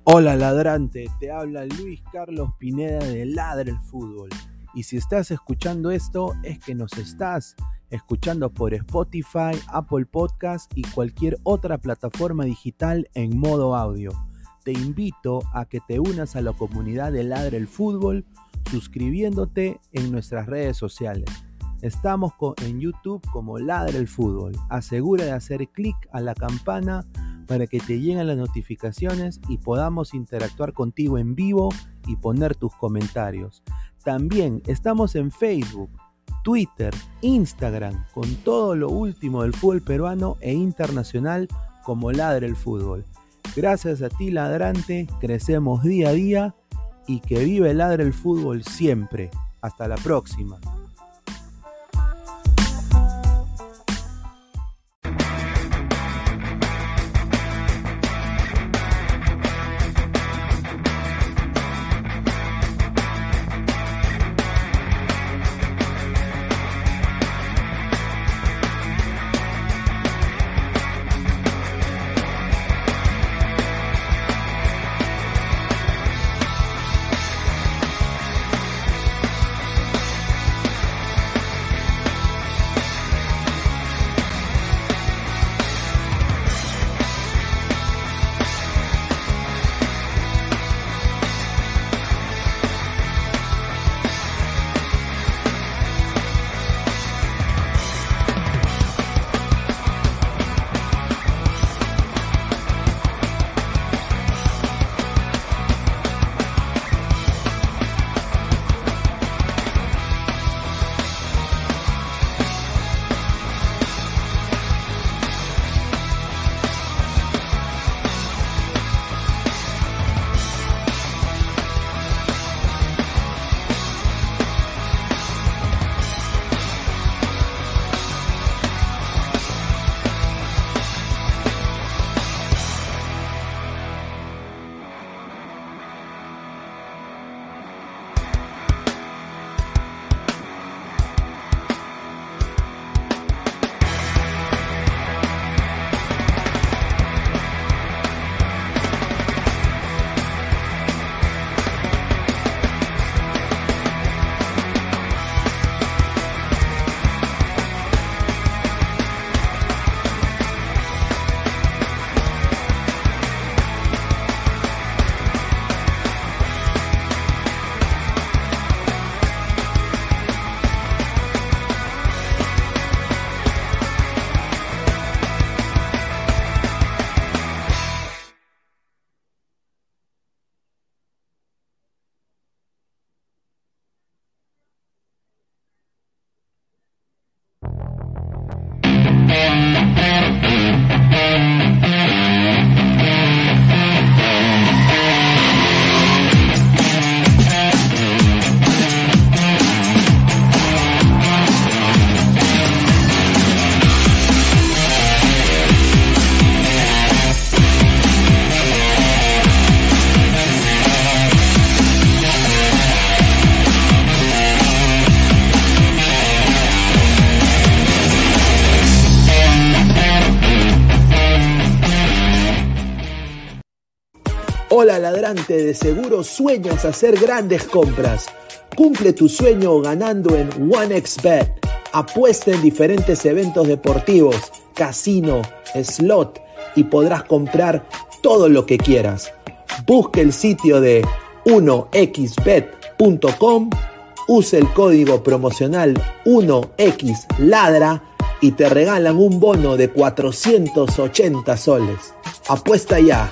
Hola ladrante, te habla Luis Carlos Pineda de Ladra el Fútbol. Y si estás escuchando esto, es que nos estás escuchando por Spotify, Apple Podcast y cualquier otra plataforma digital en modo audio. Te invito a que te unas a la comunidad de Ladra el Fútbol suscribiéndote en nuestras redes sociales. Estamos en YouTube como Ladra el Fútbol. Asegura de hacer clic a la campana para que te lleguen las notificaciones y podamos interactuar contigo en vivo y poner tus comentarios. También estamos en Facebook, Twitter, Instagram, con todo lo último del fútbol peruano e internacional como Ladra el Fútbol. Gracias a ti, ladrante, crecemos día a día y que vive Ladra el Fútbol siempre. Hasta la próxima. Hola ladrante, de seguro sueñas hacer grandes compras. Cumple tu sueño ganando en OneXBet. Apuesta en diferentes eventos deportivos, casino, slot y podrás comprar todo lo que quieras. Busca el sitio de 1xbet.com, usa el código promocional 1xladra y te regalan un bono de 480 soles. Apuesta ya.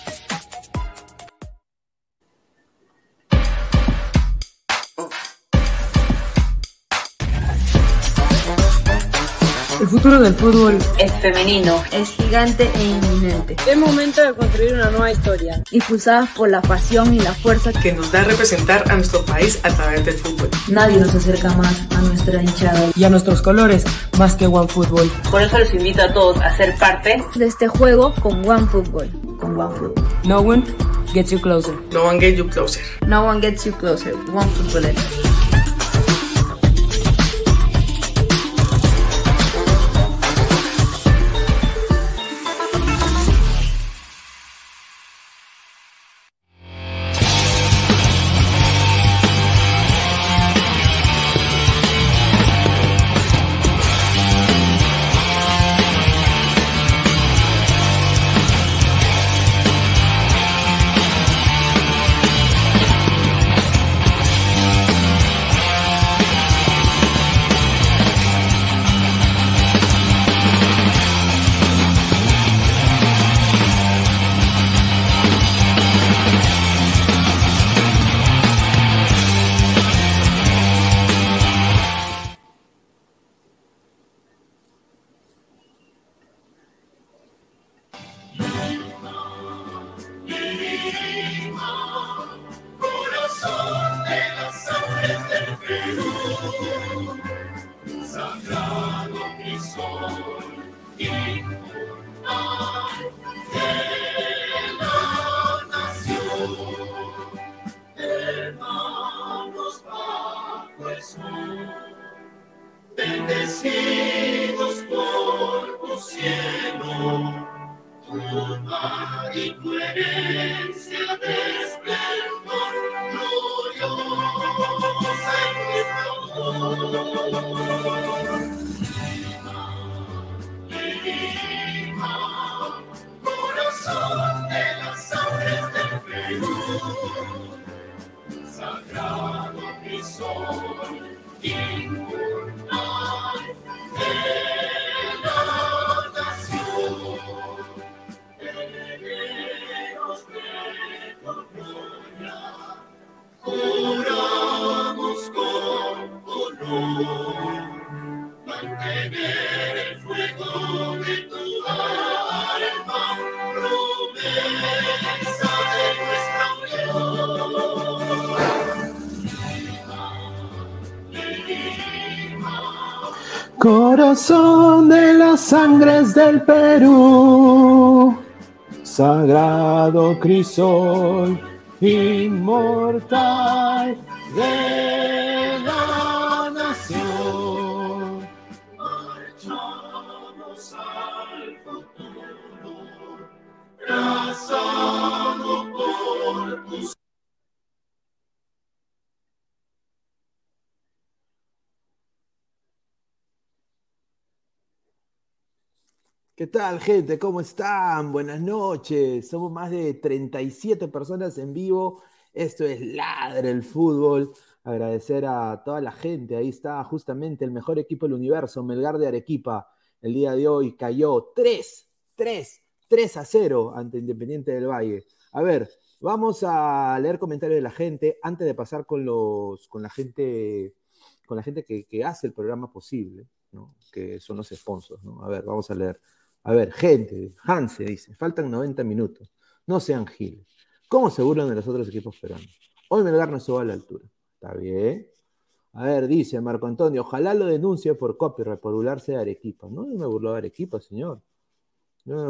El futuro del fútbol es femenino, es gigante e inminente. Es momento de construir una nueva historia, impulsada por la pasión y la fuerza que nos da a representar a nuestro país a través del fútbol. Nadie nos acerca más a nuestra hinchada y a nuestros colores más que OneFootball. Por eso los invito a todos a ser parte de este juego con OneFootball. Con OneFootball. No one gets you closer. No one gets you closer. No one gets you closer. OneFootball. Bendecidos por tu cielo, tu mar y tu herencia de esplendor gloriosa en Lima, corazón de las aguas del Perú, sagrado crisol inmortal de la nación, herederos de tu gloria, juramos con honor mantener el fuego de tu alma, promesa de nuestra unión. Corazón de las sangres del Perú, sagrado crisol inmortal de la nación. Marchamos al futuro, trazado por tus. ¿Qué tal, gente? ¿Cómo están? Buenas noches. Somos más de 37 personas en vivo. Esto es Ladre el Fútbol. Agradecer a toda la gente. Ahí está justamente el mejor equipo del universo, Melgar de Arequipa. El día de hoy cayó 3-0 ante Independiente del Valle. A ver, vamos a leer comentarios de la gente antes de pasar con la gente que hace el programa posible, ¿no? Que son los sponsors, ¿no? A ver, vamos a leer. A ver, gente, Hanse dice, faltan 90 minutos. No sean giles. ¿Cómo se burlan de los otros equipos peruanos? Hoy Melgar no estuvo a la altura. Está bien. A ver, dice Marco Antonio, ojalá lo denuncie por copyright, por burlarse de Arequipa. No, yo me burlo de Arequipa, señor. No.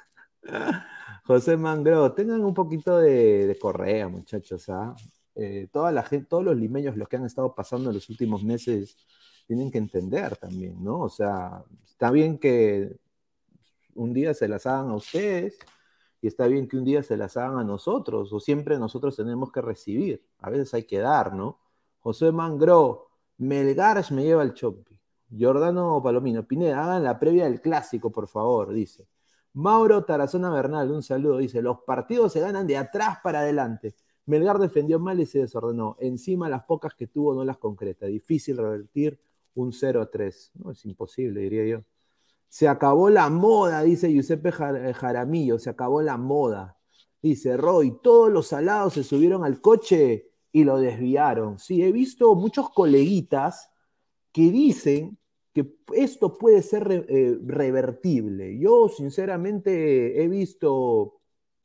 José Mangro, tengan un poquito de correa, muchachos, ¿ah? Toda la gente, todos los limeños, los que han estado pasando en los últimos meses, tienen que entender también, ¿no? O sea, está bien que un día se las hagan a ustedes y está bien que un día se las hagan a nosotros, o siempre nosotros tenemos que recibir, a veces hay que dar, ¿no? José Mangro, Melgar me lleva el Chompi. Giordano Palomino, Pineda, hagan la previa del clásico, por favor, dice. Mauro Tarazona Bernal, un saludo, dice, los partidos se ganan de atrás para adelante. Melgar defendió mal y se desordenó. Encima las pocas que tuvo no las concreta. Difícil revertir un 0-3. No, es imposible, diría yo. Se acabó la moda, dice Giuseppe Jaramillo, se acabó la moda. Dice Roy, todos los salados se subieron al coche y lo desviaron. Sí, he visto muchos coleguitas que dicen que esto puede ser revertible. Yo, sinceramente, he visto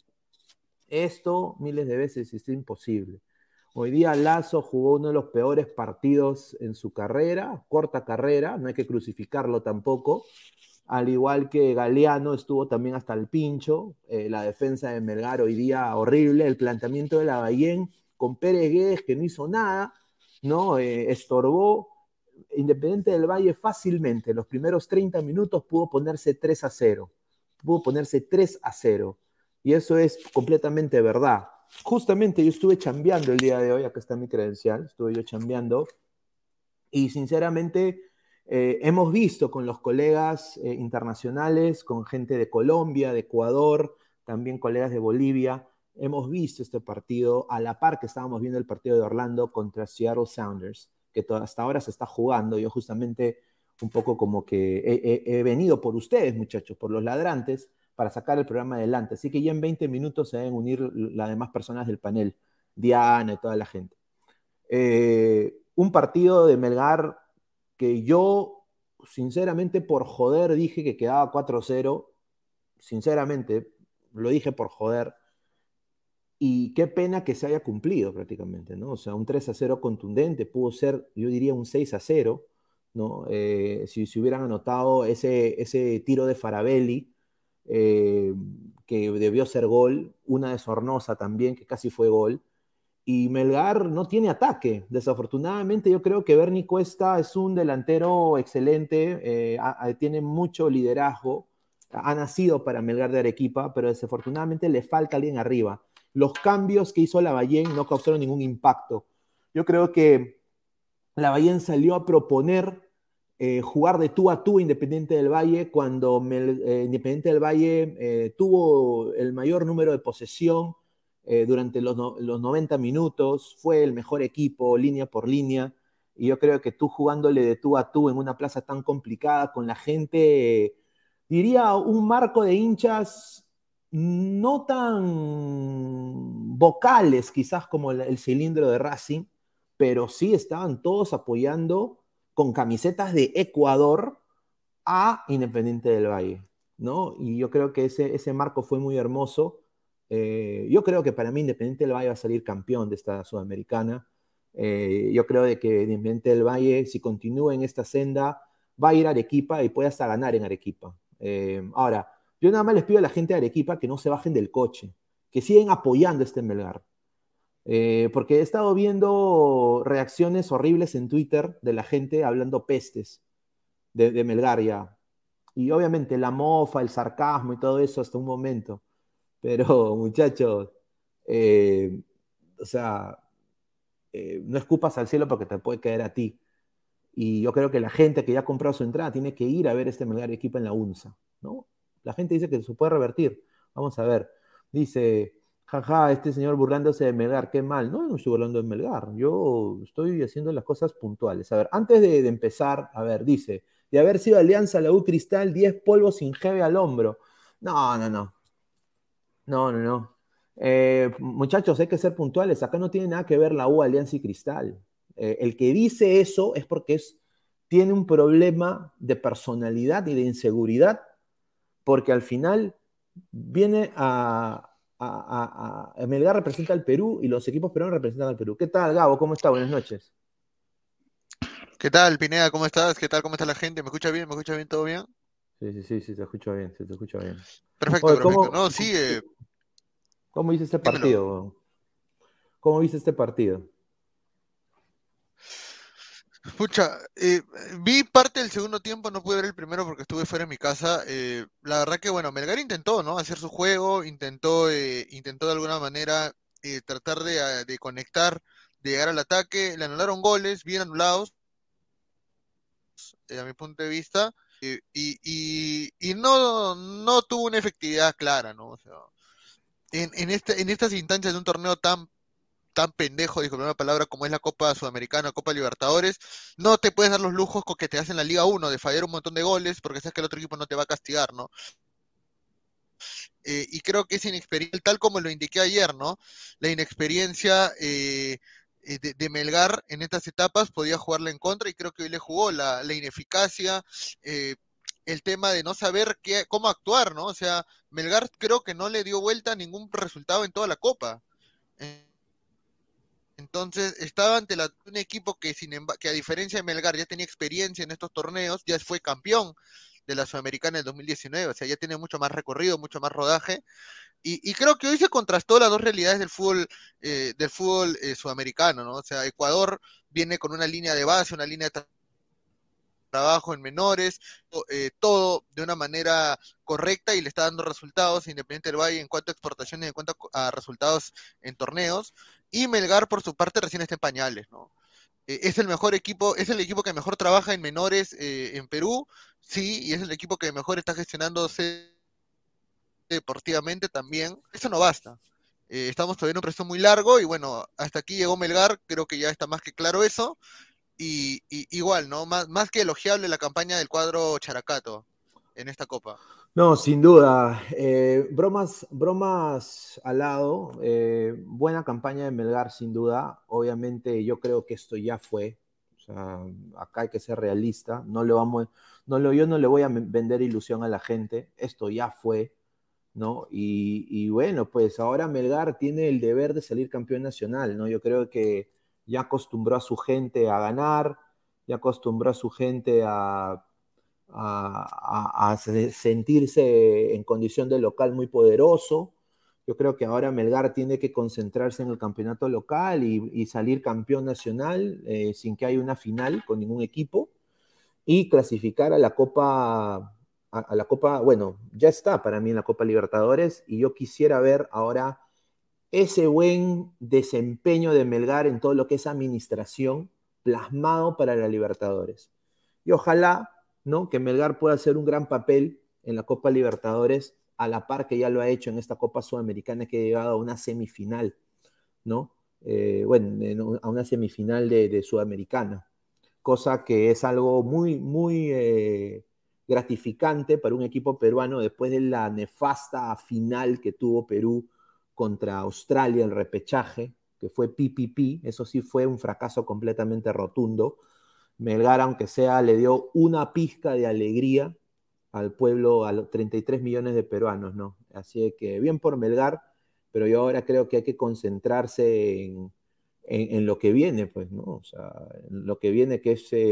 esto miles de veces y es imposible. Hoy día Lazo jugó uno de los peores partidos en su carrera, corta carrera, no hay que crucificarlo tampoco. Al igual que Galeano estuvo también hasta el pincho, la defensa de Melgar hoy día horrible, el planteamiento de Lavallén con Pérez Guedes que no hizo nada, ¿no? Estorbó. Independiente del Valle fácilmente, en los primeros 30 minutos pudo ponerse 3-0, y eso es completamente verdad. Justamente yo estuve chambeando el día de hoy, acá está mi credencial, estuve yo chambeando, y sinceramente hemos visto con los colegas internacionales, con gente de Colombia, de Ecuador, también colegas de Bolivia, hemos visto este partido a la par que estábamos viendo el partido de Orlando contra Seattle Sounders, que hasta ahora se está jugando. Yo justamente un poco como que he venido por ustedes, muchachos, por los ladrantes, para sacar el programa adelante. Así que ya en 20 minutos se deben unir las demás personas del panel, Diana y toda la gente. Un partido de Melgar que yo, sinceramente, por joder, dije que quedaba 4-0. Sinceramente, lo dije por joder. Y qué pena que se haya cumplido prácticamente, ¿no? O sea, un 3-0 contundente, pudo ser, yo diría, un 6-0, ¿no? Si hubieran anotado ese tiro de Farabelli, que debió ser gol, una de Sornosa también, que casi fue gol, y Melgar no tiene ataque. Desafortunadamente yo creo que Bernie Cuesta es un delantero excelente, tiene mucho liderazgo, ha nacido para Melgar de Arequipa, pero desafortunadamente le falta alguien arriba. Los cambios que hizo Lavallén no causaron ningún impacto. Yo creo que Lavallén salió a proponer jugar de tú a tú Independiente del Valle cuando Independiente del Valle tuvo el mayor número de posesión durante los 90 minutos, fue el mejor equipo línea por línea, y yo creo que tú jugándole de tú a tú en una plaza tan complicada con la gente, diría un marco de hinchas no tan vocales quizás como el cilindro de Racing, pero sí estaban todos apoyando con camisetas de Ecuador a Independiente del Valle, ¿no? Y yo creo que ese marco fue muy hermoso. Yo creo que para mí Independiente del Valle va a salir campeón de esta Sudamericana. Yo creo de que Independiente del Valle, si continúa en esta senda, va a ir a Arequipa y puede hasta ganar en Arequipa. Ahora, yo nada más les pido a la gente de Arequipa que no se bajen del coche, que siguen apoyando este Melgar. Porque he estado viendo reacciones horribles en Twitter de la gente hablando pestes de Melgar ya. Y obviamente la mofa, el sarcasmo y todo eso hasta un momento. Pero muchachos, eh, o sea, no escupas al cielo porque te puede caer a ti. Y yo creo que la gente que ya ha comprado su entrada tiene que ir a ver este Melgar equipo en la UNSA, ¿no? La gente dice que se puede revertir. Vamos a ver. Dice, jaja, este señor burlándose de Melgar, qué mal. No, no estoy burlando de Melgar. Yo estoy haciendo las cosas puntuales. A ver, antes de empezar, a ver, dice, de haber sido Alianza la U Cristal, 10 polvos sin jeve al hombro. No, no, no. No, no, no. Muchachos, hay que ser puntuales. Acá no tiene nada que ver la U, Alianza y Cristal. El que dice eso es porque tiene un problema de personalidad y de inseguridad, porque al final viene Melgar representa al Perú y los equipos peruanos representan al Perú. ¿Qué tal, Gabo? ¿Cómo está? Buenas noches. ¿Qué tal, Pineda? ¿Cómo estás? ¿Qué tal? ¿Cómo está la gente? ¿Me escucha bien? ¿Me escucha bien? ¿Todo bien? Sí, sí, sí, sí, te escucho bien, sí, te escucho bien. Perfecto, Oye, perfecto. No, sí, ¿cómo viste este dímelo. partido? ¿Cómo viste este partido? Pucha, vi parte del segundo tiempo, no pude ver el primero porque estuve fuera de mi casa. La verdad que, bueno, Melgar intentó, ¿no? Hacer su juego, intentó de alguna manera tratar de conectar, de llegar al ataque. Le anularon goles, bien anulados, a mi punto de vista, y no tuvo una efectividad clara, ¿no? O sea, en estas instancias de un torneo tan pendejo, disculpe la palabra, como es la Copa Sudamericana, Copa Libertadores, no te puedes dar los lujos con que te hacen la Liga 1 de fallar un montón de goles porque sabes que el otro equipo no te va a castigar, ¿no? Y creo que es inexperiencia, tal como lo indiqué ayer, ¿no? La inexperiencia de Melgar en estas etapas podía jugarle en contra y creo que hoy le jugó la ineficacia, eh, el tema de no saber cómo actuar, ¿no? O sea, Melgar creo que no le dio vuelta a ningún resultado en toda la Copa. Entonces, estaba ante un equipo que a diferencia de Melgar ya tenía experiencia en estos torneos, ya fue campeón de la Sudamericana del 2019, o sea, ya tiene mucho más recorrido, mucho más rodaje, y creo que hoy se contrastó las dos realidades del fútbol sudamericano, ¿no? O sea, Ecuador viene con una línea de base, una línea de trabajo en menores, todo de una manera correcta y le está dando resultados Independiente del Valle en cuanto a exportaciones, en cuanto a resultados en torneos, y Melgar por su parte recién está en pañales, ¿no? Es el mejor equipo, es el equipo que mejor trabaja en menores en Perú, sí, y es el equipo que mejor está gestionándose deportivamente también. Eso no basta. Estamos todavía en un proceso muy largo y bueno, hasta aquí llegó Melgar, creo que ya está más que claro eso. Y igual, ¿no? Más que elogiable la campaña del cuadro Characato en esta copa. No, sin duda. Bromas al lado. Buena campaña de Melgar, sin duda. Obviamente, yo creo que esto ya fue. O sea, acá hay que ser realista. Yo no le voy a vender ilusión a la gente. Esto ya fue, ¿no? Y bueno, pues ahora Melgar tiene el deber de salir campeón nacional, ¿no? Yo creo que ya acostumbró a su gente a ganar, ya acostumbró a su gente a sentirse en condición de local muy poderoso. Yo creo que ahora Melgar tiene que concentrarse en el campeonato local y salir campeón nacional sin que haya una final con ningún equipo y clasificar a la Copa, bueno, ya está para mí en la Copa Libertadores y yo quisiera ver ahora ese buen desempeño de Melgar en todo lo que es administración plasmado para la Libertadores. Y ojalá, ¿no?, que Melgar pueda hacer un gran papel en la Copa Libertadores a la par que ya lo ha hecho en esta Copa Sudamericana que ha llegado a una semifinal, ¿no? Bueno, a una semifinal de Sudamericana, cosa que es algo muy, muy gratificante para un equipo peruano después de la nefasta final que tuvo Perú contra Australia, el repechaje, que fue PPP, eso sí fue un fracaso completamente rotundo. Melgar, aunque sea, le dio una pizca de alegría al pueblo, a los 33 millones de peruanos, ¿no? Así que bien por Melgar, pero yo ahora creo que hay que concentrarse en lo que viene, pues, ¿no? O sea, en lo que viene que es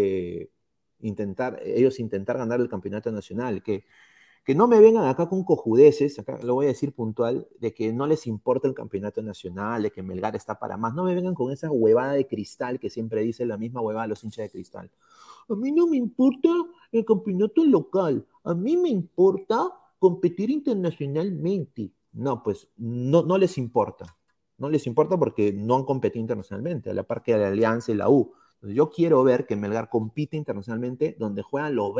ellos intentar ganar el campeonato nacional, que no me vengan acá con cojudeces, acá lo voy a decir puntual, de que no les importa el campeonato nacional, de que Melgar está para más. No me vengan con esa huevada de Cristal que siempre dice la misma huevada a los hinchas de Cristal. A mí no me importa el campeonato local, a mí me importa competir internacionalmente. No, pues no les importa. No les importa porque no han competido internacionalmente, a la par que la Alianza y la U. Entonces, yo quiero ver que Melgar compite internacionalmente donde juegan los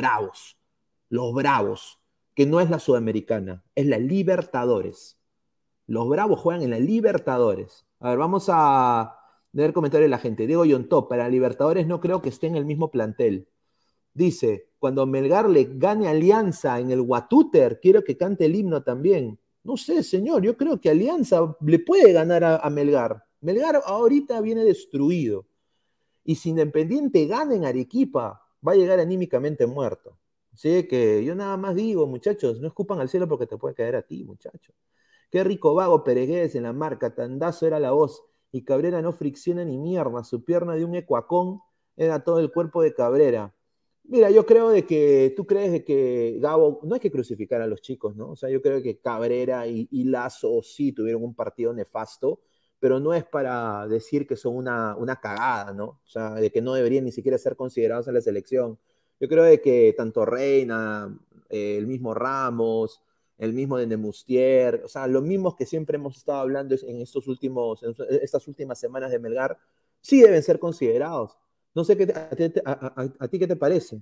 bravos, que no es la Sudamericana, es la Libertadores. Los Bravos juegan en la Libertadores. A ver, vamos a leer comentarios de la gente. Diego Yontop, para Libertadores no creo que esté en el mismo plantel. Dice, cuando Melgar le gane Alianza en el Guatúter, quiero que cante el himno también. No sé, señor, yo creo que Alianza le puede ganar a Melgar. Melgar ahorita viene destruido. Y si Independiente gana en Arequipa, va a llegar anímicamente muerto. Así que yo nada más digo, muchachos, no escupan al cielo porque te puede caer a ti, muchachos. Qué rico vago Peregués en la marca, Tandazo era la voz, y Cabrera no fricciona ni mierda, su pierna de un ecuacón era todo el cuerpo de Cabrera. Mira, yo creo de que, tú crees de que Gabo, no hay que crucificar a los chicos, ¿no? O sea, yo creo que Cabrera y Lazo sí tuvieron un partido nefasto, pero no es para decir que son una cagada, ¿no? O sea, de que no deberían ni siquiera ser considerados en la selección. Yo creo de que tanto Reina, el mismo Ramos, el mismo de Nemustier, o sea, los mismos que siempre hemos estado hablando en estas últimas semanas de Melgar, sí deben ser considerados. No sé a ti qué te parece.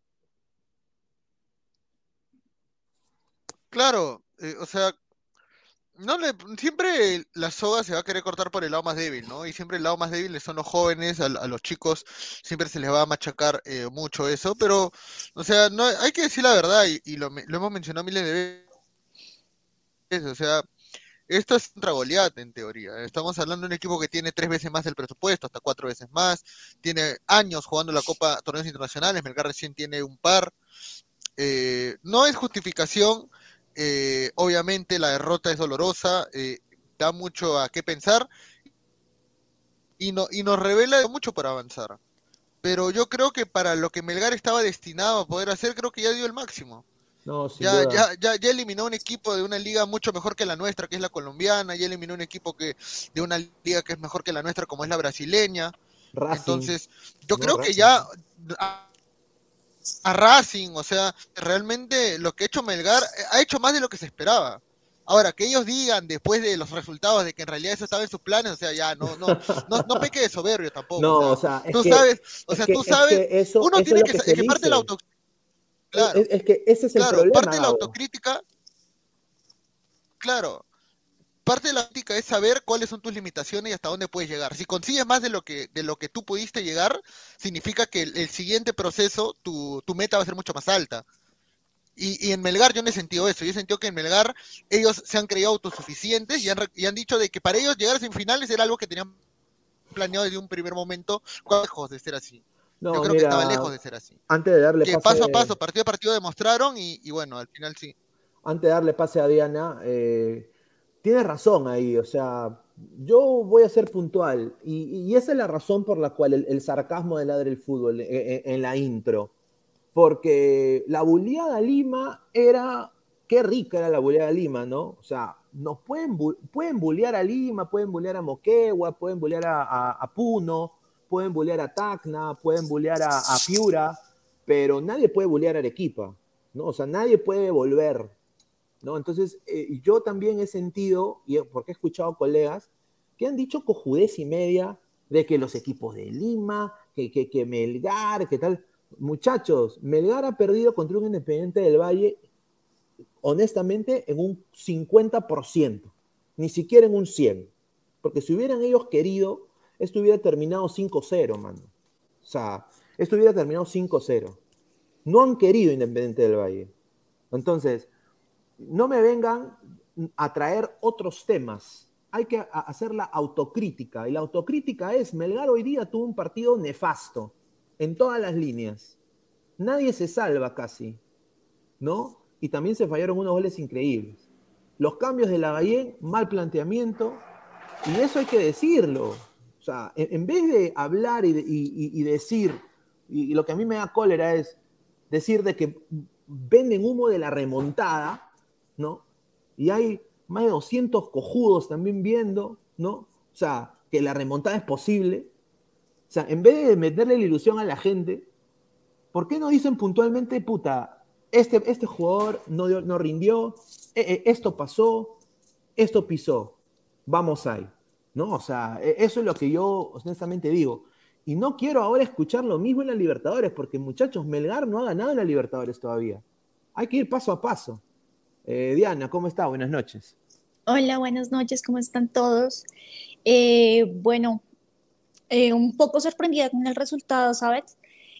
Claro, o sea, no le, siempre la soga se va a querer cortar por el lado más débil, ¿no? Y siempre el lado más débil son los jóvenes, a los chicos siempre se les va a machacar mucho eso, pero, o sea, no hay que decir la verdad y lo hemos mencionado miles de veces, o sea, esto es contra Goliat en teoría. Estamos hablando de un equipo que tiene 3 veces más del presupuesto, hasta 4 veces más, tiene años jugando la Copa Torneos Internacionales, Melgar recién tiene un par. No es justificación, obviamente la derrota es dolorosa, da mucho a qué pensar y nos revela mucho para avanzar. Pero yo creo que para lo que Melgar estaba destinado a poder hacer, creo que ya dio el máximo. No, sin Ya, duda. ya eliminó un equipo de una liga mucho mejor que la nuestra, que es la colombiana, ya eliminó un equipo de una liga que es mejor que la nuestra, como es la brasileña. Racing, Entonces, yo ¿no? creo que Racing. ya a Racing, o sea, realmente lo que ha hecho Melgar ha hecho más de lo que se esperaba. Ahora, que ellos digan después de los resultados de que en realidad eso estaba en sus planes, o sea, ya no peque de soberbio tampoco, No, o o sea, sea, tú sabes, o es sea, que, tú es sabes, que eso, uno eso es tiene lo que, que se es que parte de la dice. claro, Es que ese es el claro, problema, parte de la Gabo. autocrítica, claro, parte de la crítica es saber cuáles son tus limitaciones y hasta dónde puedes llegar. Si consigues más de lo que tú pudiste llegar, significa que el siguiente proceso, tu meta va a ser mucho más alta. Y en Melgar yo no he sentido eso. Yo he sentido que en Melgar ellos se han creído autosuficientes y han dicho de que para ellos llegar a semifinales era algo que tenían planeado desde un primer momento, lejos de ser así. Yo No, creo que estaba mira, lejos de ser así. antes de darle Que paso a pase, paso, partido a partido demostraron y bueno, al final sí. antes de darle pase a Diana, tienes razón ahí, o sea, yo voy a ser puntual, y esa es la razón por la cual el sarcasmo de Ladre el Fútbol en la intro, porque la buleada Lima era, qué rica era la buleada Lima, ¿no? O sea, nos pueden bulear a Lima, pueden bulear a Moquegua, pueden bulear a Puno, pueden bulear a Tacna, pueden bulear a Piura, pero nadie puede bulear a Arequipa, ¿no? O sea, nadie puede volver, ¿no? Entonces, yo también he sentido, y porque he escuchado colegas, que han dicho cojudez y media de que los equipos de Lima, que Melgar, que tal. Muchachos, Melgar ha perdido contra un Independiente del Valle, honestamente, en un 50%, ni siquiera en un 100%, porque si hubieran ellos querido, esto hubiera terminado 5-0, mano. O sea, esto hubiera terminado 5-0. No han querido Independiente del Valle. Entonces, no me vengan a traer otros temas. Hay que hacer la autocrítica. Y la autocrítica es, Melgar hoy día tuvo un partido nefasto en todas las líneas. Nadie se salva casi, ¿no? Y también se fallaron unos goles increíbles. Los cambios de Lavallén, mal planteamiento, y eso hay que decirlo. O sea, en vez de hablar y decir, y lo que a mí me da cólera es decir de que venden humo de la remontada, ¿no? Y hay más de 200 cojudos también viendo, ¿no? O sea, que la remontada es posible. O sea, en vez de meterle la ilusión a la gente, ¿por qué no dicen puntualmente, puta, este jugador no rindió, esto pasó, esto pisó, vamos ahí, ¿no? O sea, eso es lo que yo honestamente digo. Y no quiero ahora escuchar lo mismo en la Libertadores, porque muchachos, Melgar no ha ganado en la Libertadores todavía. Hay que ir paso a paso. Diana, ¿cómo está? Buenas noches. Hola, buenas noches, ¿cómo están todos? Bueno, un poco sorprendida con el resultado, ¿sabes?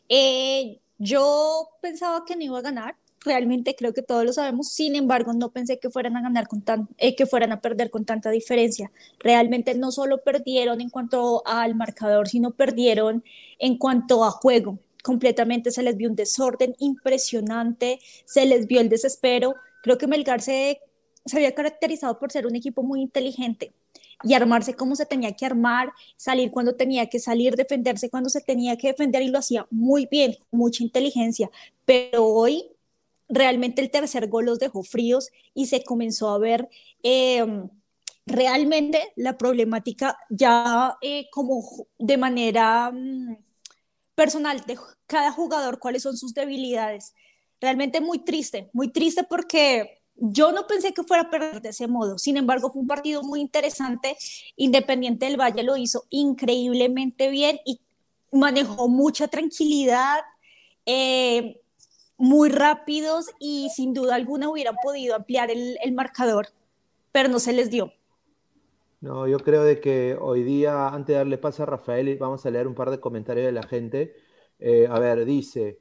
Yo pensaba que no iba a ganar, realmente creo que todos lo sabemos, sin embargo, no pensé que fueran a ganar que fueran a perder con tanta diferencia. Realmente no solo perdieron en cuanto al marcador, sino perdieron en cuanto a juego. Completamente se les vio un desorden impresionante, se les vio el desespero. Creo que Melgar se había caracterizado por ser un equipo muy inteligente y armarse como se tenía que armar, salir cuando tenía que salir, defenderse cuando se tenía que defender y lo hacía muy bien, mucha inteligencia. Pero hoy realmente el tercer gol los dejó fríos y se comenzó a ver realmente la problemática ya como de manera personal de cada jugador, cuáles son sus debilidades. Realmente muy triste porque yo no pensé que fuera a perder de ese modo. Sin embargo, fue un partido muy interesante. Independiente del Valle lo hizo increíblemente bien y manejó mucha tranquilidad, eh, muy rápidos y sin duda alguna hubieran podido ampliar el marcador, pero no se les dio. No, yo creo de que hoy día, antes de darle paso a Rafael, vamos a leer un par de comentarios de la gente. A ver, dice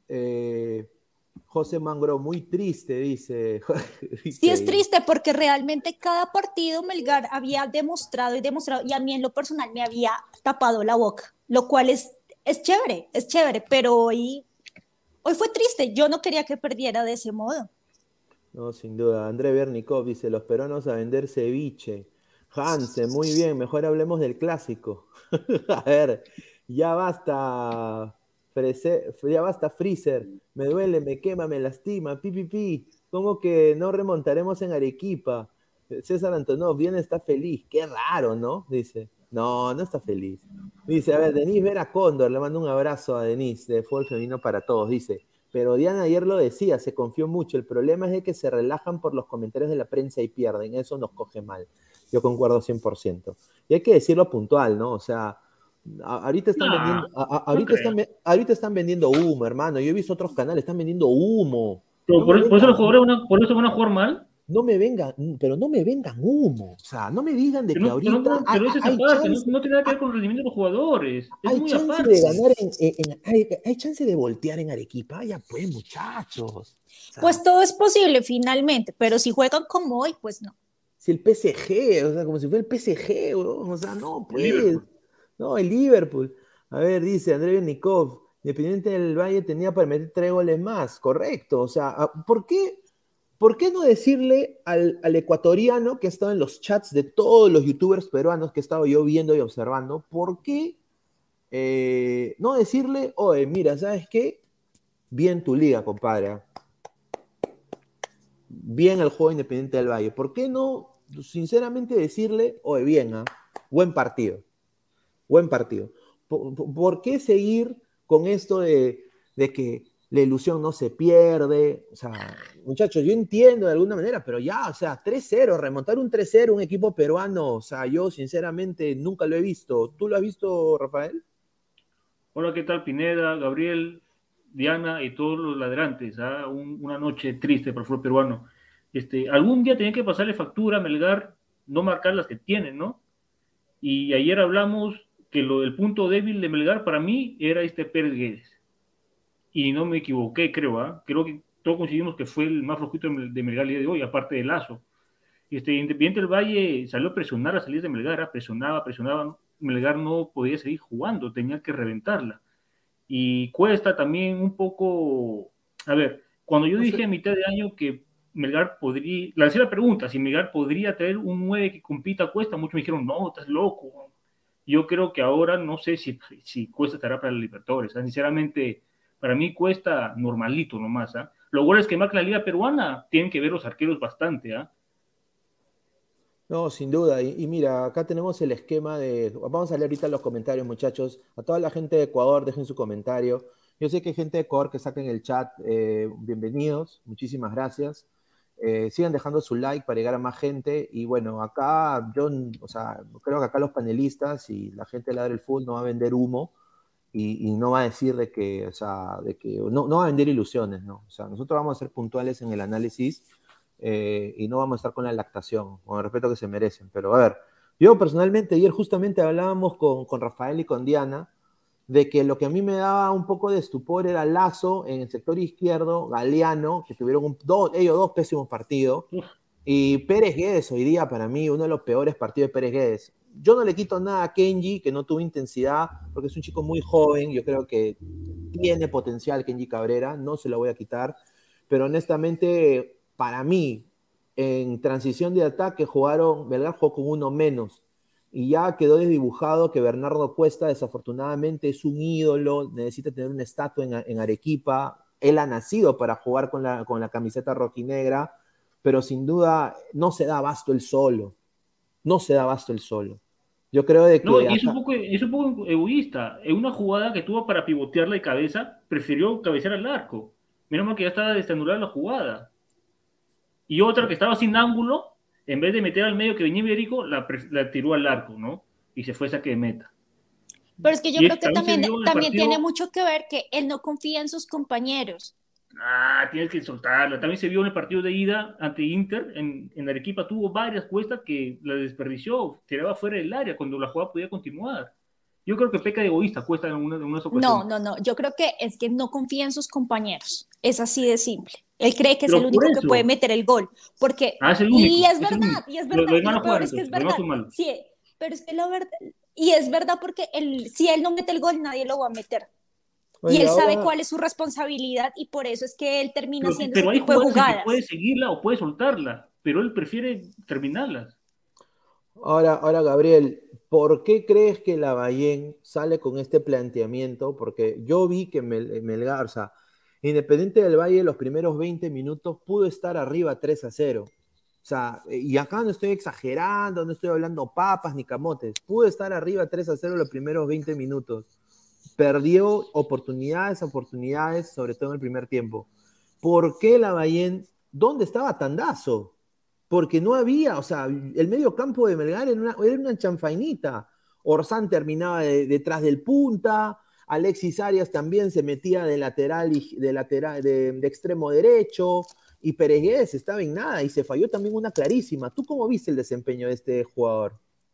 José Mangro, muy triste, dice. Sí es triste porque realmente cada partido Melgar había demostrado y a mí en lo personal me había tapado la boca, lo cual es chévere, pero hoy fue triste, yo no quería que perdiera de ese modo. No, sin duda. André Bernikov dice, los peruanos a vender ceviche. Hansen, muy bien, mejor hablemos del clásico. A ver, ya basta, ya basta Freezer, me duele, me quema, me lastima, pi. ¿Cómo que no remontaremos en Arequipa? César Antonov, bien está feliz, qué raro, ¿no? Dice, no está feliz. Dice, a ver, Denise Vera Cóndor, le mando un abrazo a Denise de Fútbol Femenino para Todos, dice, pero Diana ayer lo decía, se confió mucho, el problema es de que se relajan por los comentarios de la prensa y pierden, eso nos coge mal. Yo concuerdo 100%. Y hay que decirlo puntual, ¿no? O sea, ahorita están vendiendo humo, hermano. Yo he visto otros canales, están vendiendo humo. Pero por eso los jugadores por eso van a jugar mal. No me vengan humo. O sea, no me digan de que ahorita pero eso es aparte, no tiene nada que ver con el rendimiento de los jugadores. Es hay muy chance aparte. de ganar hay chance de voltear en Arequipa, ya pues, muchachos. O sea, Pues todo es posible finalmente, pero si juegan como hoy, pues no. si el PSG, o sea, como si fuera el PSG, o sea, no, pues. Liverpool. No, el Liverpool. A ver, dice André Bernikov, Independiente del Valle tenía para meter 3 goles más, correcto. O sea, ¿por qué ¿por qué no decirle al ecuatoriano que ha estado en los chats de todos los youtubers peruanos que he estado yo viendo y observando, ¿por qué no decirle, oye, mira, ¿sabes qué? Bien tu liga, compadre. Bien el juego Independiente del Valle. ¿Por qué no, sinceramente, decirle, oye, bien, buen partido? Buen partido. ¿Por qué seguir con esto de que la ilusión no se pierde? O sea, muchachos, yo entiendo de alguna manera, pero ya, o sea, 3-0, remontar un 3-0, un equipo peruano, o sea, yo sinceramente nunca lo he visto. ¿Tú lo has visto, Rafael? Hola, ¿qué tal, Pineda, Gabriel, Diana y todos los ladrantes? Una noche triste para el fútbol peruano. Algún día tenía que pasarle factura a Melgar, no marcar las que tienen, ¿no? Y ayer hablamos que el punto débil de Melgar para mí era Pérez Guedes. Y no me equivoqué, creo. Creo que todos coincidimos que fue el más flojito de Melgar el día de hoy, aparte de Lazo. Independiente del Valle salió a presionar las salidas de Melgar, presionaba. Melgar no podía seguir jugando, tenía que reventarla. Y Cuesta también un poco... A ver, cuando yo dije a mitad de año que Melgar podría... Lancé la pregunta, si Melgar podría traer un 9 que compita a Cuesta, muchos me dijeron, no, estás loco. Yo creo que ahora no sé si Cuesta estará para los Libertadores. Sinceramente, para mí Cuesta normalito nomás. Los goles que marca la Liga Peruana tienen que ver los arqueros bastante. No, sin duda. Y mira, acá tenemos el esquema de... Vamos a leer ahorita los comentarios, muchachos. A toda la gente de Ecuador, dejen su comentario. Yo sé que hay gente de Ecuador que saca en el chat. Bienvenidos, muchísimas gracias. Sigan dejando su like para llegar a más gente. Y bueno, acá yo, o sea, creo que acá los panelistas y la gente de Ladra el Fútbol no va a vender humo y no va a decir de que, o sea, de que no va a vender ilusiones, ¿no? O sea, nosotros vamos a ser puntuales en el análisis. Y no vamos a estar con la lactación, con el respeto que se merecen. Pero a ver, yo personalmente ayer justamente hablábamos con Rafael y con Diana de que lo que a mí me daba un poco de estupor era Lazo en el sector izquierdo, Galeano, que tuvieron ellos dos pésimos partidos, y Pérez Guedes hoy día para mí uno de los peores partidos de Pérez Guedes. Yo no le quito nada a Kenji, que no tuvo intensidad, porque es un chico muy joven, yo creo que tiene potencial Kenji Cabrera, no se lo voy a quitar, pero honestamente... Para mí, en transición de ataque Melgar jugó con uno menos y ya quedó desdibujado que Bernardo Cuesta desafortunadamente es un ídolo, necesita tener una estatua en Arequipa, él ha nacido para jugar con la camiseta rojinegra, pero sin duda no se da abasto él solo, Yo creo de que... No, y es un poco egoísta. En una jugada que tuvo para pivotearla de cabeza, prefirió cabecear al arco. Menos mal que ya estaba desanulada la jugada. Y otra que estaba sin ángulo, en vez de meter al medio que venía Iberico, la tiró al arco, ¿no? Y se fue saque de meta. Pero es que yo creo que también tiene mucho que ver que él no confía en sus compañeros. Tienes que soltarla. También se vio en el partido de ida ante Inter, en Arequipa tuvo varias Cuesta que la desperdició, tiraba fuera del área cuando la jugada podía continuar. Yo creo que peca de egoísta Cuesta en unas ocasiones. No, yo creo que es que no confía en sus compañeros. Es así de simple. Él cree que es el único que puede meter el gol. Porque, es el único, y es verdad, lo peor es que es verdad. Sí, pero es que la verdad, y es verdad porque si él no mete el gol, nadie lo va a meter. Y él sabe cuál es su responsabilidad y por eso es que él termina haciendo ese tipo de jugadas. Puede seguirla o puede soltarla, pero él prefiere terminarlas. Ahora, Gabriel, ¿por qué crees que Lavallén sale con este planteamiento? Porque yo vi que Melgar, o sea, Independiente del Valle, los primeros 20 minutos pudo estar arriba 3-0. O sea, y acá no estoy exagerando, no estoy hablando papas ni camotes. Pudo estar arriba 3-0 los primeros 20 minutos. Perdió oportunidades, sobre todo en el primer tiempo. ¿Por qué Lavallén? ¿Dónde estaba Tandazo? Porque no había, o sea, el medio campo de Melgar era una chanfainita. Orsán terminaba detrás del punta, Alexis Arias también se metía de lateral de extremo derecho, y Pérez Guedes estaba en nada, y se falló también una clarísima. ¿Tú cómo viste el desempeño de este jugador?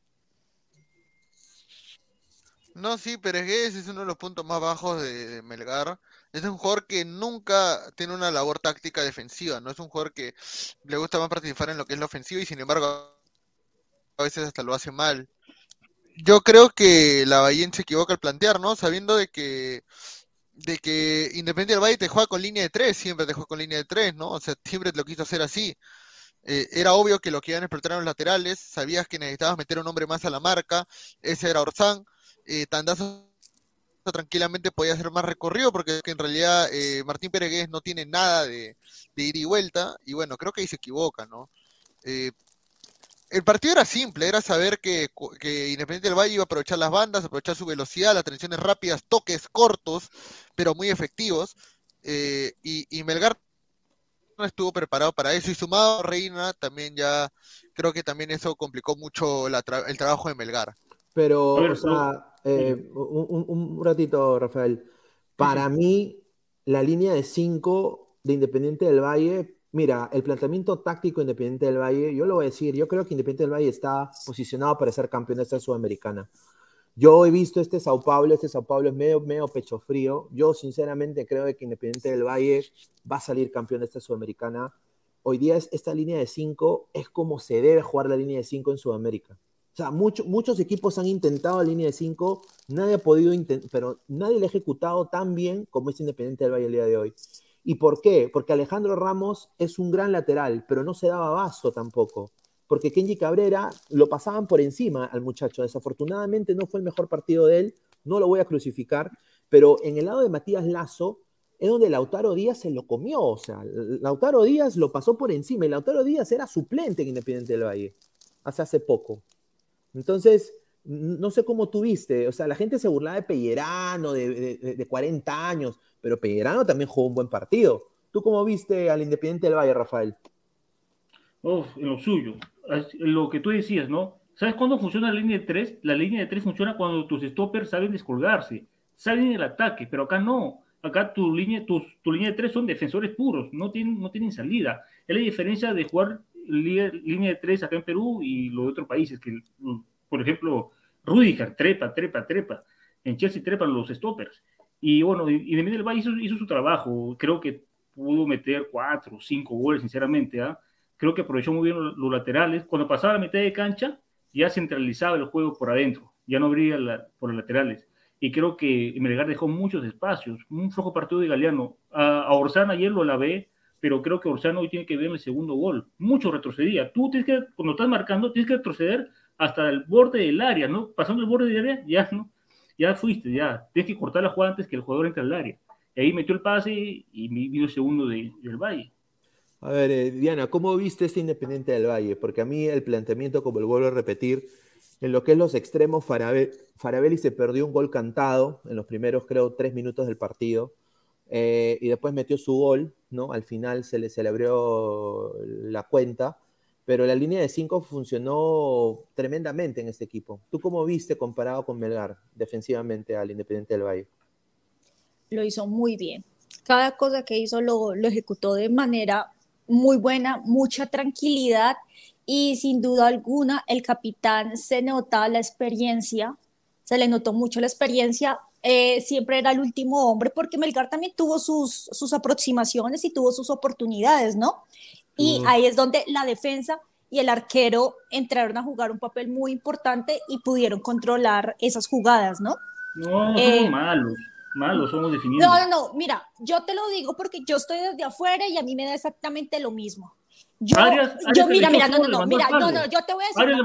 No, sí, Pérez Guedes es uno de los puntos más bajos de Melgar. Es un jugador que nunca tiene una labor táctica defensiva, no es un jugador que le gusta más participar en lo que es la ofensiva y sin embargo a veces hasta lo hace mal. Yo creo que Lavallén se equivoca al plantear, ¿no? Sabiendo de que de que Independiente del Valle te juega con línea de 3, siempre te juega con línea de 3, ¿no? O sea, siempre lo quiso hacer así. Era obvio que lo que iban a explotar eran los laterales, sabías que necesitabas meter un hombre más a la marca, ese era Orsán. Tandazo tranquilamente podía hacer más recorrido, porque en realidad Martín Pérez no tiene nada de ida y vuelta, y bueno, creo que ahí se equivoca, ¿no? El partido era simple, era saber que Independiente del Valle iba a aprovechar las bandas, aprovechar su velocidad, las transiciones rápidas, toques cortos, pero muy efectivos, y Melgar no estuvo preparado para eso, y sumado a Reina también ya, creo que también eso complicó mucho el trabajo de Melgar. Pero, o sea, un ratito, Rafael, para mí, la línea de 5 de Independiente del Valle, mira, el planteamiento táctico de Independiente del Valle, yo lo voy a decir, yo creo que Independiente del Valle está posicionado para ser campeón de esta Sudamericana. Yo he visto este Sao Paulo es medio pecho frío. Yo sinceramente creo que Independiente del Valle va a salir campeón de esta Sudamericana. Hoy día esta línea de 5 es como se debe jugar la línea de 5 en Sudamérica. O sea, muchos equipos han intentado la línea de 5, nadie ha podido pero nadie la ha ejecutado tan bien como es Independiente del Valle el día de hoy. ¿Y por qué? Porque Alejandro Ramos es un gran lateral, pero no se daba abasto tampoco. Porque Kenji Cabrera lo pasaban por encima al muchacho. Desafortunadamente no fue el mejor partido de él, no lo voy a crucificar, pero en el lado de Matías Lazo es donde Lautaro Díaz se lo comió. O sea, Lautaro Díaz lo pasó por encima y Lautaro Díaz era suplente en Independiente del Valle hace poco. Entonces, no sé cómo tuviste, o sea, la gente se burlaba de Pellerano, de 40 años, pero Pellerano también jugó un buen partido. ¿Tú cómo viste al Independiente del Valle, Rafael? En lo suyo, lo que tú decías, ¿no? ¿Sabes cuándo funciona la línea de 3? La línea de 3 funciona cuando tus stoppers saben descolgarse, salen el ataque, pero acá no. Acá tu línea de 3 son defensores puros, no tienen salida. Es la diferencia de jugar línea de 3 acá en Perú y los de otros países, que por ejemplo Rüdiger trepa, en Chelsea trepan los stoppers, y bueno, Independiente del Valle hizo su trabajo, creo que pudo meter 4 o 5 goles sinceramente, creo que aprovechó muy bien los laterales, cuando pasaba la mitad de cancha ya centralizaba el juego por adentro, ya no abría por los laterales, y creo que Melgar dejó muchos espacios, un flojo partido de Galeano. A Orsán ayer lo lavé, pero creo que Orsán hoy tiene que ver el segundo gol. Mucho retrocedía. Tú tienes que, cuando estás marcando, tienes que retroceder hasta el borde del área, ¿no? Pasando el borde del área, ya no. Ya fuiste, ya. Tienes que cortar la jugada antes que el jugador entre al área. Y ahí metió el pase y vino el segundo del Valle. A ver, Diana, ¿cómo viste este Independiente del Valle? Porque a mí el planteamiento, como lo vuelvo a repetir, en lo que es los extremos, Faravelli se perdió un gol cantado en los primeros, creo, 3 minutos del partido. Y después metió su gol, ¿no? Al final se le abrió la cuenta, pero la línea de 5 funcionó tremendamente en este equipo. ¿Tú cómo viste comparado con Melgar defensivamente al Independiente del Valle? Lo hizo muy bien. Cada cosa que hizo lo ejecutó de manera muy buena, mucha tranquilidad, y sin duda alguna el capitán se nota la experiencia, se le notó mucho la experiencia. Siempre era el último hombre, porque Melgar también tuvo sus aproximaciones y tuvo sus oportunidades, ¿no? Y ahí es donde la defensa y el arquero entraron a jugar un papel muy importante y pudieron controlar esas jugadas, ¿no? No somos malos somos definidos. No, mira, yo te lo digo porque yo estoy desde afuera y a mí me da exactamente lo mismo. Mira, yo te voy a decir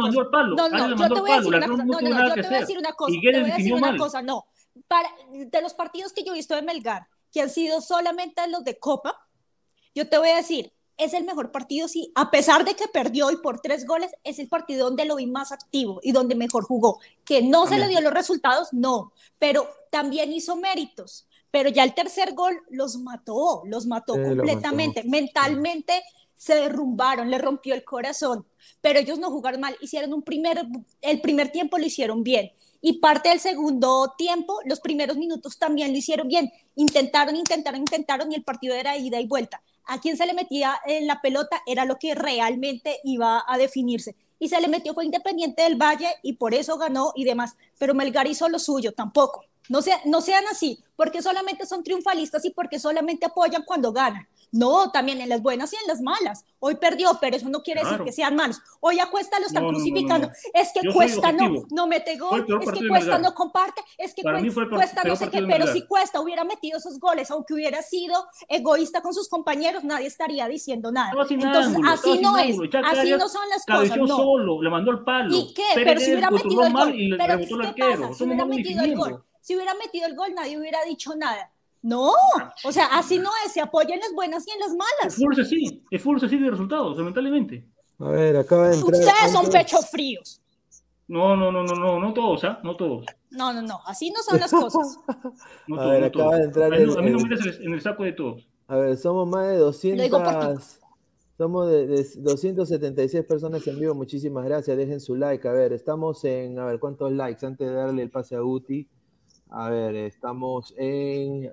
una cosa. De los partidos que yo he visto de Melgar, que han sido solamente los de Copa, yo te voy a decir, es el mejor partido, sí, a pesar de que perdió hoy por 3 goles, es el partido donde lo vi más activo y donde mejor jugó. Que no se le dio los resultados, no, pero también hizo méritos. Pero ya el tercer gol los mató completamente, mentalmente se derrumbaron, le rompió el corazón, pero ellos no jugaron mal, hicieron el primer tiempo lo hicieron bien, y parte del segundo tiempo, los primeros minutos también lo hicieron bien, intentaron, y el partido era ida y vuelta. A quien se le metía en la pelota era lo que realmente iba a definirse, y se le metió fue Independiente del Valle, y por eso ganó y demás, pero Melgar hizo lo suyo, tampoco. No sean así, porque solamente son triunfalistas y porque solamente apoyan cuando ganan. No, también en las buenas y en las malas. Hoy perdió, pero eso no quiere decir que sean malos. Hoy a Cuesta lo están crucificando. No. Es que Cuesta no mete gol, es que Cuesta no comparte, es que Cuesta no sé qué, pero si Cuesta hubiera metido esos goles, aunque hubiera sido egoísta con sus compañeros, nadie estaría diciendo nada. Entonces, así no es, así no son las cosas. No. Solo, le mandó el palo. ¿Y qué? Pero si hubiera metido el gol, pero ¿qué pasa? Si hubiera metido el gol, nadie hubiera dicho nada. No, o sea, así no es, se apoya en las buenas y en las malas. Es fútbol así de resultados, lamentablemente. A ver, acaba de entrar. Ustedes son pechos fríos. No todos, ¿ah? No todos. No, así no son las cosas. No a ver, acaba de entrar. A mí no me metes en el saco de todos. A ver, somos más de 200. Somos de 276 personas en vivo, muchísimas gracias, dejen su like. A ver, estamos en, a ver, ¿cuántos likes? Antes de darle el pase a Guti. A ver, estamos en,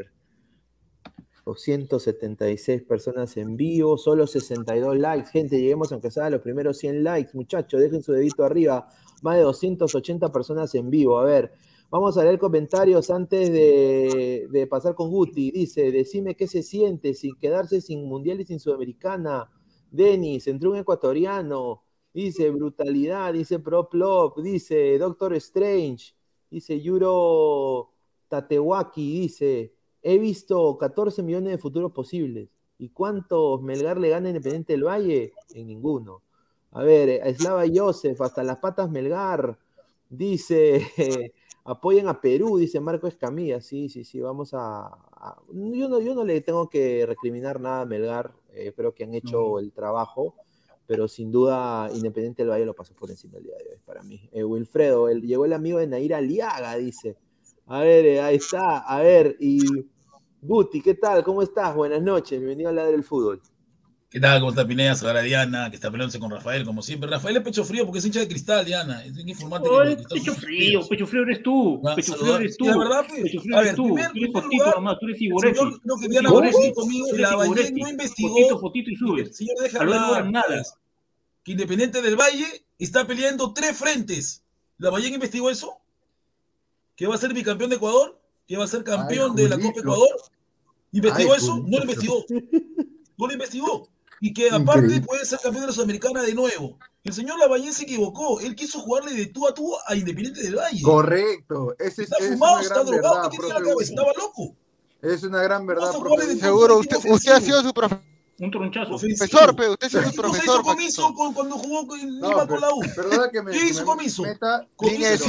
276 personas en vivo, solo 62 likes. Gente, lleguemos aunque sea a los primeros 100 likes. Muchachos, dejen su dedito arriba. Más de 280 personas en vivo. A ver, vamos a leer comentarios antes de pasar con Guti. Dice, decime qué se siente sin quedarse sin Mundial y sin Sudamericana. Denis, entre un ecuatoriano. Dice, brutalidad. Dice, Proplop. Dice, Doctor Strange. Dice Yuro Tatewaki, dice, he visto 14 millones de futuros posibles. ¿Y cuántos Melgar le gana a Independiente del Valle? En ninguno. A ver, a Slava Joseph, hasta las patas Melgar. Dice, apoyen a Perú, dice Marco Escamilla. Sí, vamos yo no le tengo que recriminar nada a Melgar. Creo que han hecho el trabajo. Pero sin duda Independiente del Valle lo pasó por encima el día de hoy para mí. Wilfredo, llegó el amigo de Nair Aliaga, dice. A ver, ahí está. A ver, y Guti, ¿qué tal? ¿Cómo estás? Buenas noches, bienvenido a Ladre del Fútbol. ¿Qué tal? ¿Cómo está Pineda? Saluda a Diana, que está peleándose con Rafael, como siempre. Rafael es pecho frío porque es hincha de Cristal, Diana. Hay que informarte que pecho frío eres tú. Pecho frío eres tú. La verdad, pecho frío eres tú. Tú eres fotito nomás, tú eres Figuretti. No, que Diana conmigo, la Valle no investigó. Fotito y subes. Señor, deja hablar. Nada. Que Independiente del Valle está peleando 3 frentes. ¿La Valle investigó eso? ¿Que va a ser bicampeón de Ecuador? ¿Que va a ser campeón de la Copa Ecuador? ¿Investigó eso? No lo investigó. No lo investigó. Y que aparte puede ser campeón de la Sudamericana de nuevo. El señor Lavallén se equivocó. Él quiso jugarle de tú a tú a Independiente del Valle. Correcto. Está fumado, está drogado. ¿Qué tiene la cabeza? Estaba loco. Es una gran verdad. Seguro, usted ha sido su profesor. Un tronchazo. Profesor, pero usted es un profesor. ¿Qué hizo Comiso cuando jugó con Lima con la U? ¿Qué hizo Comiso? Línea de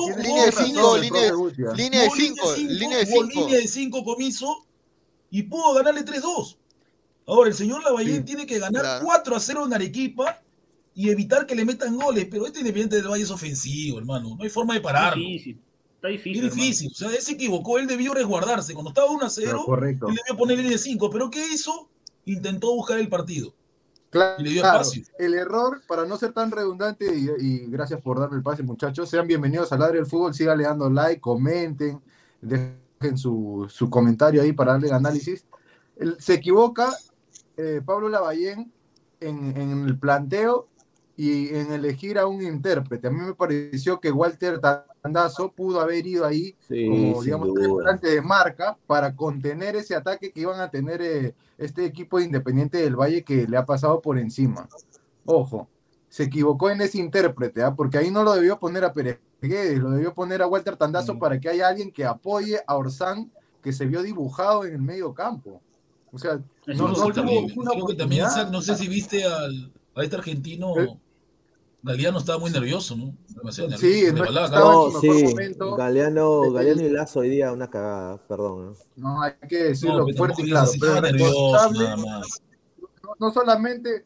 5 Comiso y pudo ganarle 3-2. Ahora, el señor Lavallén tiene que ganar 4-0 en Arequipa y evitar que le metan goles, pero este Independiente del Valle es ofensivo, hermano. No hay forma de pararlo. Está difícil. Es difícil. O sea, él se equivocó, él debió resguardarse. Cuando estaba 1-0, él debió poner línea de 5. ¿Pero qué hizo? Intentó buscar el partido. Claro, y le dio espacio. El error, para no ser tan redundante, y gracias por darme el pase, muchachos, sean bienvenidos a Ladre del Fútbol, sigan dando like, comenten, dejen su comentario ahí para darle el análisis. Se equivoca Pablo Lavallén en el planteo y en elegir a un intérprete. A mí me pareció que Walter Tandazo pudo haber ido ahí como, digamos, representante de marca para contener ese ataque que iban a tener este equipo de Independiente del Valle que le ha pasado por encima. Ojo, se equivocó en ese intérprete, porque ahí no lo debió poner a Pérez Guedes, lo debió poner a Walter Tandazo para que haya alguien que apoye a Orsán, que se vio dibujado en el medio campo. O sea, no sé si viste a este argentino. Galeano estaba muy nervioso, ¿no? Demasiado nervioso. Sí, estaba en su mejor momento. Galeano y Lazo hoy día una cagada, perdón. No, hay que decirlo fuerte y claro. Pero nervioso, nada más. No solamente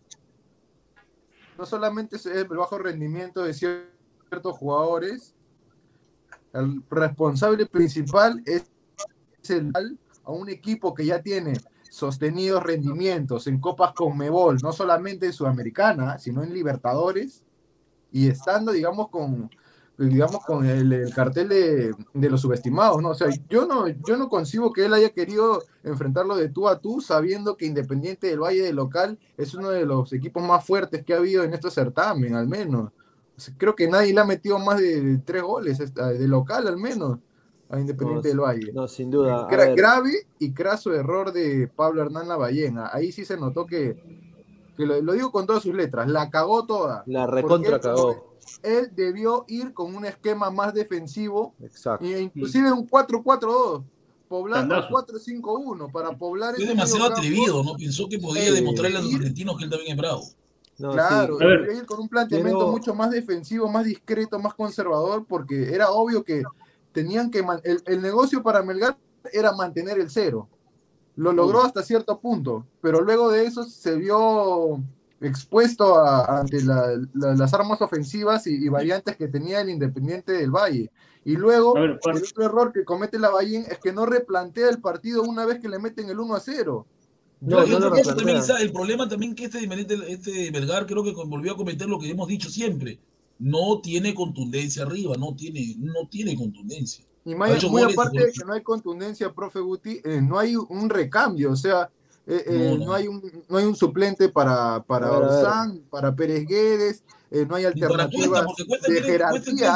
es el bajo rendimiento de ciertos jugadores, el responsable principal es a un equipo que ya tiene sostenidos rendimientos en Copas Conmebol, no solamente en Sudamericana, sino en Libertadores, y estando, digamos, con el cartel de los subestimados, ¿no? O sea, yo no concibo que él haya querido enfrentarlo de tú a tú, sabiendo que Independiente del Valle de local es uno de los equipos más fuertes que ha habido en este certamen, al menos. O sea, creo que nadie le ha metido más de 3 goles de local, al menos. a Independiente del Valle. No, sin duda. Grave y craso error de Pablo Hernán Lavallén. Ahí sí se notó que lo digo con todas sus letras, la cagó toda. La recontra cagó. Él debió ir con un esquema más defensivo. Exacto. Inclusive un 4-4-2. Poblar 4-5-1 para poblar. Es demasiado atrevido, ¿no? Pensó que podía demostrarle a los argentinos que él también es bravo. No, claro, debería ir con un planteamiento mucho más defensivo, más discreto, más conservador, porque era obvio que tenían que... El negocio para Melgar era mantener el 0. Lo logró hasta cierto punto, pero luego de eso se vio expuesto ante las armas ofensivas y variantes que tenía el Independiente del Valle. Y luego, el otro error que comete Lavallén es que no replantea el partido una vez que le meten el 1-0. El problema también que este Melgar creo que volvió a cometer lo que hemos dicho siempre. No tiene contundencia arriba, no tiene contundencia. Y muy aparte de que no hay contundencia, profe Guti, no hay un recambio, o sea, no hay un suplente para Orsán, para Pérez Guedes, no hay alternativas de jerarquía.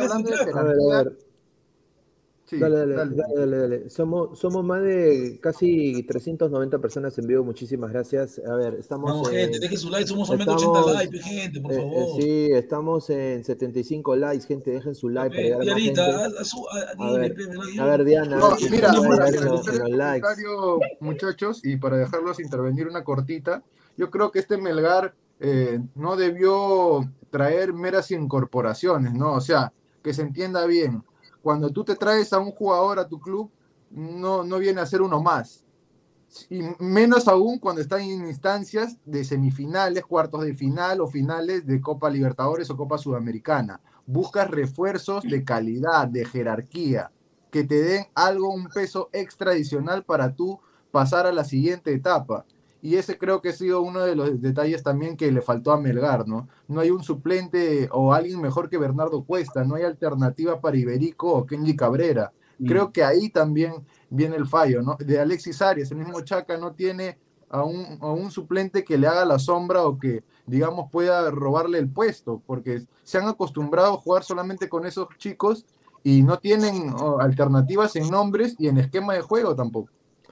Sí, dale. Somos más de casi 390 personas en vivo. Muchísimas gracias. A ver, estamos. Vamos, gente, dejen su like. Somos solamente 80 likes, gente, por favor. Sí, estamos en 75 likes, gente. Dejen su like para llegar a más gente. A ver, Diana. Mira, para finalizar el comentario, muchachos, y para dejarlos intervenir una cortita, yo creo que este Melgar no debió traer meras incorporaciones, ¿no? O sea, que se entienda bien. Cuando tú te traes a un jugador a tu club, no viene a ser uno más. Y menos aún cuando están en instancias de semifinales, cuartos de final o finales de Copa Libertadores o Copa Sudamericana. Buscas refuerzos de calidad, de jerarquía, que te den un peso extra adicional para tú pasar a la siguiente etapa. Y ese creo que ha sido uno de los detalles también que le faltó a Melgar, ¿no? No hay un suplente o alguien mejor que Bernardo Cuesta, no hay alternativa para Iberico o Kenji Cabrera. Creo que ahí también viene el fallo, ¿no? De Alexis Arias, el mismo Chaca no tiene a un suplente que le haga la sombra o que, digamos, pueda robarle el puesto, porque se han acostumbrado a jugar solamente con esos chicos y no tienen alternativas en nombres y en esquema de juego tampoco.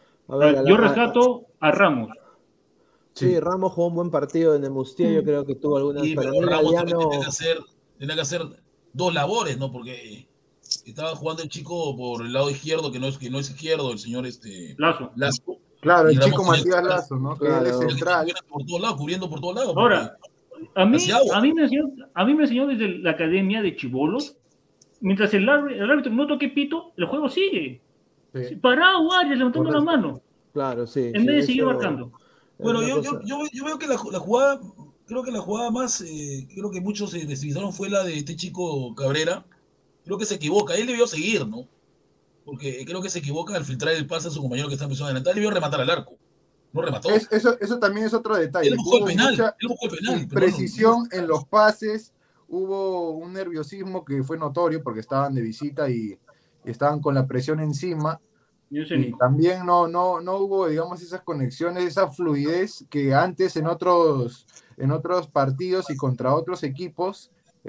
Yo rescato a Ramos. Sí, Ramos jugó un buen partido en el Mustia, yo creo que tuvo algunas... Sí, pero Ramos también tenía que hacer dos labores, ¿no? Porque estaba jugando el chico por el lado izquierdo, que no es izquierdo, el señor Lazo. Claro, el chico Matías Lazo, ¿no? Que él es central. Cubriendo por todos lados. Ahora, a mí me enseñó desde la academia de chibolos, mientras el árbitro no toque pito, el juego sigue. Sí. Parado, Arias, levantando la mano. Claro, sí. En vez de seguir marcando. Bueno, yo veo que la jugada, creo que la jugada más, creo que muchos se deslizaron fue la de este chico Cabrera. Creo que se equivoca, él debió seguir, ¿no? Porque creo que se equivoca al filtrar el pase a su compañero que está en posición adelantada, debió rematar al arco. No remató. Eso también es otro detalle. Él buscó el penal. Precisión en los pases, hubo un nerviosismo que fue notorio porque estaban de visita y estaban con la presión encima. Y también no hubo, digamos, esas conexiones, esa fluidez que antes en otros partidos y contra otros equipos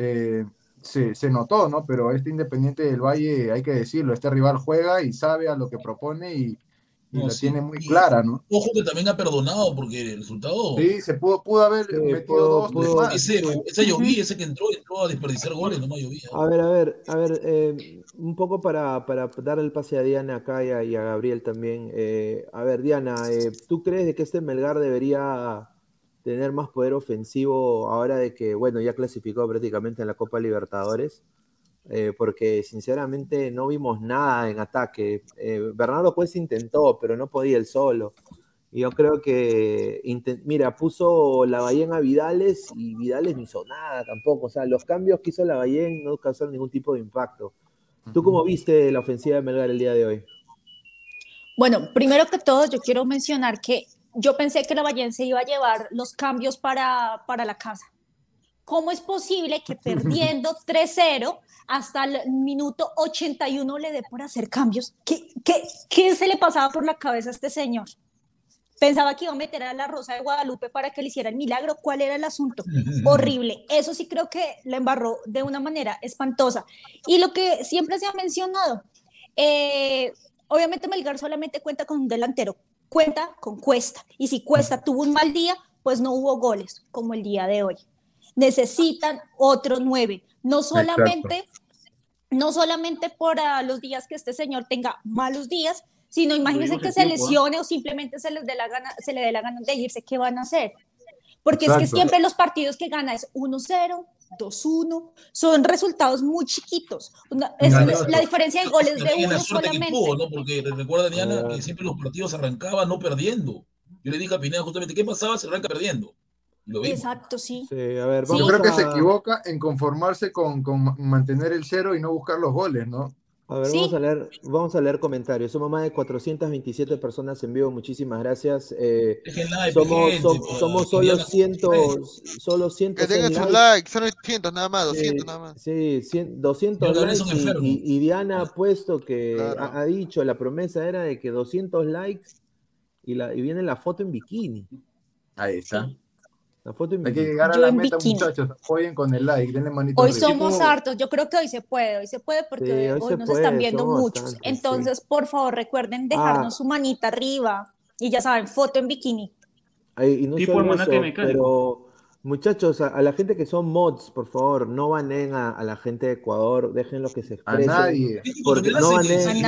se notó, ¿no? Pero este Independiente del Valle, hay que decirlo, este rival juega y sabe a lo que propone y la tiene muy clara, ¿no? Ojo que también ha perdonado porque el resultado... Sí, se pudo haber metido 2 más. Ese que entró a desperdiciar goles, no más llovía. A ver, un poco para dar el pase a Diana acá y a Gabriel también. A ver, Diana, ¿tú crees de que este Melgar debería tener más poder ofensivo ahora de que, bueno, ya clasificó prácticamente en la Copa Libertadores? Porque sinceramente no vimos nada en ataque. Bernardo Cuesta intentó, pero no podía él solo. Y yo creo que, puso Lavallén a Vidales y Vidales no hizo nada tampoco. O sea, los cambios que hizo Lavallén no causaron ningún tipo de impacto. ¿Tú cómo viste la ofensiva de Melgar el día de hoy? Bueno, primero que todo, yo quiero mencionar que yo pensé que Lavallén se iba a llevar los cambios para la casa. ¿Cómo es posible que perdiendo 3-0 hasta el minuto 81 le dé por hacer cambios? ¿Qué se le pasaba por la cabeza a este señor? Pensaba que iba a meter a la Rosa de Guadalupe para que le hiciera el milagro. ¿Cuál era el asunto? Horrible. Eso sí creo que la embarró de una manera espantosa. Y lo que siempre se ha mencionado, Obviamente Melgar solamente cuenta con un delantero, cuenta con Cuesta, y si Cuesta tuvo un mal día, pues no hubo goles, como el día de hoy. Necesitan otro 9, no solamente por los días que este señor tenga malos días, sino imagínense que se lesione o simplemente se le dé la gana de irse, ¿qué van a hacer? Porque es que siempre los partidos que gana es 1-0, 2-1, son resultados muy chiquitos. La diferencia de goles de uno solamente. Tuvo, ¿no? Porque recuerda, Diana, que siempre los partidos arrancaban no perdiendo. Yo le dije a Pineda justamente, ¿qué pasaba si arranca perdiendo? Exacto, sí. A ver, yo creo que se equivoca en conformarse con mantener el 0 y no buscar los goles, ¿no? A ver, vamos a leer comentarios. Somos más de 427 personas en vivo. Muchísimas gracias. Somos solo 100. Que tengan sus likes, son 200 nada más, 200 nada más. Sí, 200 likes. Y Diana ha puesto que ha dicho, la promesa era de que 200 likes y viene la foto en bikini. Ahí está. La foto en Hay que llegar a la meta, muchachos. Apoyen con el like, denle manito Hoy arriba. somos hartos, yo creo que hoy se puede porque hoy nos están viendo muchos. Bastante, entonces, por favor, recuerden dejarnos su manita arriba. Y ya saben, foto en bikini. Y no tipo el monaje mecánico. Pero, muchachos, a la gente que son mods, por favor, no baneen a la gente de Ecuador, déjenlo que se expresen. A nadie. Porque no baneen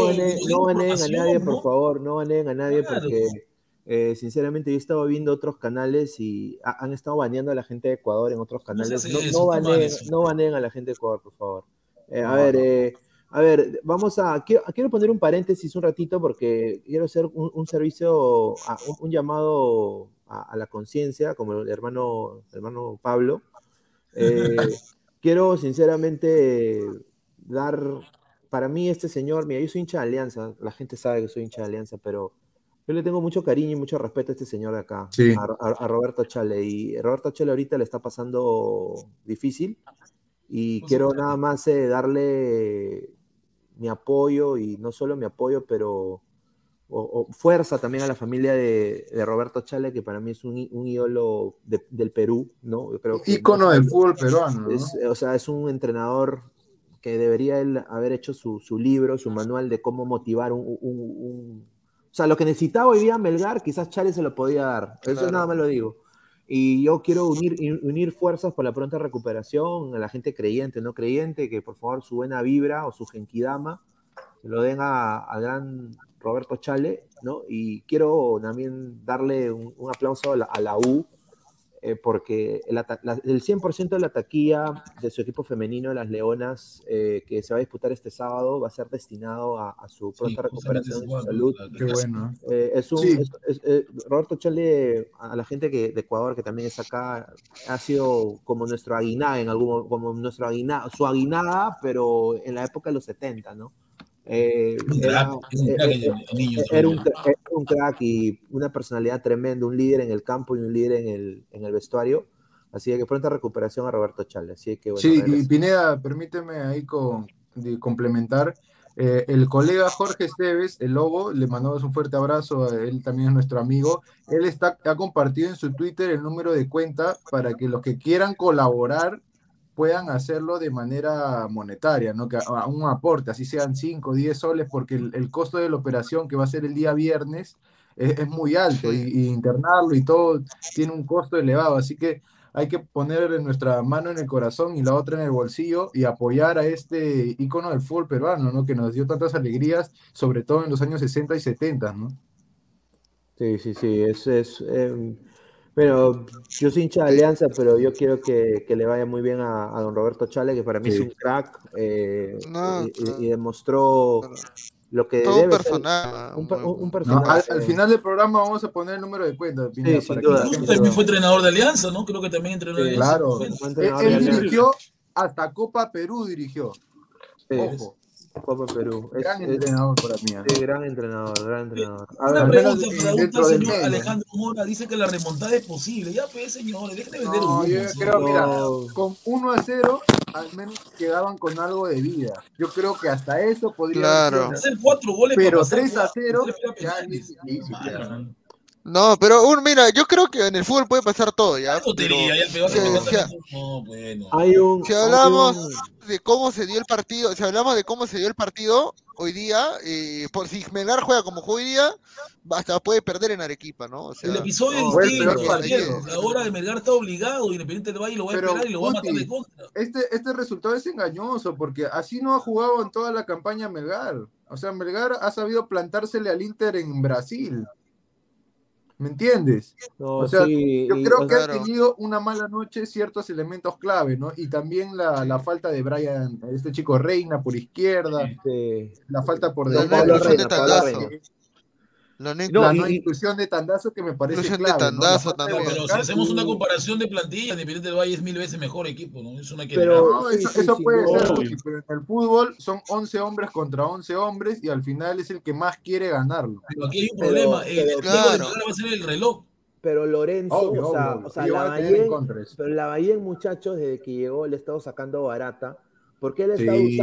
a nadie, por favor, no baneen a nadie porque... sinceramente yo he estado viendo otros canales y han estado baneando a la gente de Ecuador en otros canales. No baneen a la gente de Ecuador, por favor. A ver, quiero poner un paréntesis un ratito porque quiero hacer un servicio, un llamado a la conciencia, como el hermano Pablo. Quiero sinceramente para mí este señor, mira, yo soy hincha de Alianza, la gente sabe que soy hincha de Alianza, pero yo le tengo mucho cariño y mucho respeto a este señor de acá, sí. a Roberto Chale. Y Roberto Chale ahorita le está pasando difícil. Y quiero nada más darle mi apoyo, y no solo mi apoyo, pero fuerza también a la familia de Roberto Chale, que para mí es un ídolo del Perú, ¿no? Yo creo que ícono del fútbol peruano, ¿no? Es un entrenador que debería él haber hecho su libro, su manual de cómo motivar o sea, lo que necesitaba hoy día Melgar, quizás Chale se lo podía dar. Eso nada más lo digo. Y yo quiero unir fuerzas por la pronta recuperación a la gente creyente, no creyente, que por favor su buena vibra o su genkidama se lo den al gran Roberto Chale, ¿no? Y quiero también darle un aplauso a la U, porque el 100% de la taquilla de su equipo femenino de las Leonas, que se va a disputar este sábado, va a ser destinado a su pronta recuperación y su salud. Qué bueno. Roberto Chale, a la gente de Ecuador que también es acá, ha sido como nuestro aguinada su aguinada, pero en la época de los 70, ¿no? Era un crack y una personalidad tremenda, un líder en el campo y un líder en el vestuario. Así que pronta recuperación a Roberto Chale. Así que, bueno, sí, y Pineda, permíteme ahí complementar. El colega Jorge Esteves, el Lobo, le mandamos un fuerte abrazo, él también es nuestro amigo. Él ha compartido en su Twitter el número de cuenta para que los que quieran colaborar puedan hacerlo de manera monetaria, ¿no? Que a un aporte, así sean 5 o 10 soles, porque el costo de la operación, que va a ser el día viernes, es muy alto, y internarlo y todo tiene un costo elevado, así que hay que poner nuestra mano en el corazón y la otra en el bolsillo y apoyar a este ícono del fútbol peruano, ¿no? Que nos dio tantas alegrías, sobre todo en los años 60 y 70, ¿no? Sí, bueno, yo soy hincha de Alianza, pero yo quiero que le vaya muy bien a don Roberto Chale, que para mí es un crack, y demostró lo que todo debe personal, ser un personaje. Al final del programa vamos a poner el número de cuenta. Sí, sin duda. También fue entrenador de Alianza, ¿no? Creo que también entrenó de Alianza. Claro, él dirigió hasta Copa Perú, dirigió. Ojo. Copa Perú. Gran entrenador para mí. Sí, gran entrenador. Una pregunta, señor Alejandro Mora, dice que la remontada es posible. Ya, pues, señores, dejen de vender humo. Yo creo, mira, con 1-0 al menos quedaban con algo de vida. Yo creo que hasta eso podría hacer 4 goles, pero 3-0 ya es difícil. No, pero mira, yo creo que en el fútbol puede pasar todo, ¿ya? Si hablamos de cómo se dio el partido, hoy día, si Melgar juega como juega hoy día, hasta puede perder en Arequipa, ¿no? O sea, el episodio fue es el distinto. peor partido. Ahora el Melgar está obligado, Independiente del Valle lo va a esperar y lo va a matar de contra. Este resultado es engañoso porque así no ha jugado en toda la campaña Melgar. O sea, Melgar ha sabido plantársele al Inter en Brasil. ¿Me entiendes? No, o sea, sí, yo creo que claro. ha tenido una mala noche ciertos elementos clave, ¿no? Y también la falta de Brian, este chico Reina por izquierda, la falta por La derecha. no inclusión de Tandazo. La no inclusión de Tandazo que me parece inclusión clave, de Tandazo ¿no? también. Pero si hacemos una comparación de plantilla, Independiente del Valle es 1000 veces mejor equipo, ¿no? Eso no hay que Pero negar. no, eso puede ser, pero en el fútbol son 11 hombres contra 11 hombres y al final es el que más quiere ganarlo. Pero aquí hay un problema, el juego de Melgar va a ser el reloj. Pero Lorenzo, Obvio, o sea, yo voy a tener en contra de eso. pero Lavallén, muchachos, desde que llegó le ha estado sacando barata, porque él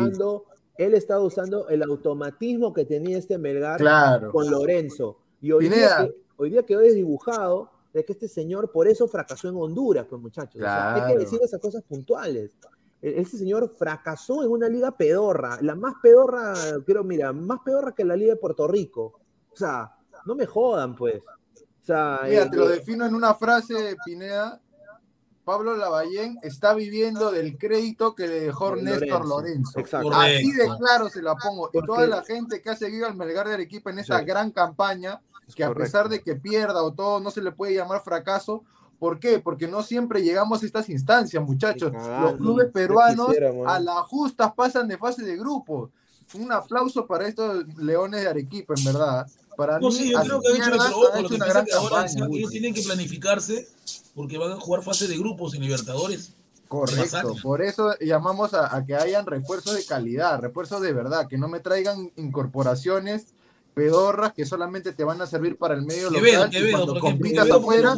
estaba usando el automatismo que tenía este Melgar con Lorenzo. Y hoy día quedó desdibujado de que este señor por eso fracasó en Honduras, pues muchachos. Claro. O sea, hay que decir esas cosas puntuales. Este señor fracasó en una liga pedorra, la más pedorra, más pedorra que la liga de Puerto Rico. O sea, no me jodan, pues. O sea, mira, te lo defino en una frase, Pineda. Pablo Lavallén está viviendo del crédito que le dejó Néstor Lorenzo. Exacto. Así de claro se la pongo. Y toda la gente que ha seguido al Melgar de Arequipa en esa gran campaña, que a pesar de que pierda o todo, no se le puede llamar fracaso. ¿Por qué? Porque no siempre llegamos a estas instancias, muchachos. Los clubes peruanos a las justas pasan de fase de grupo. Un aplauso para estos Leones de Arequipa, en verdad. Para mí, sí, yo creo que han hecho una gran campaña. Ellos tienen que planificarse porque van a jugar fase de grupos en Libertadores. Correcto, por eso llamamos a que hayan refuerzos de calidad, refuerzos de verdad, que no me traigan incorporaciones pedorras que solamente te van a servir para el medio local y cuando compitas afuera.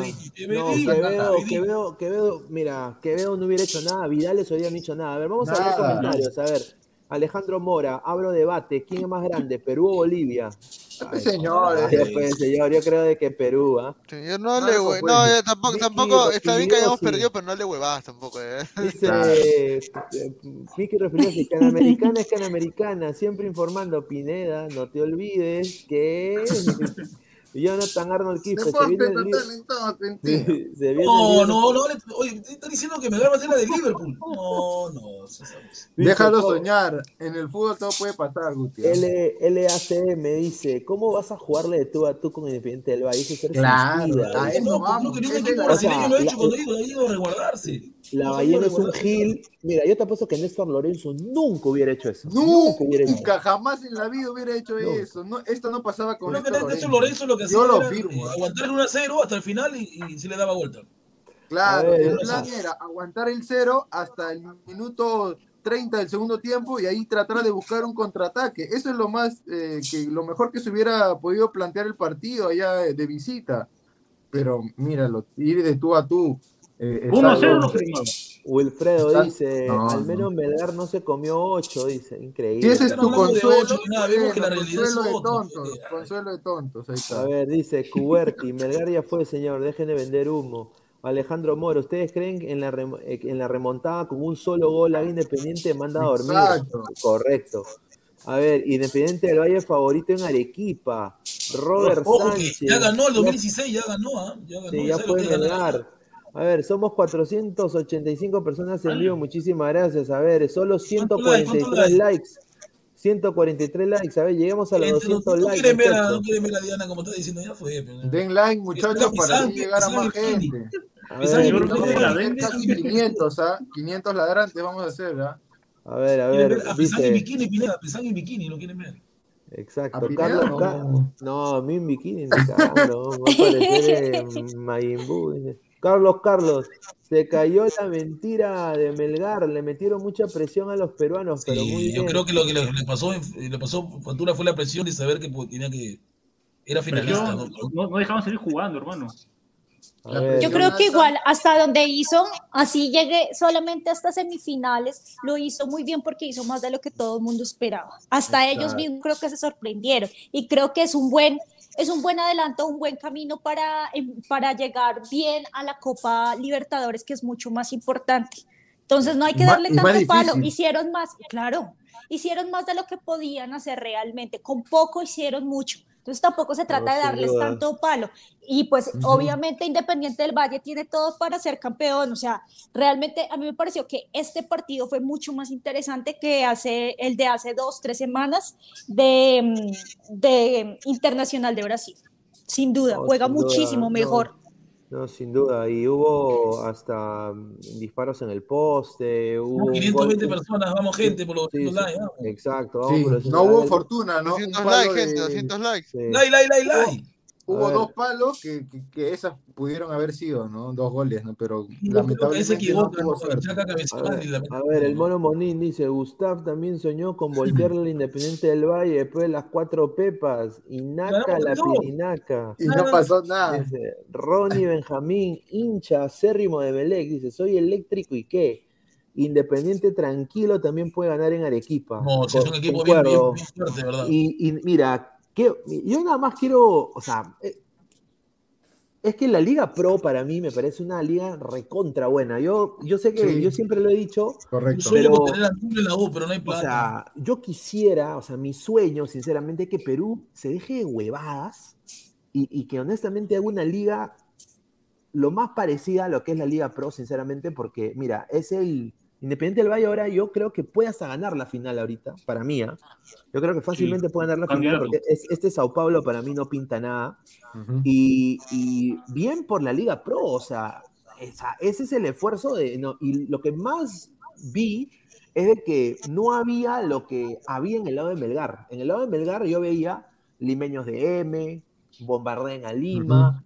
Quevedo no hubiera hecho nada, Vidales hoy día no ha hecho nada. A ver, vamos a ver comentarios, a ver. Alejandro Mora, abro debate, ¿quién es más grande, Perú o Bolivia? Señor, yo creo de que Perú, ¿ah? Señor, tampoco, está bien que hayamos perdido, pero no le huevas tampoco, Dice, Miki refirióse, Canamericana es Canamericana, siempre informando, Pineda, no te olvides que... Jonathan Arnold Quispe, se viene el oye, está diciendo que Melgar va a ser la de Liverpool. No. Déjalo soñar, en el fútbol todo puede pasar, Guti. LACM me dice, ¿cómo vas a jugarle de tú a tú con Independiente del Valle? Claro, a eso vamos. Creo que ningún equipo brasileño lo ha hecho cuando ha ido a resguardarse. Lavallén es un gil. Mira, yo te apuesto que Néstor Lorenzo nunca hubiera hecho eso. Nunca, jamás en la vida hubiera hecho eso. No, esto no pasaba con Néstor Lorenzo. Lo que hacía era aguantar el 1-0 hasta el final y se le daba vuelta. Claro, el plan era aguantar el 0 hasta el minuto 30 del segundo tiempo y ahí tratar de buscar un contraataque. Eso es lo más lo mejor que se hubiera podido plantear el partido allá de visita. Pero míralo, ir de tú a tú. 1-0 no firmaba. Wilfredo dice, al menos Melgar no se comió 8, dice, increíble. Si ese es tu consuelo, consuelo de tontos. Ahí está. A ver, dice Cuberti, Melgar ya fue, señor, dejen de vender humo. Alejandro Moro, ¿ustedes creen que en la remontada con un solo gol a Independiente manda a dormir? Exacto. Correcto. A ver, Independiente del Valle favorito en Arequipa. Robert Sánchez. Ya ganó el 2016, ya ganó. Ya puede Melgar. A ver, somos 485 personas en vivo, muchísimas gracias. A ver, solo 143 likes. 143 likes, a ver, lleguemos a los 200 likes. No quieren ver a Diana como está diciendo, ya fue. Den like, muchachos, para llegar a más gente. Casi 500, 500 ladrantes vamos a hacer, A ver, dice... en bikini, Pineda, Pesán en bikini, lo quieren ver. Exacto, Carlos, no, a mí en bikini, claro, va a parecer Majin Buu. Carlos, se cayó la mentira de Melgar, le metieron mucha presión a los peruanos, pero muy bien. Yo creo que lo que le pasó factura fue la presión de saber que era finalista. No dejaban seguir jugando, hermano. Yo creo que igual hasta donde hizo, así llegué solamente hasta semifinales, lo hizo muy bien porque hizo más de lo que todo el mundo esperaba. Hasta ellos mismos creo que se sorprendieron y creo que es un buen adelanto, un buen camino para llegar bien a la Copa Libertadores, que es mucho más importante. Entonces no hay que Y darle más tanto palo, difícil. hicieron más de lo que podían hacer realmente, con poco hicieron mucho. Entonces tampoco se trata de sin darles duda. tanto palo. Y pues obviamente Independiente del Valle tiene todo para ser campeón. O sea, realmente a mí me pareció que este partido fue mucho más interesante que el de hace 2-3 semanas de Internacional de Brasil. Sin duda, No, juega sin duda, muchísimo mejor. No, sin duda. Y hubo hasta disparos en el poste, hubo un 520 gol. personas, vamos gente por los Sí, 200 likes, vamos. exacto, vamos Sí, por los no hubo 200 fortuna, ¿no? 200 Un palo likes, gente, de... 200 likes. Sí. Like. Hubo A ver. 2 palos que esas pudieron haber sido, ¿no? 2 goles, ¿no? Pero Yo creo que ahí se lamentablemente no equivoca, tuvo ¿no? suerte. Chaca cabeceando y la mete A ver, el todo, mono Monín dice, Gustav también soñó con voltearle al Independiente del Valle después de las 4 pepas, y Naca Ganamos la 3-2. pirinaca. Y no pasó nada. Dice, Ronnie Benjamín, hincha acérrimo de Melec, dice, soy eléctrico y qué. Independiente tranquilo también puede ganar en Arequipa. No, si es un equipo bien Concuerdo. fuerte, ¿verdad? Y mira, yo nada más quiero, o sea, es que la Liga Pro para mí me parece una liga recontra buena. Yo sé que Sí. yo siempre lo he dicho, Correcto. Yo sueño pero, con tener a Antonio en la U, pero no hay o plata. sea, yo quisiera, o sea, mi sueño, sinceramente, es que Perú se deje de huevadas y que honestamente haga una liga lo más parecida a lo que es la Liga Pro, sinceramente, porque, mira, es el Independiente del Valle ahora, yo creo que puede hasta ganar la final ahorita, para mí, ¿ah? Yo creo que fácilmente puede ganar la final, candidato. porque este Sao Paulo para mí no pinta nada. Ujú. Y bien por la Liga Pro, o sea, ese es el esfuerzo y lo que más vi es de que no había lo que había en el lado de Melgar. En el lado de Melgar yo veía limeños de M, bombardean a Lima,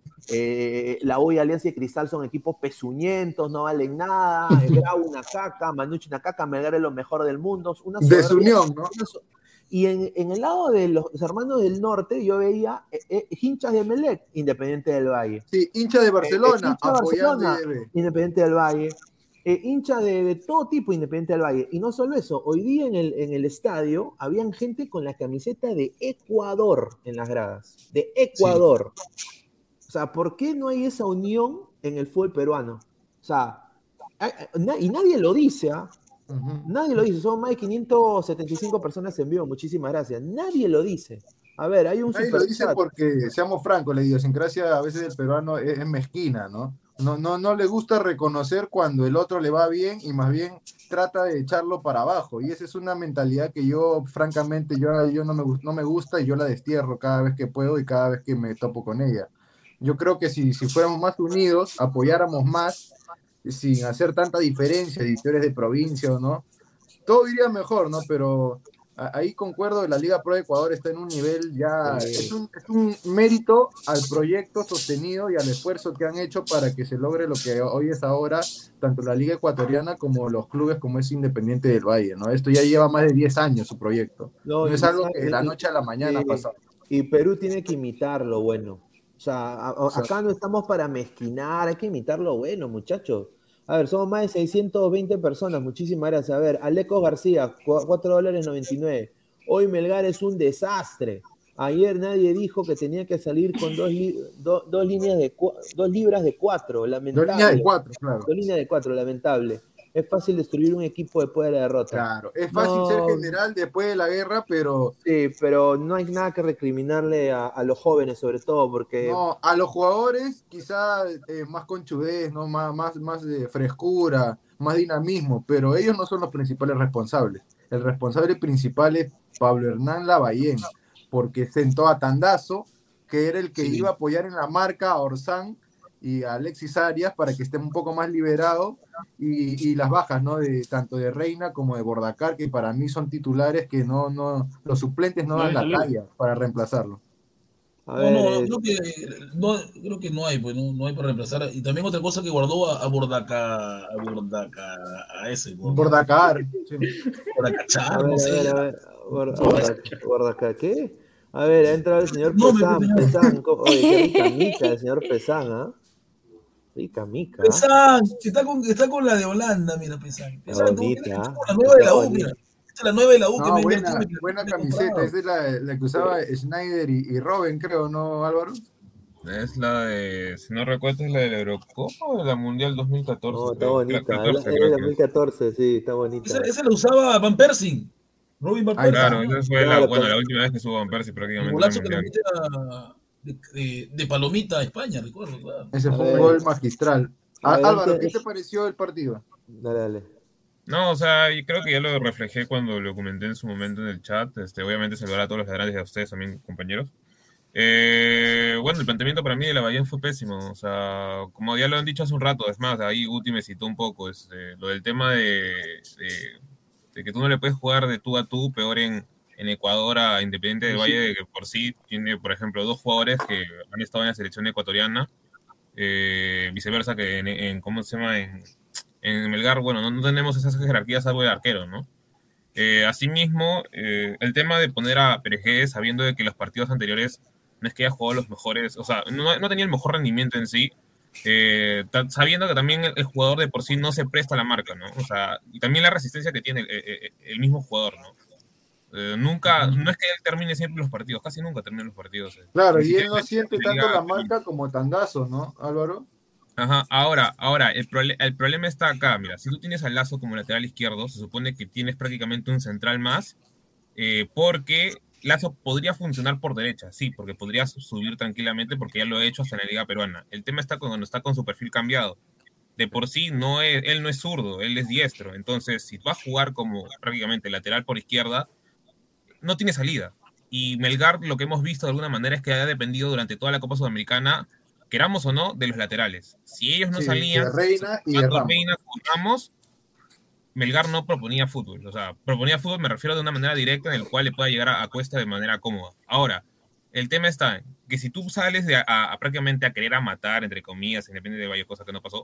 la U y Alianza y Cristal son equipos pezuñentos, no valen nada, Grau una caca, Manucci una caca, Melgar es lo mejor del mundo, una Desunión, ¿no? Y en el lado de los hermanos del norte, yo veía hinchas de Melec, Independiente del Valle. Sí, hincha de Barcelona, Hincha de apoyando Barcelona, IDB. Independiente del Valle. Hincha de todo tipo, Independiente del Valle. Y no solo eso, hoy día en el estadio habían gente con la camiseta de Ecuador en las gradas. De Ecuador. O sea, ¿por qué no hay esa unión en el fútbol peruano? O sea, y nadie lo dice, ¿ah? Nadie lo dice, son más de 575 personas en vivo, muchísimas gracias. Nadie lo dice. A ver, hay un Nadie lo dice porque, seamos francos, la idiosincrasia a veces del peruano es mezquina, ¿no? No le gusta reconocer cuando el otro le va bien y más bien trata de echarlo para abajo. Y esa es una mentalidad que yo, francamente, yo no me gusta y yo la destierro cada vez que puedo y cada vez que me topo con ella. Yo creo que si fuéramos más unidos, apoyáramos más, sin hacer tanta diferencia, si tú eres de provincia o no, todo iría mejor, ¿no? Pero ahí concuerdo, la Liga Pro de Ecuador está en un nivel ya, es un mérito al proyecto sostenido y al esfuerzo que han hecho para que se logre lo que hoy es ahora, tanto la Liga Ecuatoriana como los clubes como es Independiente del Valle, ¿no? Esto ya lleva más de 10 años su proyecto, no es algo que de la noche a la mañana ha pasado. Y Perú tiene que imitar lo bueno. O sea, acá no estamos para mezquinar, hay que imitar lo bueno, muchachos. A ver, somos más de 620 personas, muchísimas gracias. A ver, Aleco García, $4.99. Hoy Melgar es un desastre. Ayer nadie dijo que tenía que salir con dos libras de 4, lamentable. 2 líneas de 4, claro. 2 líneas de 4, lamentable. Es fácil destruir un equipo después de la derrota. Claro, es fácil ser general después de la guerra, pero... Sí, pero no hay nada que recriminarle a los jóvenes, sobre todo, porque... No, a los jugadores quizá más conchudez, ¿no? más frescura, más dinamismo, pero ellos no son los principales responsables. El responsable principal es Pablo Hernán Lavallén, porque sentó a Tandazo, que era el que iba a apoyar en la marca a Orsán y a Alexis Arias para que estén un poco más liberados, y las bajas, ¿no? Tanto de Reina como de Bordacar, que para mí son titulares que los suplentes no dan la talla para reemplazarlo. Creo que no hay, pues no hay para reemplazar. Y también otra cosa que guardó a Bordacar, Bordacar, sí. Bordacachar, no sé. ¿Bordacar qué? A ver, ha entrado el señor Pesán. Oye, qué rica mica el señor Pesán, ¿ah? Rica mica. Pesán, está con la de Holanda, mira, Pesán. Bonita. La nueva de la U, mira. Esta es la nueva de la U que me buena camiseta. Esa es la que usaba Schneider y Robben, creo, ¿no, Álvaro? Es la de, si no recuerdo, es la de la Eurocopa o de la Mundial 2014. No, está creo. bonita. 14, Es creo de que es. 2014, sí, está bonita. Esa la usaba Van Persie. Robin Van Persie. Claro, esa fue Claro, la última vez que subo Van Persie El prácticamente en el golazo que le Mundial. mete de palomita a España, recuerdo. Claro. Ese fue un gol magistral. Álvaro, ¿qué te pareció el partido? Dale. No, o sea, y creo que ya lo reflejé cuando lo comenté en su momento en el chat. Obviamente saludar a todos los ladrantes y a ustedes también, compañeros. Bueno, el planteamiento para mí de la Bahía fue pésimo. O sea, como ya lo han dicho hace un rato, es más, ahí Guti me citó un poco. Lo del tema de que tú no le puedes jugar de tú a tú, peor en Ecuador a Independiente del Valle, de que por sí tiene, por ejemplo, 2 jugadores que han estado en la selección ecuatoriana. Viceversa que en ¿cómo se llama? En Melgar, bueno, no tenemos esas jerarquías salvo el arquero, ¿no? Asimismo, el tema de poner a Pérez sabiendo de que los partidos anteriores no es que haya jugado los mejores, o sea, no tenía el mejor rendimiento en sí, sabiendo que también el jugador de por sí no se presta a la marca, ¿no? O sea, y también la resistencia que tiene el mismo jugador, ¿no? Nunca, no es que él termine siempre los partidos, casi nunca termina los partidos. Claro, y él no siente tanto la marca como Tangazo, ¿no, Álvaro? Ajá, ahora el problema está acá, mira, si tú tienes al Lazo como lateral izquierdo, se supone que tienes prácticamente un central más, porque Lazo podría funcionar por derecha, sí, porque podría subir tranquilamente porque ya lo he hecho hasta en la Liga Peruana. El tema está cuando está con su perfil cambiado. De por sí, él no es zurdo, él es diestro, entonces si vas a jugar como prácticamente lateral por izquierda, no tiene salida. Y Melgar, lo que hemos visto de alguna manera es que ha dependido durante toda la Copa Sudamericana, queramos o no, de los laterales. Si ellos no salían, de Reina y de Ramos. Reina con Ramos, Melgar no proponía fútbol. O sea, proponía fútbol, me refiero de una manera directa en el cual le pueda llegar a Cuesta de manera cómoda. Ahora, el tema está en que si tú sales prácticamente a querer a matar, entre comillas, independiente de varias cosas que no pasó,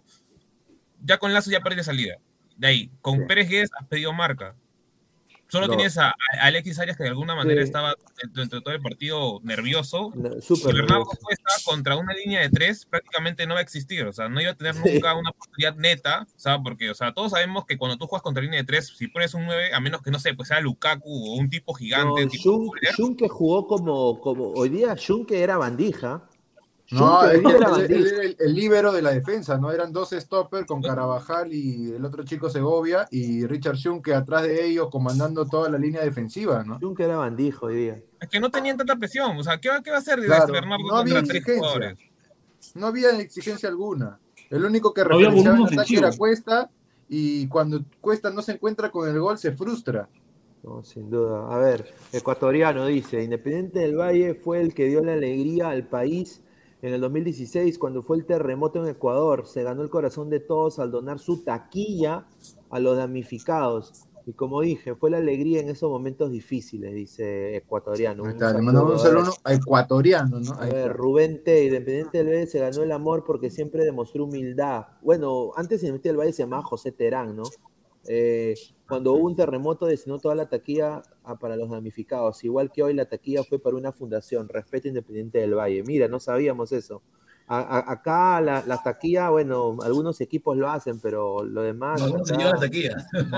ya con Lazo ya perdiste salida. De ahí, con Pérez Guedes has pedido marca. Solo tienes a Alexis Arias que de alguna manera estaba dentro de todo el partido nervioso. Y Bernardo Cuesta contra una línea de 3 prácticamente no va a existir. O sea, no iba a tener nunca una oportunidad neta. O sea, porque, o sea, todos sabemos que cuando tú juegas contra línea de 3, si pones un 9, a menos que, no sé, pues sea Lukaku o un tipo gigante. No, Junque jugó como hoy día Junque era bandija. No, él era el líbero de la defensa, ¿no? Eran 2 stoppers con Carabajal y el otro chico Segovia y Richard Junque atrás de ellos comandando toda la línea defensiva, ¿no? Junque era bandijo hoy día. Es que no tenían tanta presión, o sea, ¿qué va a hacer Bernardo no había contra 3 jugadores? No había exigencia alguna. El único que referenciaba el ataque era Cuesta y cuando Cuesta no se encuentra con el gol se frustra. No, sin duda. A ver, ecuatoriano dice, Independiente del Valle fue el que dio la alegría al país en el 2016, cuando fue el terremoto en Ecuador. Se ganó el corazón de todos al donar su taquilla a los damnificados. Y como dije, fue la alegría en esos momentos difíciles, dice ecuatoriano. Le mandamos un saludo a ecuatoriano, ¿no? A ver, Rubén T. Independiente del Valle se ganó el amor porque siempre demostró humildad. Bueno, antes Independiente del Valle se llamaba José Terán, ¿no? Cuando hubo un terremoto destinó toda la taquilla para los damnificados, igual que hoy la taquilla fue para una fundación, Respeto Independiente del Valle. Mira, no sabíamos eso. Acá la taquilla, bueno, algunos equipos lo hacen, pero lo demás... No se lleva la taquilla.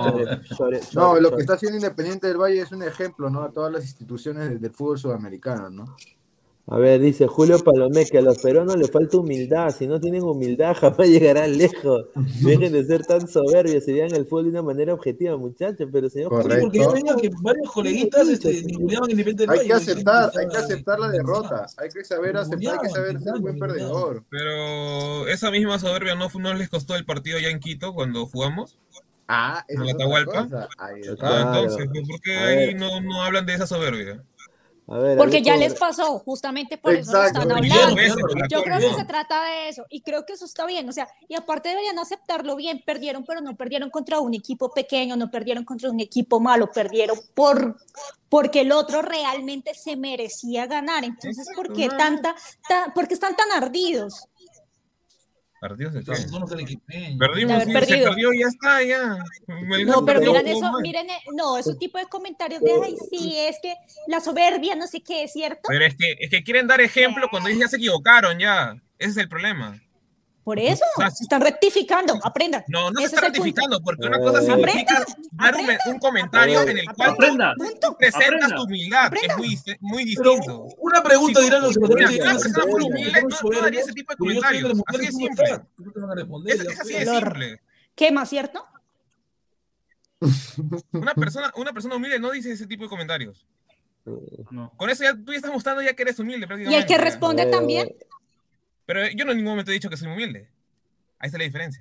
No, lo que está haciendo Independiente del Valle es un ejemplo, ¿no? A todas las instituciones del fútbol sudamericano, ¿no? A ver, dice Julio Palomé que a los peruanos les falta humildad. Si no tienen humildad, jamás llegarán lejos. Dejen de ser tan soberbios y vean el fútbol de una manera objetiva, muchachos. Pero señor, correcto. Porque yo veía que varios coleguitas ninguneaban Independiente del Valle. Hay que aceptar la derrota. Hay que saber aceptar, hay que saber ser un buen perdedor. Pero esa misma soberbia no les costó el partido ya en Quito cuando jugamos. En la Atahualpa. Entonces, ¿por qué ahí no hablan de esa soberbia? A ver, porque ya les pasó, justamente por eso lo están hablando. Yo creo que se trata de eso, y creo que eso está bien, o sea, y aparte deberían aceptarlo bien, perdieron, pero no perdieron contra un equipo pequeño, no perdieron contra un equipo malo, perdieron porque el otro realmente se merecía ganar. Entonces, ¿por qué porque están tan ardidos? ¿Partidos de qué? Perdimos, se perdió y ya está, ya. No, pero miren eso, no, ese tipo de comentarios de, ay, sí, es que la soberbia, no sé qué, ¿es cierto? Pero es que quieren dar ejemplo cuando ellos ya se equivocaron, ya. Ese es el problema. Por eso, O sea, se están rectificando, aprendan. No, no se Ese está es el punto. ratificando, porque una cosa significa dar un comentario en el cual tú presentas tu humildad, que es muy distinto. Una pregunta dirán los Mira, jugadores. una persona muy humilde no haría ese tipo de Pero yo estoy en el comentarios. mundial Así y de tú no simple. estás. ¿Cómo te van a responder? Es así de Dolor. simple. ¿Qué más, cierto? Una persona humilde no dice ese tipo de comentarios. No. Con eso tú ya estás mostrando ya que eres humilde Y prácticamente. el que responde también. Pero yo no en ningún momento he dicho que soy humilde. Ahí está la diferencia.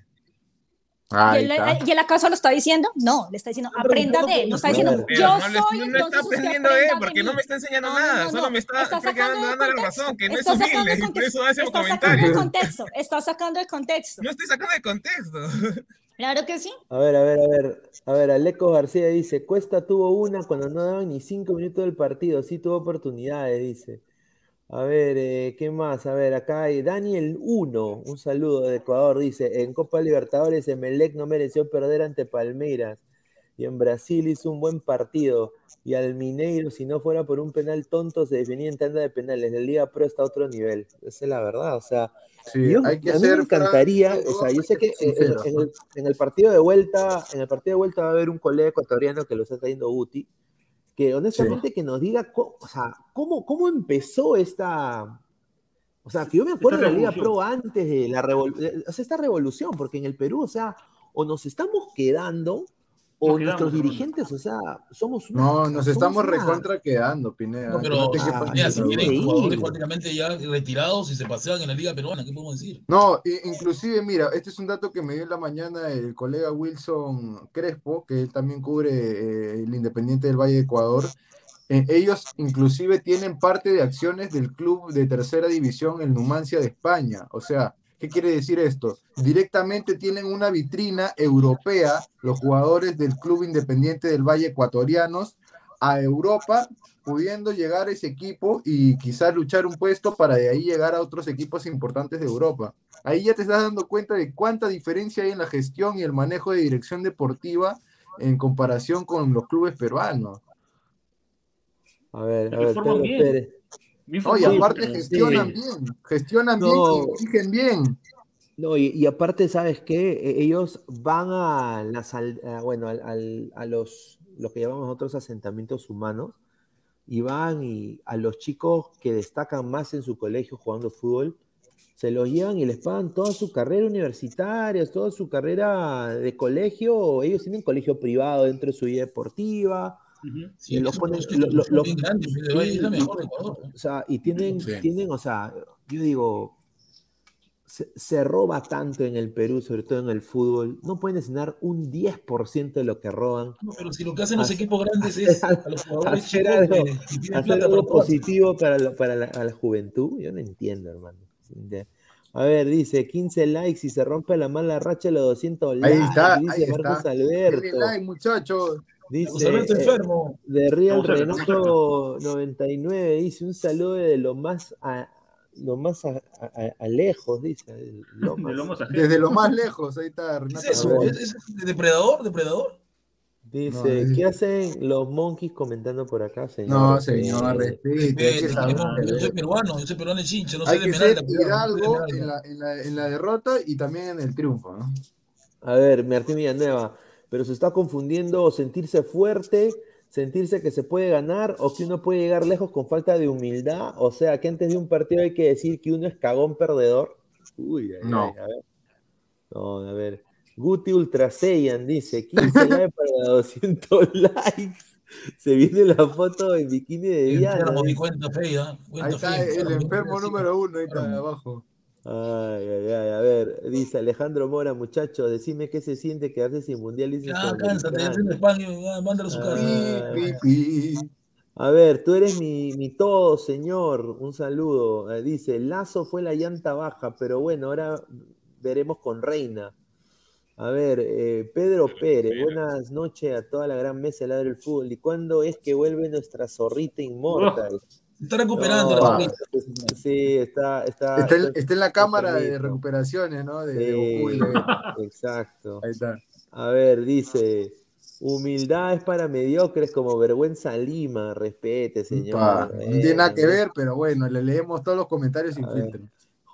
¿Y él acaso lo está diciendo? No, le está diciendo, aprenda de él. No está diciendo, yo soy, no está aprendiendo de él, porque no me está enseñando nada. Solo me está dando la razón, que no es humilde. Y por eso hace un comentario. Está sacando el contexto. No estoy sacando el contexto. Claro que sí. A ver, Aleco García dice, Cuesta tuvo una cuando no daban ni 5 minutos del partido, sí tuvo oportunidades, dice. A ver, ¿qué más? A ver, acá hay Daniel 1, un saludo de Ecuador, dice, en Copa Libertadores Emelec no mereció perder ante Palmeiras, y en Brasil hizo un buen partido, y al Mineiro, si no fuera por un penal tonto, se definía en tanda de penales, la Liga Pro está a otro nivel, esa es la verdad, o sea, Sí, a mí me encantaría, o sea, yo sé que en el partido de vuelta, va a haber un colega ecuatoriano que lo está trayendo Guti, que honestamente que nos diga, o sea, cómo empezó esta, o sea, que yo me acuerdo de la Liga Pro antes de esta revolución, porque en el Perú, o sea, o nos estamos quedando, o nuestros dirigentes, o sea, somos una... No, nos estamos recontra quedando, Pineda. No, pero ya si tienen jugadores prácticamente ya retirados y se pasean en la Liga Peruana, ¿qué podemos decir? No, inclusive, mira, este es un dato que me dio en la mañana el colega Wilson Crespo, que él también cubre el Independiente del Valle de Ecuador. Ellos inclusive tienen parte de acciones del club de tercera división, el Numancia de España. O sea, ¿qué quiere decir esto? Directamente tienen una vitrina europea, los jugadores del Club Independiente del Valle ecuatorianos, a Europa, pudiendo llegar a ese equipo y quizás luchar un puesto para de ahí llegar a otros equipos importantes de Europa. Ahí ya te estás dando cuenta de cuánta diferencia hay en la gestión y el manejo de dirección deportiva en comparación con los clubes peruanos. A ver, forman bien. Pérez. No, y aparte gestionan bien y dirigen bien. No, y aparte, ¿sabes qué? Ellos van a lo que llamamos nosotros asentamientos humanos, y van y a los chicos que destacan más en su colegio jugando fútbol, se los llevan y les pagan toda su carrera universitaria, toda su carrera de colegio. Ellos tienen colegio privado dentro de su vida deportiva. Sí, los ponen, bien grandes, es la mejor de Ecuador. O sea, y tienen, o sea, yo digo, se roba tanto en el Perú, sobre todo en el fútbol, no pueden destinar un 10% de lo que roban. No, pero si lo que hacen los equipos grandes es a los jugadores hacer chicos algo positivo para la juventud, yo no entiendo, hermano. A ver, dice 15 likes y se rompe la mala racha de los 200 likes. Dice Marcos Alberto. Denle like, muchachos. Dice enfermo. De Real Renato 99 dice un saludo de lo más a lejos, dice. Desde lo más lejos, ahí está Renato. ¿Qué es eso? ¿Es depredador? Dice, ¿qué hacen los monkeys comentando por acá, señor? No, señor, respete. Yo soy peruano en chincho, no sé hay de que Esmeralda. ser hidalgo en la derrota y también en el triunfo, ¿no? A ver, Martín Villanueva, pero se está confundiendo sentirse fuerte, sentirse que se puede ganar o que uno puede llegar lejos con falta de humildad. O sea, que antes de un partido hay que decir que uno es cagón perdedor. A ver. No, a ver. Guti Ultra Saiyan dice 15 likes para 200 likes. Se viene la foto en bikini de Diana. Ahí está el enfermo número 1, ahí está abajo. Ay, a ver, dice Alejandro Mora, muchachos, decime qué se siente quedarse sin mundial. Cánsate, en España, mándalo a su casa. A ver, tú eres mi todo, señor. Un saludo. Dice, Lazo fue la llanta baja, pero bueno, ahora veremos con Reina. A ver, Pedro Pérez, buenas noches a toda la gran mesa de Ladre del Fútbol. ¿Y cuándo es que vuelve nuestra zorrita inmortal? Está recuperando la zorrita. Sí, está en la cámara de recuperaciones, ¿no? De Goku. Exacto. Ahí está. A ver, dice, humildad es para mediocres como vergüenza Lima. Respete, señor. No tiene nada que ver, pero bueno, le leemos todos los comentarios sin filtro.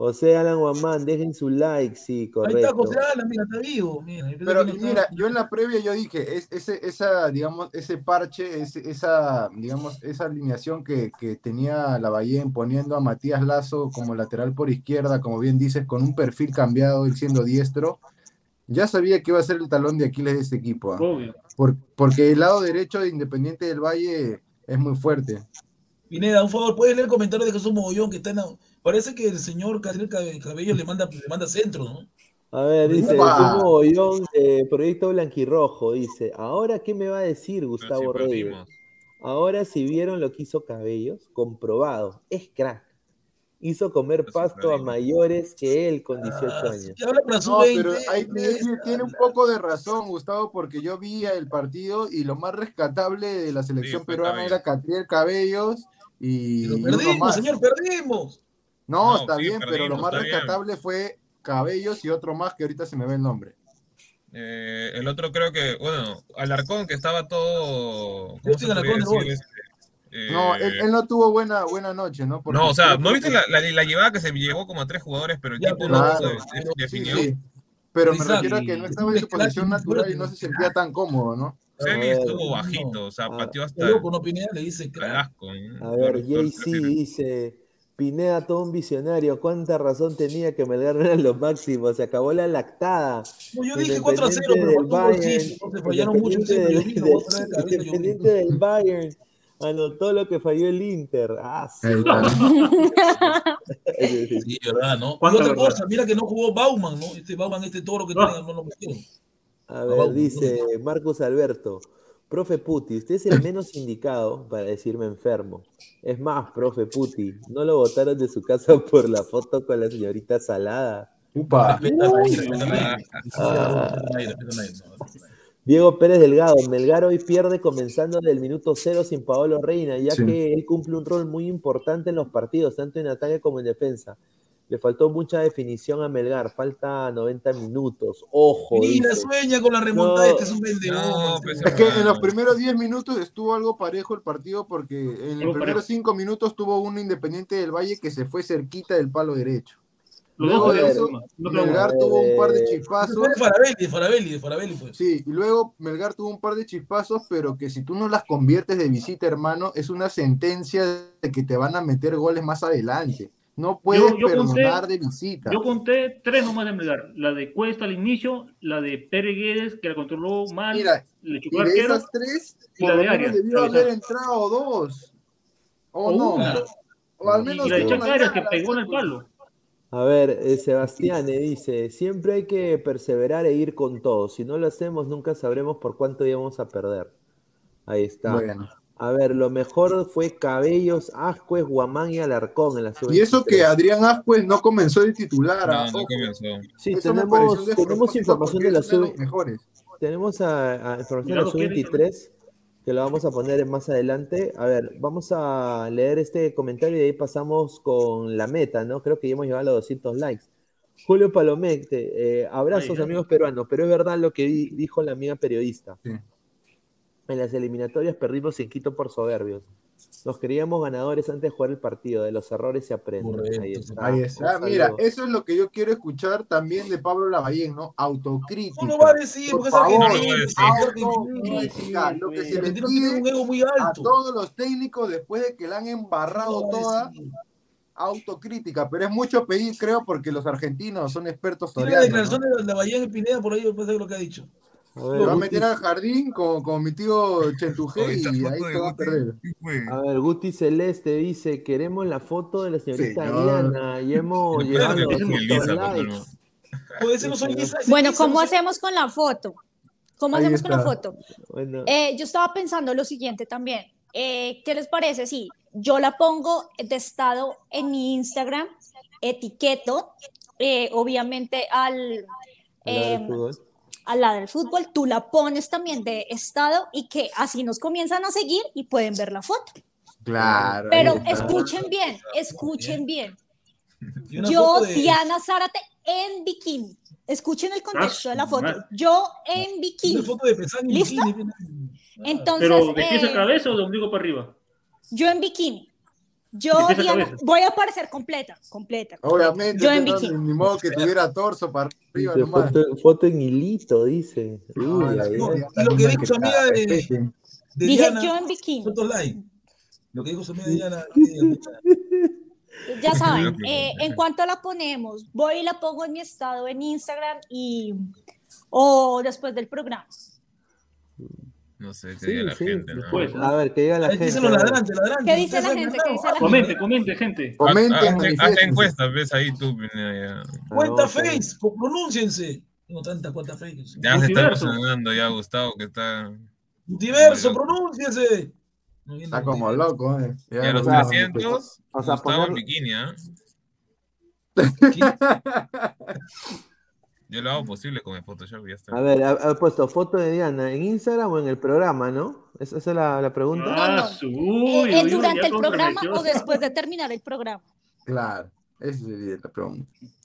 José Alan Guamán, dejen su like, sí, correcto. Ahí está José Alan, mira, está vivo. Mira, pero mira, yo en la previa yo dije, ese parche, esa alineación que tenía Lavallén poniendo a Matías Lazo como lateral por izquierda, como bien dices, con un perfil cambiado, él siendo diestro, ya sabía que iba a ser el talón de Aquiles de este equipo. Obvio. Porque el lado derecho de Independiente del Valle es muy fuerte. Pineda, un favor, ¿puedes leer el comentario de Jesús Mogollón que está en... Parece que el señor Catriel Cabello le manda centro, ¿no? A ver, dice, Jesús Mogollón, Proyecto Blanquirrojo, dice, ¿ahora qué me va a decir Gustavo Reyes? Ahora si vieron lo que hizo Cabellos, comprobado, es crack. Hizo comer pasto a mayores que él con 18 años. No, pero ahí tiene un poco de razón, Gustavo, porque yo vi el partido y lo más rescatable de la selección peruana era Catriel Cabellos y pero perdimos, señor, perdimos. No, está bien, pero lo más rescatable fue Cabellos y otro más que ahorita se me ve el nombre. El otro creo que, bueno, Alarcón, que estaba todo... No, él no tuvo buena noche, ¿no? Porque no, o sea, ¿no viste la llevada que se llevó como a 3 jugadores, pero el tipo no definió? Sí. Pero me refiero a que no estaba en su posición natural y no se sentía tan cómodo, ¿no? Celi estuvo bajito, o sea, pateó hasta le dice Alasco. A ver, JC dice... Pineda, todo un visionario, cuánta razón tenía que Melgar no era lo máximo, se acabó la lactada. No, yo dije 4-0, pero fallaron mucho. Independiente del Bayern anotó lo que falló el Inter. Sí, verdad, ¿no? Y otra cosa, mira que no jugó Bauman, ¿no? Este toro que tiene, no lo metieron. A ver, dice Marcos Alberto. Profe Puti, usted es el menos indicado para decirme enfermo. Es más, profe Puti, ¿no lo botaron de su casa por la foto con la señorita Salada? ¡Upa! Diego Pérez Delgado, Melgar hoy pierde comenzando del minuto 0 sin Paolo Reina, ya que él cumple un rol muy importante en los partidos, tanto en ataque como en defensa. Le faltó mucha definición a Melgar, falta 90 minutos. Ojo. Mira, sueña con la remontada, es un vendedor. Es que en los primeros 10 minutos estuvo algo parejo el partido porque en los primeros 5 minutos tuvo un Independiente del Valle que se fue cerquita del palo derecho. Luego de eso, Melgar tuvo un par de chispazos. De Farabelli fue. Sí, y luego Melgar tuvo un par de chispazos, pero que si tú no las conviertes de visita, hermano, es una sentencia de que te van a meter goles más adelante. No puedes perdonar de visita. Yo conté 3 nomás de Melgar. La de Cuesta al inicio, la de Pérez Guedes, que la controló mal. Mira, le chocó y de arquero, esas 3, y la de Arias. Debió haber entrado 2. O no. O al menos y la de Chaca Arias, que pegó en el palo. A ver, Sebastián dice, siempre hay que perseverar e ir con todo. Si no lo hacemos, nunca sabremos por cuánto íbamos a perder. Ahí está. Bueno. A ver, lo mejor fue Cabellos, Ascuez, Guamán y Alarcón en la sub-23. Y eso que Adrián Ascuez no comenzó de titular. No comenzó. Sí, tenemos información de la sub-23. Tenemos información de la sub-23 que lo vamos a poner más adelante. A ver, vamos a leer este comentario y de ahí pasamos con la meta, ¿no? Creo que ya hemos llegado a los 200 likes. Julio Palomete, abrazos amigos peruanos, pero es verdad lo que dijo la amiga periodista. Sí. En las eliminatorias perdimos en Quito por soberbios. Nos creíamos ganadores antes de jugar el partido. De los errores se aprende. Ahí está. Mira, eso es lo que yo quiero escuchar también de Pablo Lavallén, ¿no? Autocrítica. No lo va a decir, porque es autocrítica. Lo que se le pide a todos los técnicos después de que la han embarrado toda. Autocrítica, pero es mucho pedir, creo, porque los argentinos son expertos. Tiene la declaración de Lavallén y Pineda por ahí después de lo que ha dicho. Va a meter al jardín con mi tío Chentujé y ahí te va a perder. A ver, Guti Celeste dice, queremos la foto de la señorita Diana y hemos llegado a los likes. Bueno, ¿cómo hacemos con la foto? Bueno. Yo estaba pensando lo siguiente también. ¿Qué les parece? Sí, yo la pongo de estado en mi Instagram, etiqueto, obviamente al lado del fútbol, tú la pones también de estado y que así nos comienzan a seguir y pueden ver la foto. Claro. Pero escuchen bien. Yo, Diana Zárate, en bikini. Escuchen el contexto de la foto. Yo en bikini. ¿Listo? Entonces, ¿pero de pies a cabeza o de ombligo para arriba? Yo en bikini. Yo, Diana, voy a aparecer completa. Obviamente, Yo en no, bikini. ni modo que tuviera torso para arriba Dice, nomás. foto en hilito, dice. No, Uy, la- ay, no, ay. Y lo que dijo su amiga de Dije Diana, yo en bikini. ¿cuántos likes? Lo que dijo su amiga de Diana. Ya saben, en cuanto la ponemos, voy y la pongo en mi estado en Instagram o después del programa. No sé, que Sí, diga la sí, gente, ¿no? después, A ver, que diga la gente. Díselo ladrante. ¿Qué dice la gente? Comente, gente. Haz encuestas, ves ahí tú. Ya, Cuenta Face, pronúnciense. No tanta cuenta Face. ya se está Multiverso. emocionando ya Gustavo, que está... Multiverso, pronúnciense. Está como loco, Y a los lo veo. 300, o sea, Gustavo en poner- bikini, ¿ah? Yo lo hago posible con el Photoshop y ya está. A ver, ha puesto foto de Diana en Instagram o en el programa, ¿no? Esa es la pregunta. Durante el programa o después de terminar el programa. Claro, esa sería la pregunta.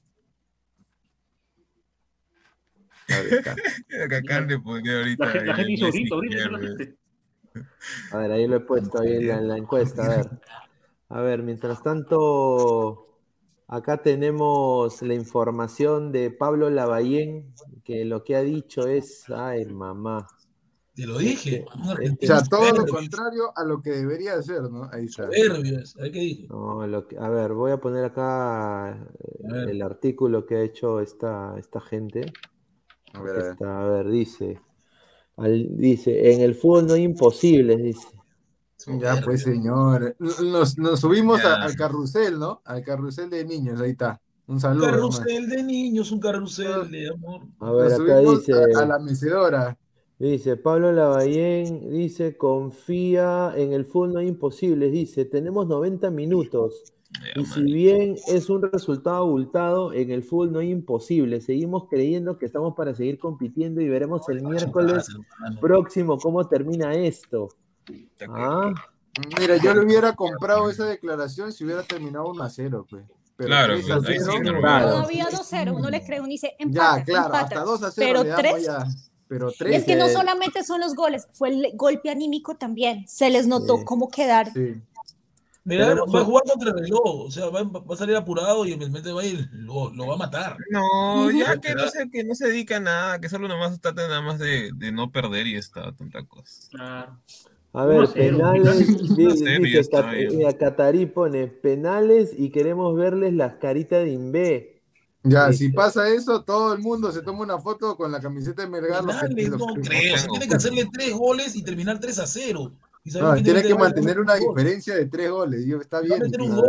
Que acaban de poner ahorita. La gente hizo Messi ahorita hizo la Gutiérrez. gente. A ver, ahí lo he puesto ahí en la encuesta. A ver, mientras tanto, acá tenemos la información de Pablo Lavallén, que lo que ha dicho es, ay, mamá. Te lo dije. O sea, todo lo contrario a lo que debería ser, ¿no? Ahí está. Soberbios. A ver qué dije. No, a ver, voy a poner acá el artículo que ha hecho esta gente. A ver. Dice, en el fútbol no hay imposibles, dice. Ya, pues, señor. Nos subimos al carrusel, ¿no? Al carrusel de niños, ahí está. Un saludo. Un carrusel de niños, un carrusel de amor. A ver, Nos acá subimos dice... a la mecedora. Dice, Pablo Lavallén, dice, confía en el fútbol no hay imposibles, dice, tenemos 90 minutos, y si bien es un resultado abultado, en el fútbol no hay imposibles, seguimos creyendo que estamos para seguir compitiendo y veremos el miércoles próximo cómo termina esto. ¿Ah? Mira, yo le hubiera comprado esa declaración si hubiera terminado 1-0, pues. Pero Claro, 3-0, pues, ahí sí, normal. Todavía 2-0, uno le cree, uno dice empata, ya, claro, empata. hasta 2-0 Pero le damos 3, ya. Pero y es que no solamente son los goles, fue el golpe anímico también. Se les notó cómo quedar. Mira, va a jugar contra el reloj, o sea, va a salir apurado y el mente va a ir, lo va a matar. No, ya que no se dedica a nada, que solo nomás trata nada más de no perder y está tanta cosa. A ver, penales, dice bien. Catarí pone penales y queremos verles las caritas de Imbé. Ya, si pasa eso, todo el mundo se toma una foto con la camiseta de Melgar. Penales, no creo, o sea, tiene que hacerle 3 goles y terminar 3-0. No, tiene que mantener una diferencia de 3 goles. Está bien.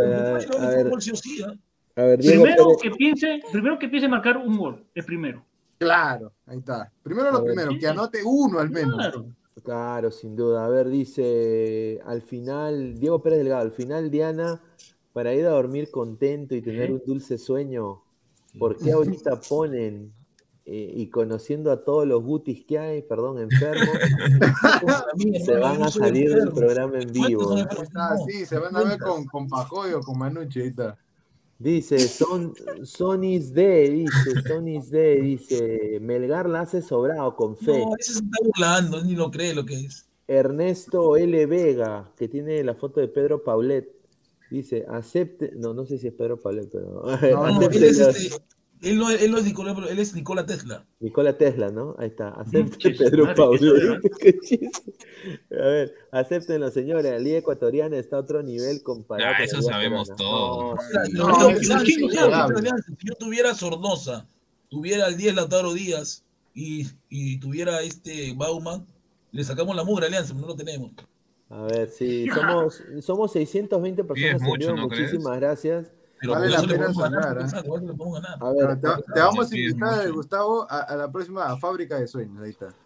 A ver, primero que piense marcar un gol, el primero. Claro, ahí está. Primero lo primero, que anote uno al menos. Claro, sin duda. A ver, dice, al final, Diego Pérez Delgado, al final, Diana, para ir a dormir contento y tener un dulce sueño, ¿por qué ahorita ponen, y conociendo a todos los gutis que hay, enfermos, se van a salir del programa en vivo? Sí, se van a ver con Pajoy o con Manucci, ahí está. Dice, Sonis D, dice, Melgar la hace sobrado con fe. No, ese se está burlando, ni lo cree lo que es. Ernesto L. Vega, que tiene la foto de Pedro Paulet, dice, acepte, no sé si es Pedro Paulet, pero... Él no es Nicola, él es Nikola Tesla. Nikola Tesla, ¿no? Ahí está, acepte Pedro Paulet. A ver, acéptenlo, señores, la Liga Ecuatoriana está a otro nivel comparado con eso sabemos todos. Si yo tuviera Sornosa, tuviera al 10 Lautaro Díaz y tuviera Bauman, le sacamos la mugre a Alianza, no lo tenemos. A ver, sí, somos 620 personas en vivo, muchísimas gracias. Pero vale la pena soñar. A ver, te vamos a invitar, Gustavo, a la próxima Fábrica de Sueños. Ahí está.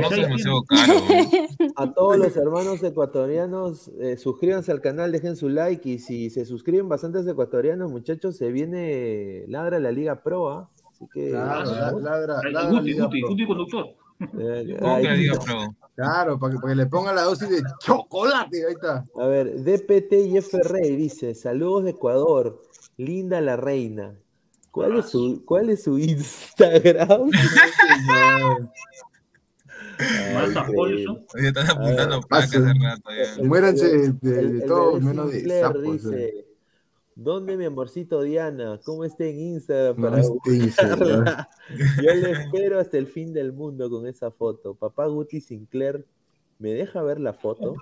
A todos los hermanos ecuatorianos, suscríbanse al canal, dejen su like, y si se suscriben bastantes ecuatorianos, muchachos, se viene Ladra la Liga Pro, ¿ah? Así que... Ladra Guti conductor. Claro, para que le ponga la dosis de chocolate, ahí está. A ver, DPT Jeff Rey dice, saludos de Ecuador, linda la reina. ¿Cuál es su Instagram? Más Apolso. Ya están apuntando placas hace rato. Muéranse de todo, menos de Sinclair sapos. dice, ¿dónde mi amorcito Diana? ¿Cómo está en Instagram No para esté Instagram. buscarla? Yo le espero hasta el fin del mundo con esa foto. Papá Guti Sinclair, ¿me deja ver la foto?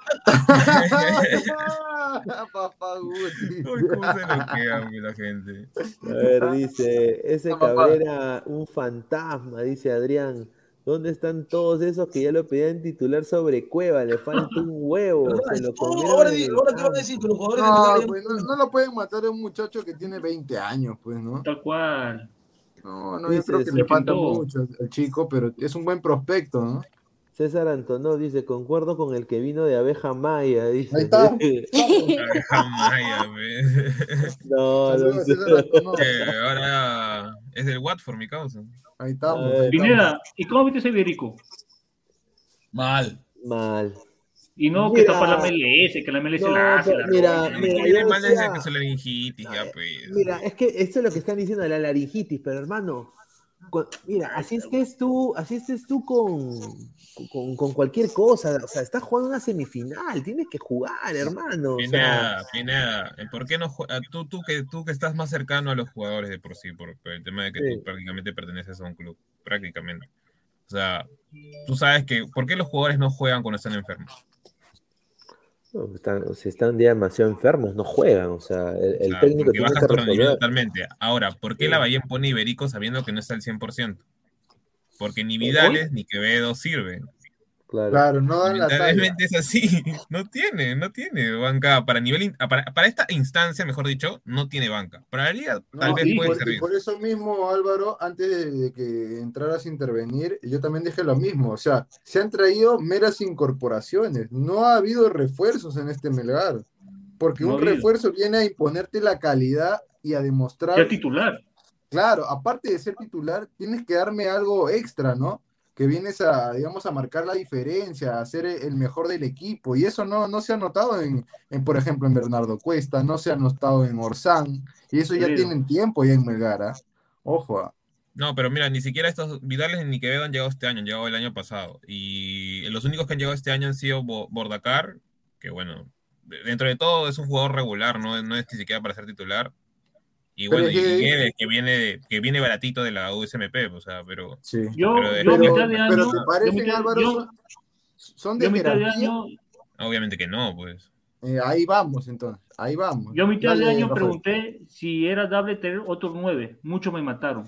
Papá Guti. Uy, ¿cómo se loquea la gente? A ver, dice, ese Papá. Cabrera, un fantasma, dice Adrián. ¿Dónde están todos esos que ya lo pedían titular sobre Cueva? Le falta un huevo. Se lo comieron Ahora, en el ahora te van a campo. decir que los jugadores No, de pues, no lo pueden matar a un muchacho que tiene 20 años, pues, ¿no? Tal cual. No, yo Dice, creo que le falta pintó. mucho al chico, pero es un buen prospecto, ¿no? César Antonov dice, concuerdo con el que vino de Abeja Maya, dice. Ahí está. Abeja Maya, No, Saludos, no César Antonov. ahora es del Watford, mi causa. Ahí estamos. A ver, Pineda, ¿y cómo viste ese Iberico? Mal. Mal. Y no Mira, que tapa la MLS, que la MLS no, la hace. pero La mira, roba. mira, Viene yo mal decía- desde que se la laringitis, ya pues. Mira, es que esto es lo que están diciendo de la laringitis, pero hermano, mira, así estés tú con cualquier cosa, o sea, estás jugando una semifinal, tienes que jugar, hermano. O sea, Pineda, ¿por qué no tú que estás más cercano a los jugadores de por sí, por el tema de que Sí. tú prácticamente perteneces a un club, prácticamente. O sea, tú sabes que, ¿por qué los jugadores no juegan cuando están enfermos? si están ya demasiado enfermos, no juegan, o sea, el sea, técnico porque tiene bajas que tu rendimiento resolver. totalmente. Ahora, ¿por qué Sí. la Bahía pone Iberico sabiendo que no está al 100%? Porque ni Vidales ni Quevedo sirven. Claro, no dan la talla. Lamentablemente es así. No tiene banca para nivel para esta instancia, mejor dicho, no tiene banca. Para la liga tal No, vez y, puede por, y servir. por eso mismo, Álvaro, antes de que entraras a intervenir, yo también dije lo mismo. O sea, se han traído meras incorporaciones. No ha habido refuerzos en este Melgar. Porque No un ha habido. refuerzo viene a imponerte la calidad y a demostrar. Ser titular. Claro, aparte de ser titular, tienes que darme algo extra, ¿no? Que vienes a, digamos, a marcar la diferencia, a ser el mejor del equipo. Y eso no se ha notado por ejemplo, en Bernardo Cuesta, no se ha notado en Orsán. Y eso ya Querido. tienen tiempo ya en Melgar, ¿ah? Ojo. No, pero mira, ni siquiera estos Vidales ni Quevedo han llegado este año, han llegado el año pasado. Y los únicos que han llegado este año han sido Bordacar, que bueno, dentro de todo es un jugador regular, no es ni siquiera para ser titular. Y Pero bueno, es que- y Guedes, que viene baratito de la USMP, o sea, pero... Sí. Yo Pero, mitad de pero año. ¿te yo parecen, mitad- Álvaro? yo- ¿Son de yo mitad de jerarquía? año. Obviamente que no, pues. Ahí vamos, entonces. Ahí vamos. Yo a mitad de Dale, año Rafael. pregunté si era dable tener otro 9. Muchos me mataron.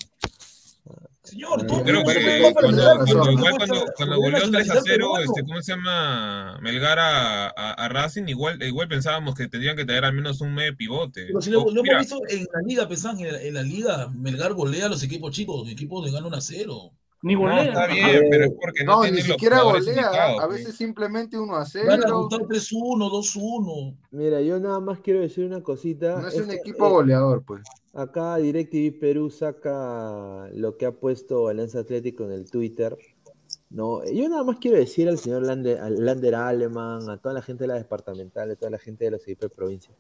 Señor, Creo Creo que que razón. cuando goleó 3-0, ¿cómo se llama? Melgar a Racing, igual pensábamos que tendrían que tener al menos un medio pivote. Pero si lo Mira, hemos visto en la liga, pesan, en la liga, Melgar golea a los equipos chicos, equipos de gana 1-0. Ni no, golea. está bien, pero es porque no No, ni tienen los siquiera jugadores golea. indicados, A pues. veces simplemente 1-0. Van a ajustar 3-1, 2-1. Mira, yo nada más quiero decir una cosita. No es un Este, equipo goleador, pues. acá DirecTV Perú saca lo que ha puesto Alianza Atlético en el Twitter. No, yo nada más quiero decir al señor Lander Aleman, a toda la gente de la departamental, a toda la gente de los equipos de provincia.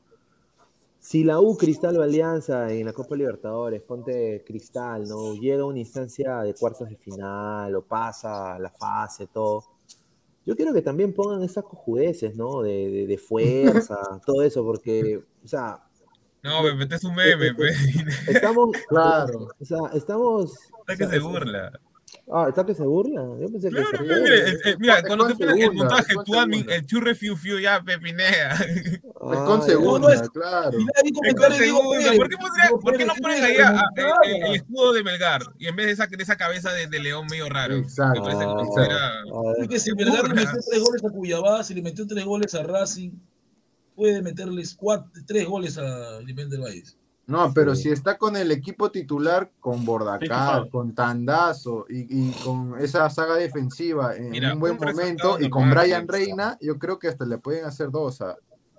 Si la U Cristal o Alianza en la Copa Libertadores, ponte Cristal, ¿no? Llega a una instancia de cuartos de final o pasa la fase, todo. Yo quiero que también pongan esas cojudeces, ¿no? De fuerza, todo eso, porque, o sea, No, Pepe, es un meme, pues. estamos. Claro. O sea, estamos. Está que se burla. Ah, ¿está que se burla? Yo pensé que Claro, se mira, ríe. mira, Es cuando con te ponen el segunda, montaje, es con tu admin, segunda. el churre fiu fiu ya Pepinea. Es Ah, con ya. segunda, claro. Y nadie Es con comentario de Diego segunda. Pérez. ¿Por qué no Diego ponen Pérez, ahí remontada. el escudo de Melgar? Y en vez de esa cabeza de león medio raro. Exacto. Me parece como si exacto. era- Es que si Se Melgar le burla. metió 3 goles a Cuyabá, si le metió 3 goles a Racing, puede meterles 3 goles a Independiente del Valle. No, pero Sí. si está con el equipo titular, con Bordacar, Equipado. con Tandazo y con esa saga defensiva en Mira, un buen un resultado momento y con normal, Brian pues. Reina, yo creo que hasta le pueden hacer dos. A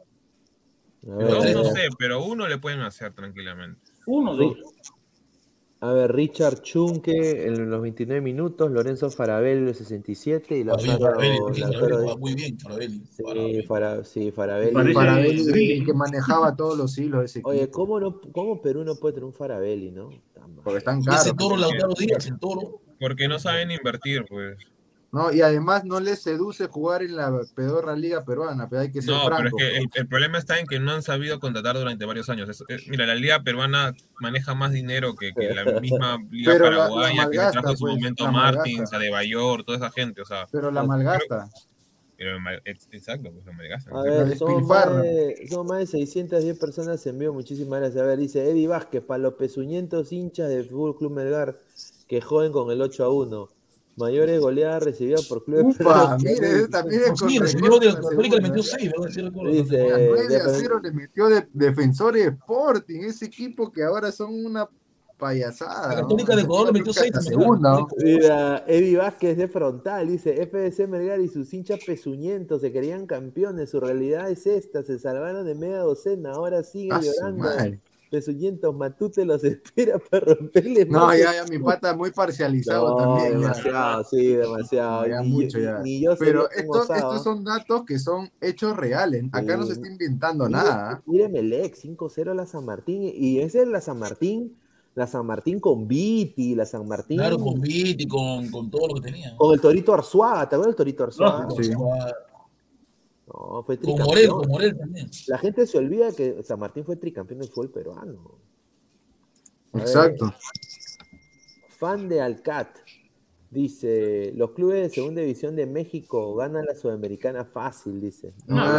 Dos ver, no sé, pero uno le pueden hacer tranquilamente. Uno, dos. a ver, Richard Chunque en los 29 minutos, Lorenzo Farabelli en los 67 y Farabelli Lautaro juega muy bien, Farabelli. sí, Farabelli. Parece Farabelli, Grilli. el que manejaba todos los hilos de ese equipo. Oye, ¿cómo Perú no puede tener un Farabelli, no? Porque están Y caros. ese Toro Lautaro Díaz, el Toro. Porque no saben invertir, pues. ¿no? Y además no les seduce jugar en la pedorra liga peruana, pero hay que ser No, pero es franco. que el problema está en que no han sabido contratar durante varios años. Mira, la liga peruana maneja más dinero que la misma liga Pero paraguaya, que se trajo en su pues, momento la Martins, malgasta. Adebayor, toda esa gente, o sea. Pero la malgasta. Exacto, pues lo malgastan. A ver, somos más de 610 personas en vivo, muchísimas gracias. A ver, dice Eddie Vázquez, para los pezuñentos hinchas del Fútbol Club Melgar que joden con el 8-1. Mayores goleadas recibidas por clubes. Upa, mire, también es con recibió de Católica, le metió 6, dice, 9-0 le metió de Defensores Sporting, ese equipo que ahora son una payasada. La Católica de Ecuador le metió 6 segunda, ¿no? Mira, Eddie Vázquez de Frontal dice: FDC Melgar y sus hinchas pezuñentos se querían campeones, su realidad es esta, se salvaron de media docena, ahora siguen llorando. Pezuñentos, Matute los espera para romperle. No, ya, mi pata muy parcializado también. Demasiado, ya. Sí, demasiado. Ya, mucho ya. Ni yo pero estos son datos que son hechos reales. Acá no se está inventando nada. Mire Melec, 5-0 a la San Martín, y ese es la San Martín con Viti, la San Martín. Claro, con Viti, con todo lo que tenía. Con el Torito Arzuaga, ¿te acuerdas del Torito Arzuaga? Sí. No, fue con tricampeón. Morel también. La gente se olvida que San Martín fue tricampeón del fútbol peruano. Exacto. Fan de Alcat dice: los clubes de segunda división de México ganan la Sudamericana fácil, dice.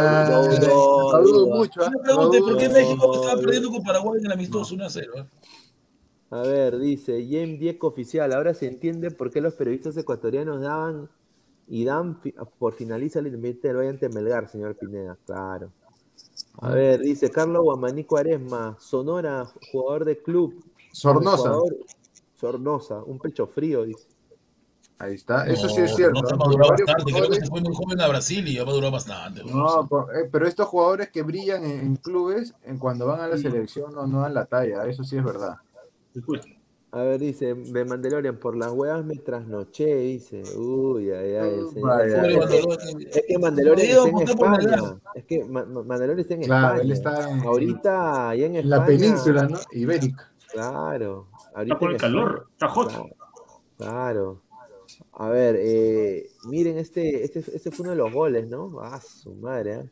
Lo dudo mucho. Yo me pregunté por qué México estaba perdiendo con Paraguay en el amistoso 1-0. A ver, dice James Diego Oficial, ahora se entiende por qué los periodistas ecuatorianos dan por finaliza el Independiente del Valle ante Melgar, señor Pineda, claro. A ver, dice Carlos Guamaní Cuaresma, Sonora, jugador de club. Sornosa. Sornosa, un pecho frío, dice. Ahí está, eso sí es cierto. No, maduró bastante, creo que se fue muy joven a Brasil y ya maduró bastante. No, pero estos jugadores que brillan en clubes, cuando van a la selección no dan la talla, eso sí es verdad. A ver, dice, de Mandalorian, por las huevas me trasnoché, dice. Uy, ay, el señor. Es que Mandalorian está en España. Es que Mandalorian está en España. Él está ahorita allá en España. La península, ¿no? Ibérica. Claro. Está por el calor, está hot. Claro. A ver, miren, este fue uno de los goles, ¿no? Ah, su madre, ¿eh?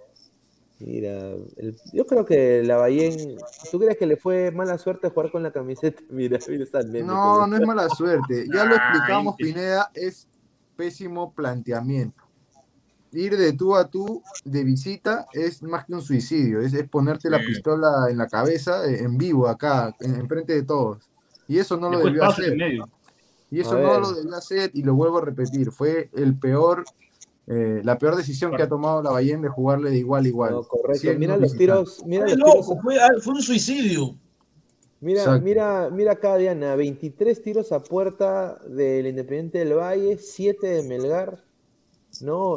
Mira, yo creo que Lavallén, ¿tú crees que le fue mala suerte jugar con la camiseta? Mira, está el meme. No es mala suerte. Ya lo explicamos, Pineda, es pésimo planteamiento. Ir de tú a tú de visita es más que un suicidio, es ponerte la pistola en la cabeza en vivo acá, enfrente de todos. Y eso no lo debió hacer. Y eso no lo debió hacer, y lo vuelvo a repetir, fue la peor decisión que ha tomado Lavallén de jugarle de igual a igual. No, correcto. Mira los tiros. Fue un suicidio. Mira acá, Diana, 23 tiros a puerta del Independiente del Valle, 7 de Melgar. No,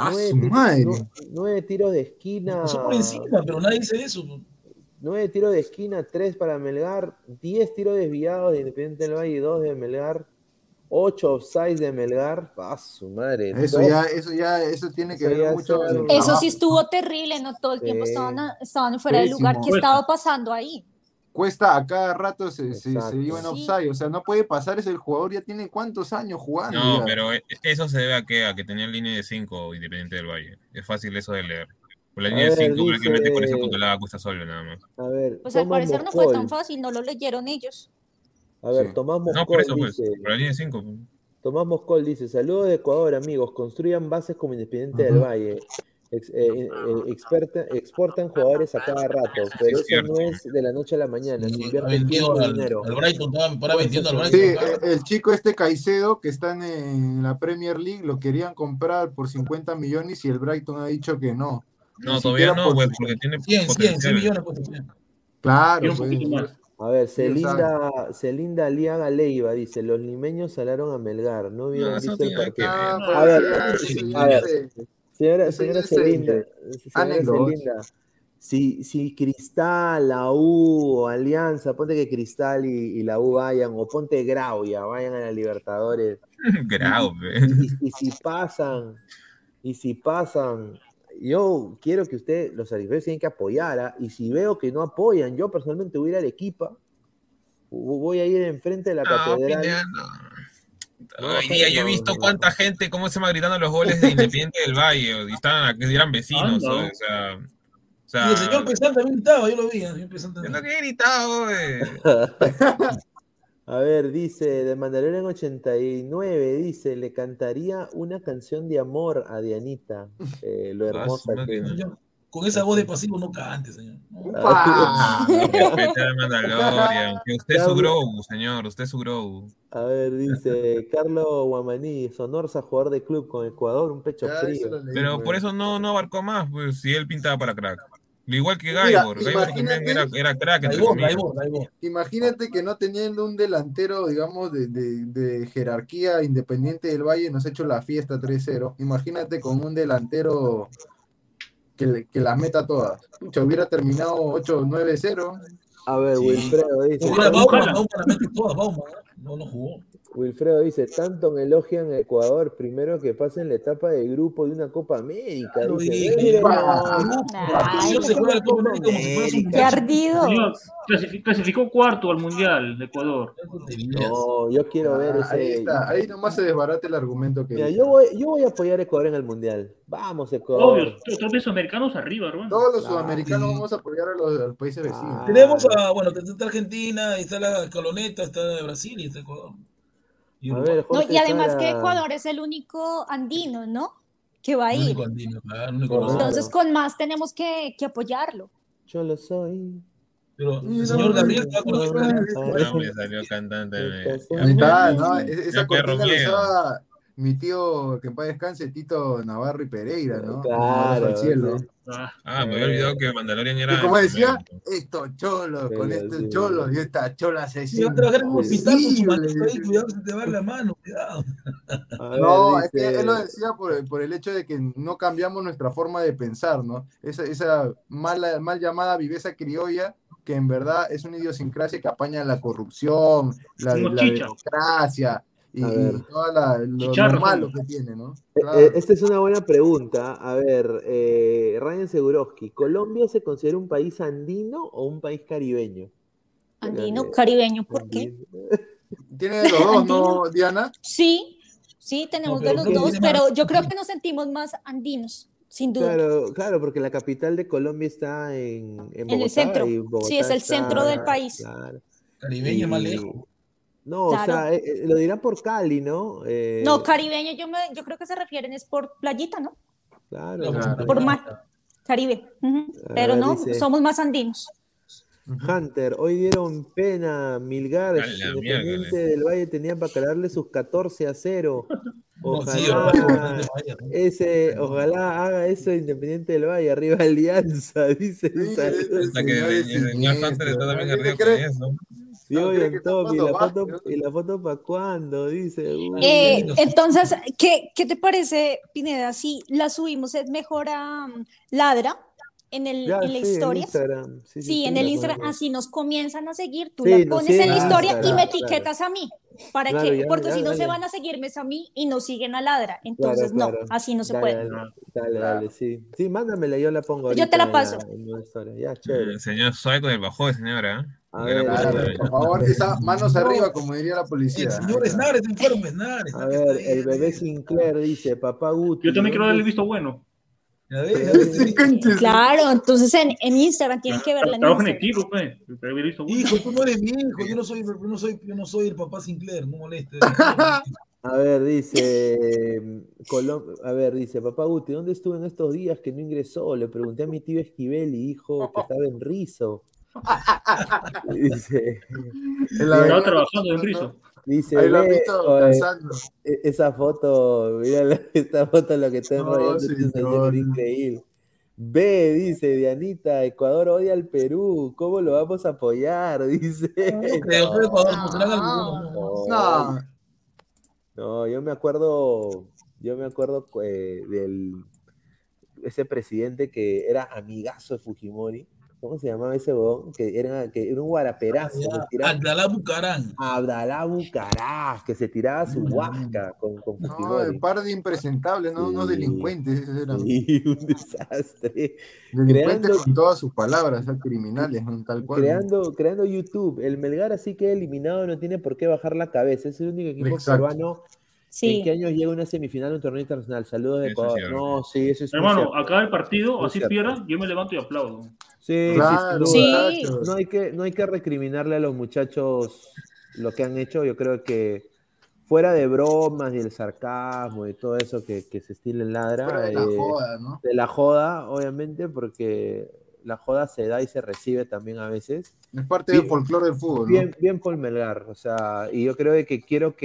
9 tiros de esquina. Pasó por encima, pero nadie dice eso. 9 tiros de esquina, 3 para Melgar, 10 tiros desviados de Independiente del Valle y 2 de Melgar. 8 offsides de Melgar, su madre. Eso tiene que ver mucho. Eso sí estuvo terrible, ¿no? Todo el tiempo estaban fuera del lugar. ¿Qué estaba pasando ahí? Cuesta, a cada rato se iba en offside, o sea, no puede pasar eso, el jugador ya tiene ¿cuántos años jugando? No, ya? pero eso se debe a que tenía línea de 5 Independiente del Valle. Es fácil eso de leer. Por la línea de 5 prácticamente con eso controlaba Cuesta solo nada más. A ver, pues al parecer no fue tan fácil, no lo leyeron ellos. A ver, Tomás Moscol no, por eso, dice, por la línea de 5. Tomás Moscol dice, saludos de Ecuador, amigos, construyan bases como Independiente del Valle. Exportan jugadores a cada rato, pero eso no es de la noche a la mañana, se invierte tiempo y dinero. Al Brighton, para vendiendo al Sí, Brighton. el chico Caicedo, que está en la Premier League, lo querían comprar por 50 millones y el Brighton ha dicho que no. No, todavía no, güey, porque tiene 100 millones. Claro, A ver, Celinda Aliaga Leiva dice, los limeños salaron a Melgar, no hubieran visto el partido. A ver, señora Celinda, si Cristal, la U, Alianza, ponte que Cristal y la U vayan, o ponte Grau, vayan a la Libertadores. Grau, y si pasan, yo quiero que los arbitrajes tienen que apoyar, y si veo que no apoyan, yo personalmente voy a ir al Arequipa, voy a ir enfrente de la catedral. Hoy día yo he visto cuánta gente, cómo se va gritando los goles de Independiente del Valle, y eran vecinos, Anda. o sea, Y el señor Pesán también gritaba, yo lo vi. El señor Pesán yo también. no he gritado, A ver, dice, de Mandalorian 89, dice, le cantaría una canción de amor a Dianita, lo hermosa que es. Señor, con esa voz de pasivo no cante, señor. Respete al Mandalorian, que usted es su Grogu, señor, usted es su Grogu. A ver, dice Carlos Guamaní, Sonorza, jugador de club con Ecuador, un pecho frío. Pero por eso no abarcó más, pues, si él pintaba para crack. Igual que Mira, Gaibor también era crack, entre Gaibor. comillas. Imagínate que no teniendo un delantero, digamos, de jerarquía Independiente del Valle, nos ha hecho la fiesta 3-0. Imagínate con un delantero que las meta todas. Pucha, hubiera terminado 8-9-0. A ver, Wilfredo dice. No jugó. Wilfredo dice, Tanton elogian a Ecuador, primero que pasen la etapa de grupo de una Copa América. Dice, ¡Qué ardidos! Señor, clasificó cuarto al Mundial de Ecuador. No, yo quiero ver ese. Ahí está, ahí nomás se desbarata el argumento que Mira, dice. yo voy a apoyar a Ecuador en el Mundial. Vamos, Ecuador. Obvio, todos los americanos arriba, hermano. Todos los sudamericanos vamos a apoyar a los países vecinos. Tenemos está Argentina, está la Escaloneta, está Brasil y está Ecuador. Y, a ver, no, y además que Ecuador es el único andino, ¿no? Que va a ir. Entonces, con más tenemos que apoyarlo. Yo lo soy. Pero el señor Gabriel Me salió cantante. Ahí está, ¿no? Esa Ya perro cortina la miedo. usaba mi tío, que en paz descanse, Tito Navarro y Pereira, ¿no? Claro, Al cielo. Me había olvidado que Mandalorian era. Y como decía, estos cholos, con estos cholos y esta chola asesina. a trabajar como pintar con su manito ahí, cuidado, se te va la mano, cuidado. No, es que él lo decía por el hecho de que no cambiamos nuestra forma de pensar, ¿no? Esa mal llamada viveza criolla, que en verdad es una idiosincrasia que apaña la corrupción, la democracia y todo lo malo que tiene, ¿no? Claro. Esta es una buena pregunta. A ver, Ryan Seguroski, ¿Colombia se considera un país andino o un país caribeño? Andino, caribeño, ¿por qué? Tiene de los dos, ¿no, Diana? Sí, tenemos de los dos, pero yo creo que nos sentimos más andinos, sin duda. Claro, porque la capital de Colombia está en Bogotá. En el centro. Y Bogotá sí, es el centro del país. Claro. Caribeño más lejos. No, claro. O sea, lo dirán por Cali, ¿no? No, caribeño, yo creo que se refieren es por playita, ¿no? Claro. Por mar, Caribe. Pero no, dice, somos más andinos. Hunter, hoy dieron pena, Milgar, Independiente del Valle tenía para calarle sus 14-0. Ojalá haga eso Independiente del Valle, arriba Alianza, dice. Hasta que el señor Hunter está también arriba con eso. Diego y la foto para cuándo, dice. Entonces, ¿qué te parece, Pineda? Si la subimos, ¿es mejor a Ladra en la historia? En el Instagram, así nos comienzan a seguir, tú la pones en la historia y me etiquetas a mí. ¿Para qué? Porque si no se van a seguirme a mí y no siguen a Ladra. Entonces, no, así no se puede. Dale, sí. Sí, mándamela, yo la pongo. Yo te la paso. Ya, chévere. El señor Sueco del Bajó, señora. Por favor, esa manos arriba, como diría la policía. El señor Snares, enfermo Snares. A ver, el bebé Sinclair dice, papá Guti. Yo también quiero darle el visto bueno. Claro, entonces en Instagram tienen que verla. Trabajo en equipo, pues. Hijo, tú no eres mi hijo, yo no soy el papá Sinclair, no molestes. A ver, dice papá Guti, ¿dónde estuvo en estos días que no ingresó? Le pregunté a mi tío Esquivel y dijo que estaba en Rizo. Dice, estaba trabajando en Rizo. Dice, ahí lo he visto cansando. Esa foto, mira esta foto lo que está enrollando este señor, increíble. Dice Dianita, Ecuador odia al Perú, ¿cómo lo vamos a apoyar? Dice. No, yo me acuerdo ese presidente que era amigazo de Fujimori. ¿Cómo se llamaba ese bodón? Que era un guaraperazo. Abdalá Bucaram. Abdalá Bucaram, que se tiraba su huasca con Fujimori. No, el par de impresentables, ¿no? Unos delincuentes, esos eran. Sí, un desastre. Delincuentes con todas sus palabras, criminales, ¿no? Tal cual. Creando YouTube. El Melgar así queda eliminado, no tiene por qué bajar la cabeza. Es el único equipo peruano Sí. ¿En qué años llega una semifinal de un torneo internacional? Saludos de Ecuador. No, sí, eso es muy Hermano, cierto. acaba el partido, Muy así cierto. pierda, yo me levanto y aplaudo. Sí, Claro, sin duda. muchachos. No hay que recriminarle a los muchachos lo que han hecho. Yo creo que fuera de bromas y el sarcasmo y todo eso que se estila en Ladra. Fuera de la joda, ¿no? De la joda, obviamente, porque la joda se da y se recibe también a veces. Es parte del folclore del fútbol, ¿no? Bien por Melgar, o sea, y yo creo que quiero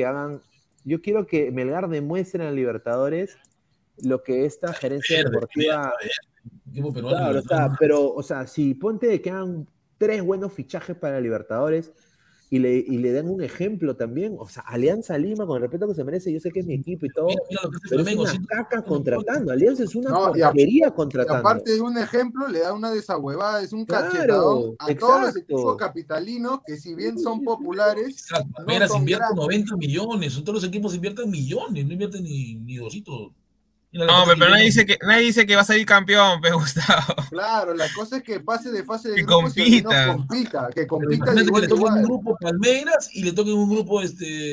que Melgar demuestre en Libertadores lo que esta gerencia deportiva. Claro, o sea, pero, o sea, si ponte que hagan 3 buenos fichajes para Libertadores y le den un ejemplo también, o sea, Alianza Lima, con el respeto que se merece, yo sé que es mi equipo y todo, pero es una caca contratando. Alianza es una porquería contratando. Y aparte de un ejemplo, le da una desahuevada, es un Claro, cachetadón a todos los exacto. equipos capitalinos que si bien son populares, Palmeiras no son invierte grandes. 90 millones, todos los equipos invierten millones, no invierten ni dositos. No, pero nadie dice que va a salir campeón, pe, Gustavo. Claro, la cosa es que pase de fase de Que grupos y al menos compita. que Pero compita de imagínate que igual le a toquen igual. un grupo Palmeiras y le toquen un grupo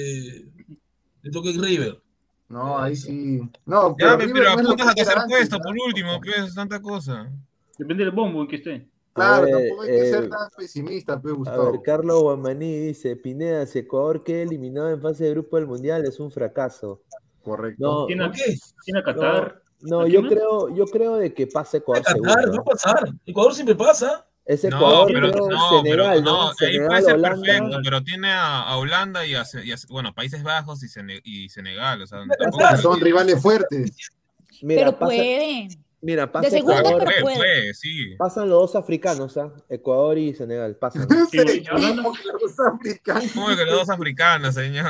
le toquen River. No, ahí sí. No, Ya, pero River pero no es lo apuntas a que era tercer antes, puesto, ¿no? por último, pues, tanta cosa. Depende del bombo en que esté. Claro, ver, tampoco hay que ser tan pesimista, pe, A ver, Gustavo. Carlos Guamaní dice, Pineda, si Ecuador queda eliminado en fase de grupo del Mundial es un fracaso. Correcto. No, ¿Tiene a no, Qatar? no, ¿A yo quién más? creo de que pase Ecuador Qatar, seguro. va a pasar. Ecuador siempre pasa. Es No, Ecuador, pero creo, no, Senegal, ¿no? ahí puede Senegal, ser Holanda. perfecto, pero tiene a Holanda y bueno, Países Bajos y Senegal, o sea, tampoco Que son rivales fuertes. Mira, Pero pasa, pueden. mira, pasa De segunda, Ecuador. pero pueden. puede, sí. Pasan los dos africanos, ¿ah? Ecuador y Senegal, pasan. ¿Y Holanda? Como que los africanos. ¿Cómo que los dos africanos, señor?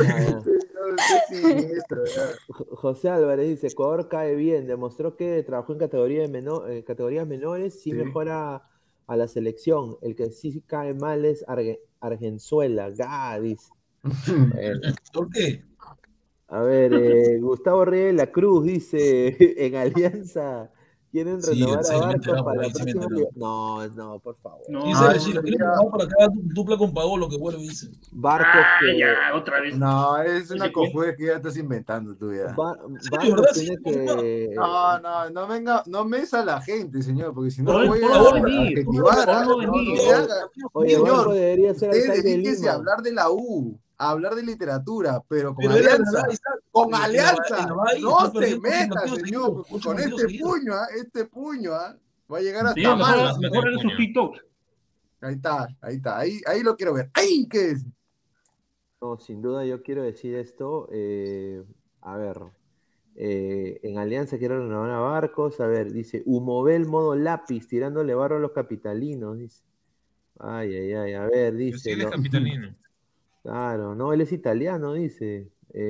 Qué siniestro, ya. José Álvarez dice, Ecuador cae bien, demostró que trabajó en categorías menores, sí mejora a la selección. El que sí cae mal es Argenzuela, dice. ¿Por qué? A ver, Gustavo Reyes de la Cruz dice, en Alianza quieren renovar a Barcos para la próxima liga. No, por favor. No, Sí, lo quieren renovar para que haga dupla con Paolo, que vuelve, dice. Barcos que... ya, otra vez. No, es una cojude que ya estás inventando tú ya. Barcos tiene que... No mesa a la gente, señor, porque si no Por voy favor, a venir. adjetivar. Por favor, No venir. se haga. Oye, Barco Señor, debería ser usted alcalde de dedíquese a Lima. hablar de la U, a hablar de literatura, pero con Pero era Alianza. verdad, está- Con en la- Alianza. en la Bahía No está se perdiendo meta, partidos señor, seguidos, con ocho partidos este seguidos. puño, va a llegar hasta Señor, más. mejor hagan sus TikToks. Ahí está. Ahí lo quiero ver. ¡Ay! ¿Qué es? No, sin duda yo quiero decir esto. A ver, en Alianza quiero renovar a Barcos. A ver, dice Humobel modo lápiz, tirándole barro a los capitalinos. Dice. Ay. A ver, Pero dice. sí, él es capitalino. Claro, no, él es italiano, dice.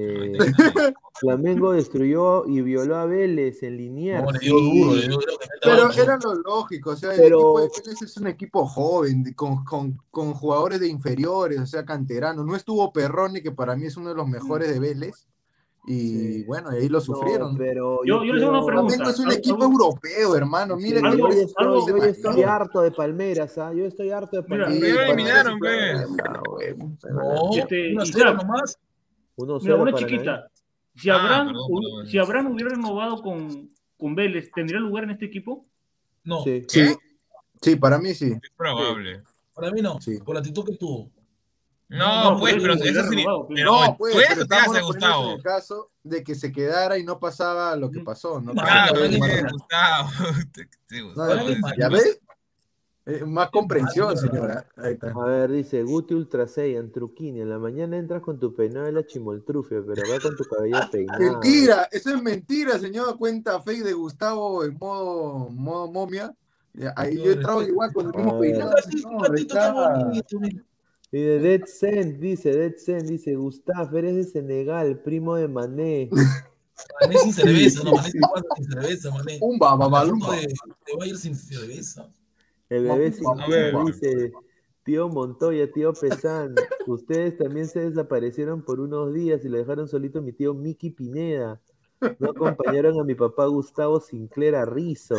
Flamengo destruyó y violó a Vélez en Liniers. No, le dio duro, que meta Pero Barco. era lo lógico, o sea, el Pero- equipo de Vélez es un equipo joven, con jugadores de inferiores, o sea, canteranos. No estuvo Perrone, que para mí es uno de los mejores de Vélez, y bueno, ahí lo sufrieron. No, pero Yo les hago una pregunta. Flamengo es un equipo europeo, hermano. Mira que algo- Vélez algo- Yo estoy harto de Palmeras, ¿ah? Yo estoy harto de Mira, Palmeras. Pero ya lo Palmeiras eliminaron, es pues. un problema, No, Este, 1-0 Isaac. nomás. 1-0 Mira, una para chiquita. Si Ah, Abraham, perdón. si Abraham hubiera renovado con Vélez, ¿tendría lugar en este equipo? No, Sí. Sí, para mí sí. Es probable. para mí no. Sí. Por la actitud que tuvo. No, pues, pero hubiera eso sí. renovado, pues. Pero No, pues, tú pero eso te estamos hace, poniéndose en Gustavo. el caso de que se quedara y no pasaba lo que pasó, ¿no? Claro, Para mí sí, es Gustavo. No, Para mí es ¿ya malo. ves? Más comprensión, señora. Ahí está. A ver, dice Guti Ultra 6 en Truquini. En la mañana entras con tu peinado de la chimoltrufia, pero va con tu cabello peinado. Mentira, eso es mentira, señor. Cuenta fake de Gustavo en modo momia. Ahí yo he entrado igual con el mismo A peinado. ver. No, Un ratito está recá. bonito, mira. Y de Dead Zen, dice Gustav, eres de Senegal, primo de Mané. Mané sin cerveza, no, Mané sin cerveza, Mané. Un babalumba. De Bayern sin cerveza. El bebé sin A ver. dice, tío Montoya, tío Pesán, ustedes también se desaparecieron por unos días y lo dejaron solito mi tío Miki Pineda. No acompañaron a mi papá Gustavo Sinclair a Rizo.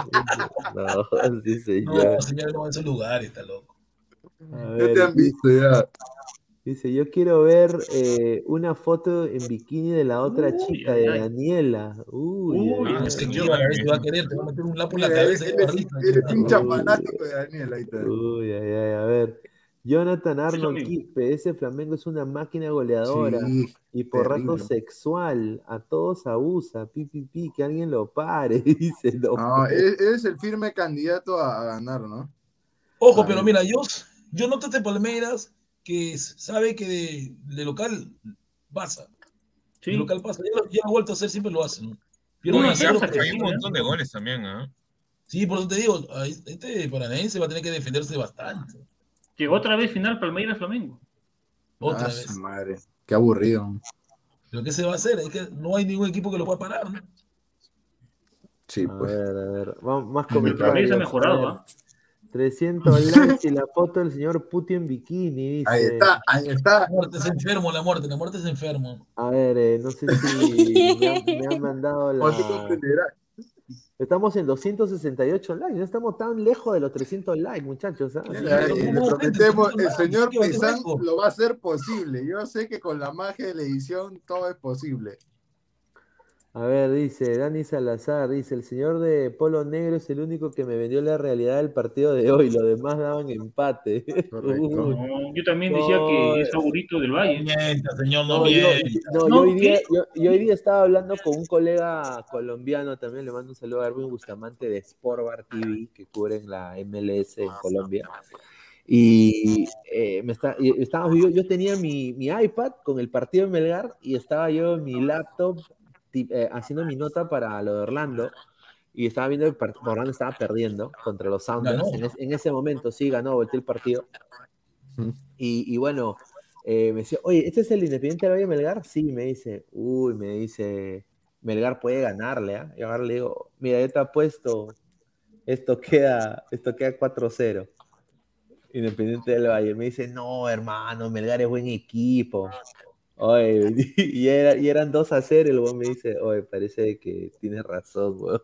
No, sí señor. No, señor, no va en su lugar, está loco. A Ya ver, te han visto, ya. Dice, yo quiero ver una foto en bikini de la otra chica, de Daniela. No sé qué va a querer, te va a meter un lapo en la cabeza. Eres hincha fanático de Daniela. Ahí está. A ver. Jonathan Arnold Quispe, ese Flamengo es una máquina goleadora y por rato sexual, a todos abusa, que alguien lo pare, dice. No, es el firme candidato a ganar, ¿no? Ojo, pero mira, yo noto este Palmeiras que sabe que de local pasa. Sí. De local pasa. Ya lo ha vuelto a hacer, siempre lo hacen. Pero hay un montón de goles también, ¿ah? Sí, por eso te digo, este paranaense va a tener que defenderse bastante. Que otra vez final Palmeiras-Flamengo. Otra vez. Madre, qué aburrido. ¿Pero qué se va a hacer? Es que no hay ningún equipo que lo pueda parar, ¿no? Sí, pues. A ver. Vamos, más comentarios. Palmeiras ha mejorado, ¿ah? 300 likes y la foto del señor Putin en bikini, dice. Ahí está. La muerte es enfermo, la muerte es enfermo. A ver, no sé si me han mandado la... Estamos en 268 likes, no estamos tan lejos de los 300 likes, muchachos. Le prometemos, el señor Pesán lo va a hacer posible. Yo sé que con la magia de la edición todo es posible. A ver, dice Dani Salazar, dice, el señor de Polo Negro es el único que me vendió la realidad del partido de hoy, los demás daban empate. No, yo también decía que es favorito del Valle. Yo hoy día estaba hablando con un colega colombiano, también le mando un saludo a Erwin Bustamante de Sportbar TV, que cubren la MLS en Colombia. Y yo tenía mi iPad con el partido de Melgar y estaba yo en mi laptop haciendo mi nota para lo de Orlando y estaba viendo Orlando estaba perdiendo contra los Sounders en ese momento, sí, ganó, volteó el partido y bueno, me decía, oye, ¿este es el Independiente del Valle Melgar? Sí, me dice, Melgar puede ganarle, ¿eh? Y ahora le digo, mira, yo te apuesto, esto queda 4-0 Independiente del Valle. Me dice, no, hermano, Melgar es buen equipo. Oye, y eran 2-0, el weón me dice, oye, parece que tienes razón, weón.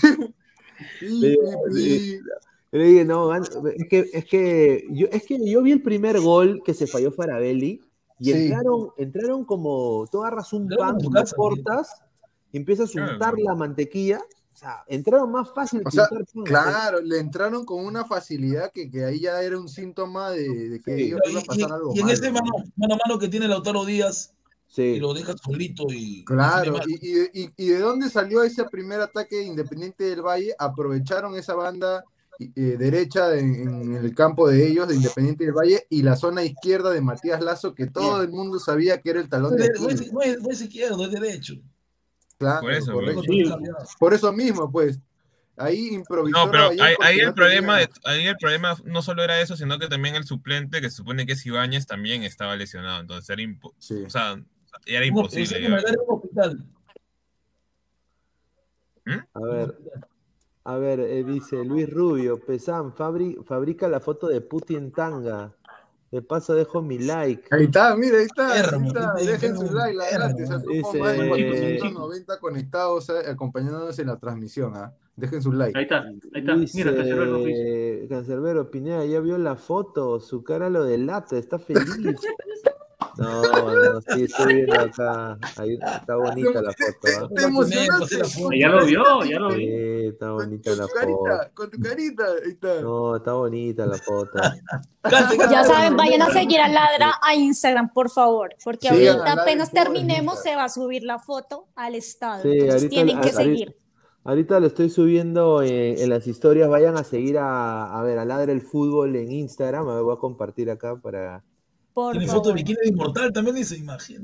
Le dije, no, es que yo vi el primer gol que se falló Farabelli y entraron como, tú agarras un pan, lo cortas y empiezas a untar la mantequilla. O sea, entraron más fácil que untar pan. Claro, le entraron con una facilidad que ahí ya era un síntoma de que ellos iban a pasar algo y en mal, ese mano a mano que tiene Lautaro Díaz, y lo deja solito y... Claro, y de dónde salió ese primer ataque Independiente del Valle, aprovecharon esa banda derecha en el campo de ellos, de Independiente del Valle, y la zona izquierda de Matías Lazo, que todo el mundo sabía que era el talón de Aquiles. No es izquierdo, es derecho. Claro, por eso, correcto. Por eso mismo, pues. Ahí improvisó. No, pero ahí el problema no solo era eso, sino que también el suplente, que se supone que es Ibáñez, también estaba lesionado. Entonces era, era imposible. A ver, dice Luis Rubio, Pesán, fabrica la foto de Putin tanga. De paso dejo mi like. Ahí está, mira, ahí está. Dejen su like, la gratis. Somos más de 490 conectados acompañándonos en la transmisión. Dejen su like. Ahí está. Dice, mira, Cancerbero Pineda ya vio la foto, su cara lo delata, está feliz. No, sí, estoy viendo acá. Ahí está bonita la foto. Te emocionaste. Ya lo vio. Sí, está bonita la foto. Con tu carita, ahí está. No, está bonita la foto. Ya saben, vayan a seguir a Ladra a Instagram, por favor, porque ahorita apenas terminemos se va a subir la foto al estado. Sí, entonces tienen que seguir. Ahorita lo estoy subiendo en las historias. Vayan a seguir a Ladra el Fútbol en Instagram. Me voy a compartir acá para... Tiene foto de bikini de Inmortal también, dice,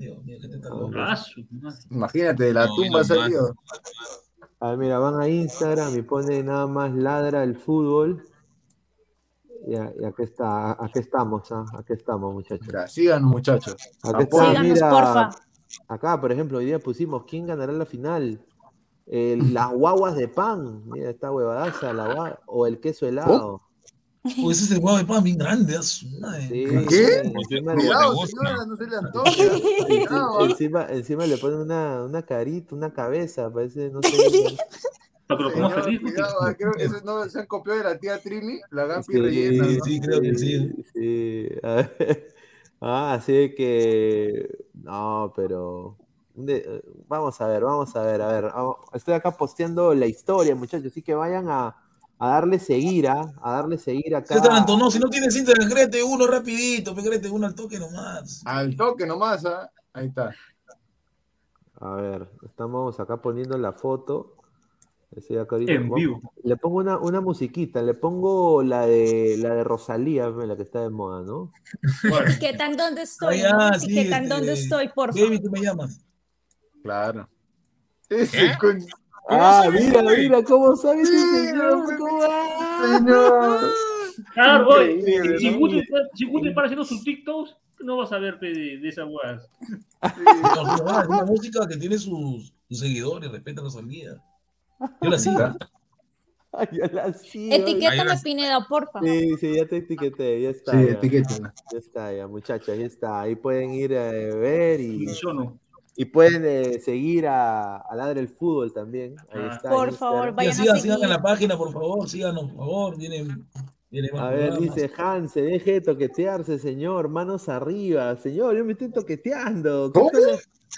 imagínate, de la tumba salió. A ver, mira, van a Instagram y ponen nada más Ladra el Fútbol. Y aquí estamos, muchachos. Síganos, muchachos. Acá está, mira, porfa. Acá, por ejemplo, hoy día pusimos ¿quién ganará la final? Las guaguas de pan. Mira, esta huevadaza, o el queso helado. Pues ese es el guau de pan bien grande. ¿Qué? Cuidado, señora, no se le antoja. Encima le ponen una carita, una cabeza, parece, no sé. Cuidado, creo que eso no se han copiado de la tía Trini, la Gampi rellena, ¿no? Sí, creo que sí. Sí. Así que. No, pero. Vamos a ver. Estoy acá posteando la historia, muchachos, así que vayan a darle seguir, a darle seguir acá. César Antonó, si no tienes Instagram, créete uno rapidito, créete uno al toque nomás. Al toque nomás, ¿ah? Ahí está. A ver, estamos acá poniendo la foto. Estoy acá ahorita, En vivo. Le pongo una musiquita, le pongo la de Rosalía, la que está de moda, ¿no? ¿Qué tan dónde estoy? Sí, ¿Qué tan dónde estoy, por favor? Baby, tú me llamas. Claro. Mira, ¿cómo sabe ese señor? Señor. Claro, oye, Increíble, si ¿no? Guti para haciendo sus TikToks, no vas a ver de esas guas. Es una música que tiene sus seguidores, respeta a Rosalía. Yo la sigo. Yo la sigo. Etiquétame, Pineda, porfa. Sí, ya te etiqueté, ya está. Sí, ya. etiquétala. Ya está, ya, muchachas, ya está. Ahí pueden ir a ver Yo no. y pueden seguir a Ladre el Fútbol también. Ahí está. Por en favor, Instagram. vayan a Sigan seguir. en la página, por favor, síganos, por favor. Viene más A ver, programas. dice Hanse, deje de toquetearse, señor. Manos arriba. Señor, yo me estoy toqueteando. ¿Qué tal?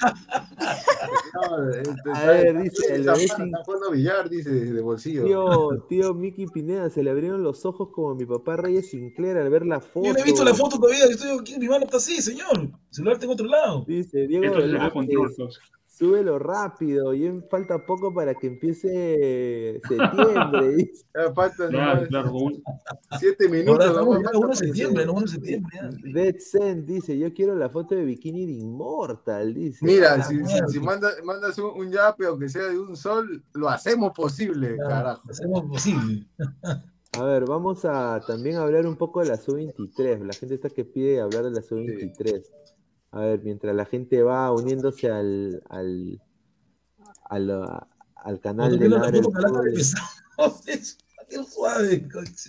A ver, dice el bebé sin... Está jugando billar, dice, de bolsillo. Tío Miki Pineda, se le abrieron los ojos como mi papá Reyes Sinclair al ver la foto. Yo no he visto la foto todavía, estoy aquí, mi mano está así, señor. El celular está en otro lado. Dice Diego Esto se ve Velázquez, control, Fox. súbelo rápido, y falta poco para que empiece septiembre. Dice. Faltan Claro. 7 Ahora minutos. estamos nomás, ya 1 de falta septiembre, para no 1 de septiembre. Ya. Dead Zen dice, yo quiero la foto de bikini de Immortal, dice. Mira, Ah, si mandas un yape, aunque sea de un sol, lo hacemos posible, carajo. Lo hacemos posible. A ver, vamos a también hablar un poco de la Sub-23. La gente está que pide hablar de la Sub-23. A ver, mientras la gente va uniéndose al canal de Ladre el Fútbol. Qué suave, coche.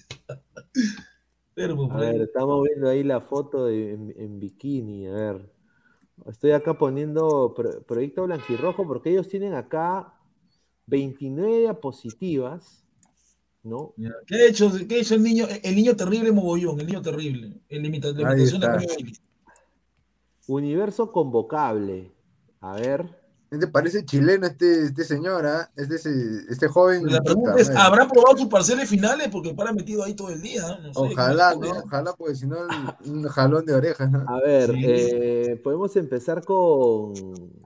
A ver, estamos viendo ahí la foto en bikini. A ver, estoy acá poniendo Proyecto Blanquirrojo porque ellos tienen acá 29 diapositivas, ¿no? ¿Qué ha hecho el niño terrible Mogollón? El niño terrible. La imitación de Antonio Bailey. Universo convocable. A ver. ¿Te parece chileno este señor, ¿ah? Este joven? La pregunta es, ¿habrá probado sus parciales finales? Porque para metido ahí todo el día. No sé, Ojalá, ¿no? Ojalá, porque si no, un jalón de orejas, ¿no? A ver, podemos empezar con...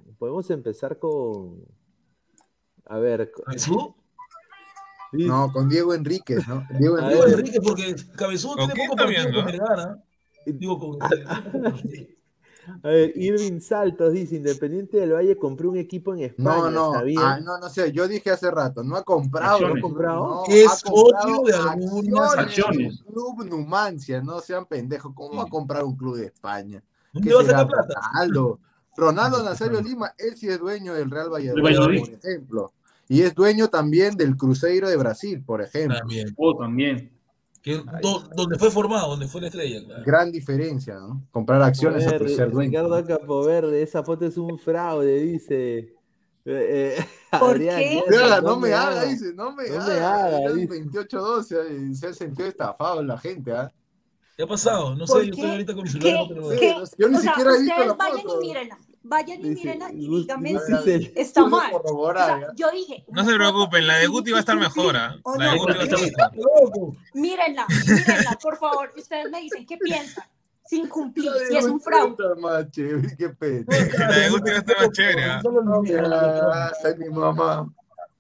A ver... ¿Cabezú? No, con Diego Enríquez, ¿no? Diego Enríquez, porque Cabezú tiene poco partido con Vergara. A ver, Irving Saltos dice, Independiente del Valle compró un equipo en España. No sé, yo dije hace rato, no ha comprado. ¿No ha comprado? No, es ha comprado de algunas acciones. Un club Numancia, no sean pendejos, ¿cómo va a comprar un club de España? ¿Dónde va a sacar plata? Ronaldo Nazario Lima, él sí es dueño del Real Valladolid, por ejemplo. Y es dueño también del Cruzeiro de Brasil, por ejemplo. También. Donde fue formado, donde fue la estrella. Claro. Gran diferencia, ¿no? Comprar acciones a ser dueño. Ricardo Capoverde, esa foto es un fraude, dice. ¿Por Adrián, qué? No me haga, dice, no me haga. 28-12, se ha sentido estafado la gente, ¿ah? ¿Qué ha pasado? No sé, yo estoy ahorita con mi celular. Yo ni siquiera he visto la foto. Vayan y mírenla y díganme si está mal. Yo dije. No se preocupen, la de Guti va a estar mejor. La de Guti va a estar mejor. Mírenla, por favor. Ustedes me dicen qué piensan. Sin cumplir, si es un fraude. Qué pena. La de Guti va a estar más chévere. Ay, mi mamá.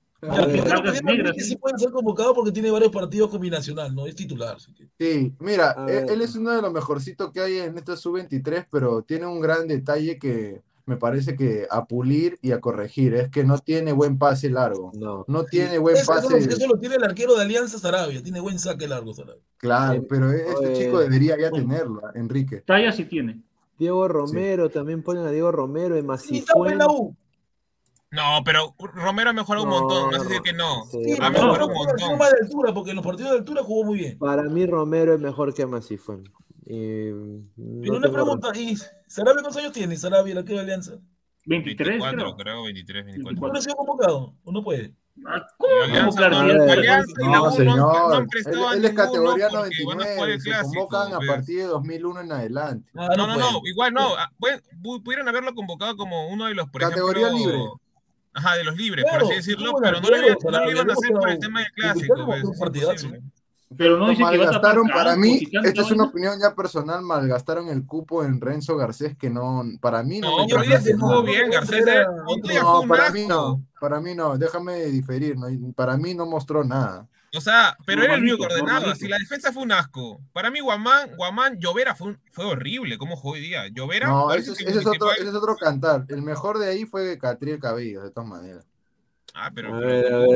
Sí puede ser convocado porque tiene varios partidos con Binacional, ¿no? Es titular. Sí, mira, él es uno de los mejorcitos que hay en esta sub-23, pero tiene un gran detalle que me parece que a pulir y a corregir, es que no tiene buen pase largo. No tiene buen pase. Eso lo tiene el arquero de Alianza Sarabia, tiene buen saque largo Sarabia. Claro, pero este chico debería ya tenerlo, Enrique. Talla sí tiene. Diego Romero, también ponen a Diego Romero de Masifuén. No, pero Romero ha mejorado un montón, no es decir que no. Ha mejorado un montón. Más de altura, porque en los partidos de altura jugó muy bien. Para mí Romero es mejor que Masifuén. Pero una pregunta, ¿y Sarabia cuántos años tiene? Sarabia, la que de Alianza. 23, 24, creo 23, 24. ¿No ha sido convocado? ¿O no puede? ¿Cómo Alianza y la No, U no señor. han prestado a Él es ninguno categoría porque van a jugar 99. el Se clásico. convocan a pues. partir de 2001 en adelante. No, igual no. Pudieron haberlo convocado como uno de los, por Categoría ejemplo, libre. Ajá, de los libres, Claro, por así decirlo, sí, pero no lo iban a hacer por el tema del clásico. Pues, es imposible. Pero no Lo dice que va a tapar malgastaron, para mí, campos y tanta esta es una vaina. opinión ya personal, malgastaron el cupo en Renzo Garcés, que no, para mí no No, me pero transmite Garcés jugó nada. bien, Garcés otro día fue No, un para mí no, déjame diferir, ¿no? Para mí no mostró nada. O sea, pero era el único que Normalito, ordenaba. Si la defensa fue un asco. Para mí, Guamán, Llovera fue horrible. ¿Cómo jugó hoy día? Llovera, No, parece ese que es otro cantar. El mejor de ahí fue Catriel Cabello, de todas maneras. pero A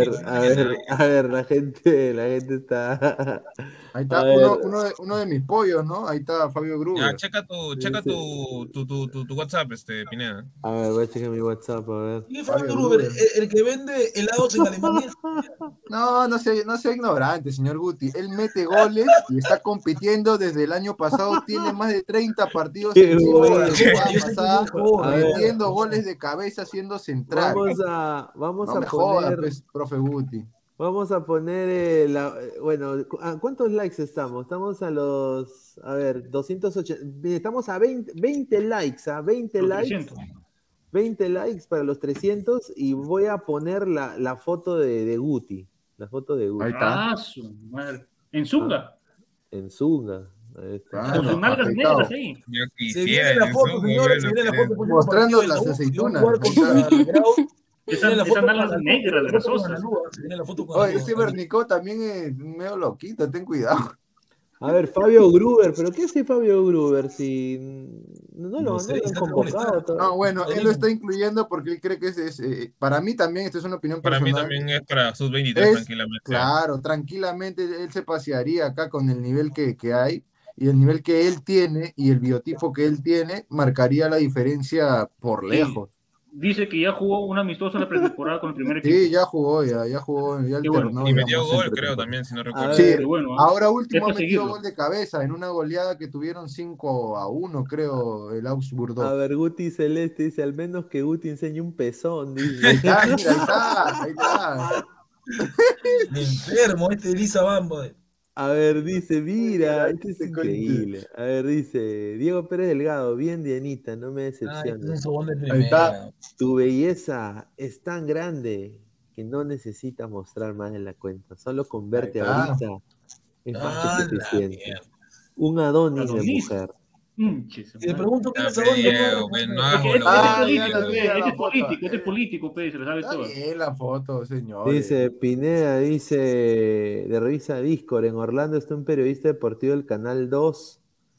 ver, la gente está. Ahí A está ver, uno de mis pollos, ¿no? Ahí está Fabio Gruber. Ya, checa tu WhatsApp, Pineda. a ver, voy a checar mi WhatsApp, a ver. ¿Y Fabio Gruber, el que vende helados en Alemania? No sea ignorante, señor Guti. Él mete goles y está compitiendo desde el año pasado. Tiene más de 30 partidos Qué encima de la bueno. temporada pasada, A ver. metiendo goles de cabeza, siendo central. Vamos No a me poner. jodas, pues, profe Guti. Vamos a poner bueno, ¿a cuántos likes estamos? Estamos a los, a ver, 280, estamos a 20 likes, a 20 likes. 300. 20 likes para los 300 y voy a poner la foto de Guti. La foto de Guti. Ahí está. Su madre. ¿En Zunga? En Zunga. Ahí está. Con sus nalgas negras ahí. Yo Se viene la foto, señores, se viene la foto. Mostrando las aceitunas. Esas nalgas negras, grasosas. Oye, ese Bernicó también es medio loquito, ten cuidado. A ver, Fabio Gruber, ¿pero qué hace Fabio Gruber? Si no lo han convocado. No, bueno, él lo está incluyendo porque él cree que para mí también, esto es una opinión Para personal. mí también es para sus 23 tranquilamente. Claro, tranquilamente él se pasearía acá con el nivel que hay y el nivel que él tiene y el biotipo que él tiene marcaría la diferencia por lejos. Dice que ya jugó un amistoso en la pretemporada con el primer equipo. Sí, ya jugó, ya alternó. Y metió gol, creo, también, si no recuerdo. Sí, bueno, ahora último es ha metido seguirlo. gol de cabeza en una goleada que tuvieron 5-1, creo, el Augsburg 2. A ver, Guti Celeste dice, al menos que Guti enseñe un pezón, dice. Ahí está, mira, ahí está. Enfermo este Elisa Bambo. A ver, dice, mira, esto es increíble. A ver, dice, Diego Pérez Delgado, bien Dianita, no me decepciones. Ahí está. Tu belleza es tan grande que no necesitas mostrar más en la cuenta. Solo con verte Ahí está. ahorita es más que suficiente. Un Adonis de mujer. Te pregunto quién es Este es político, se lo sabe todo. La foto, señor. Dice Pineda, dice de revista Discord, en Orlando está un periodista deportivo del Canal 2.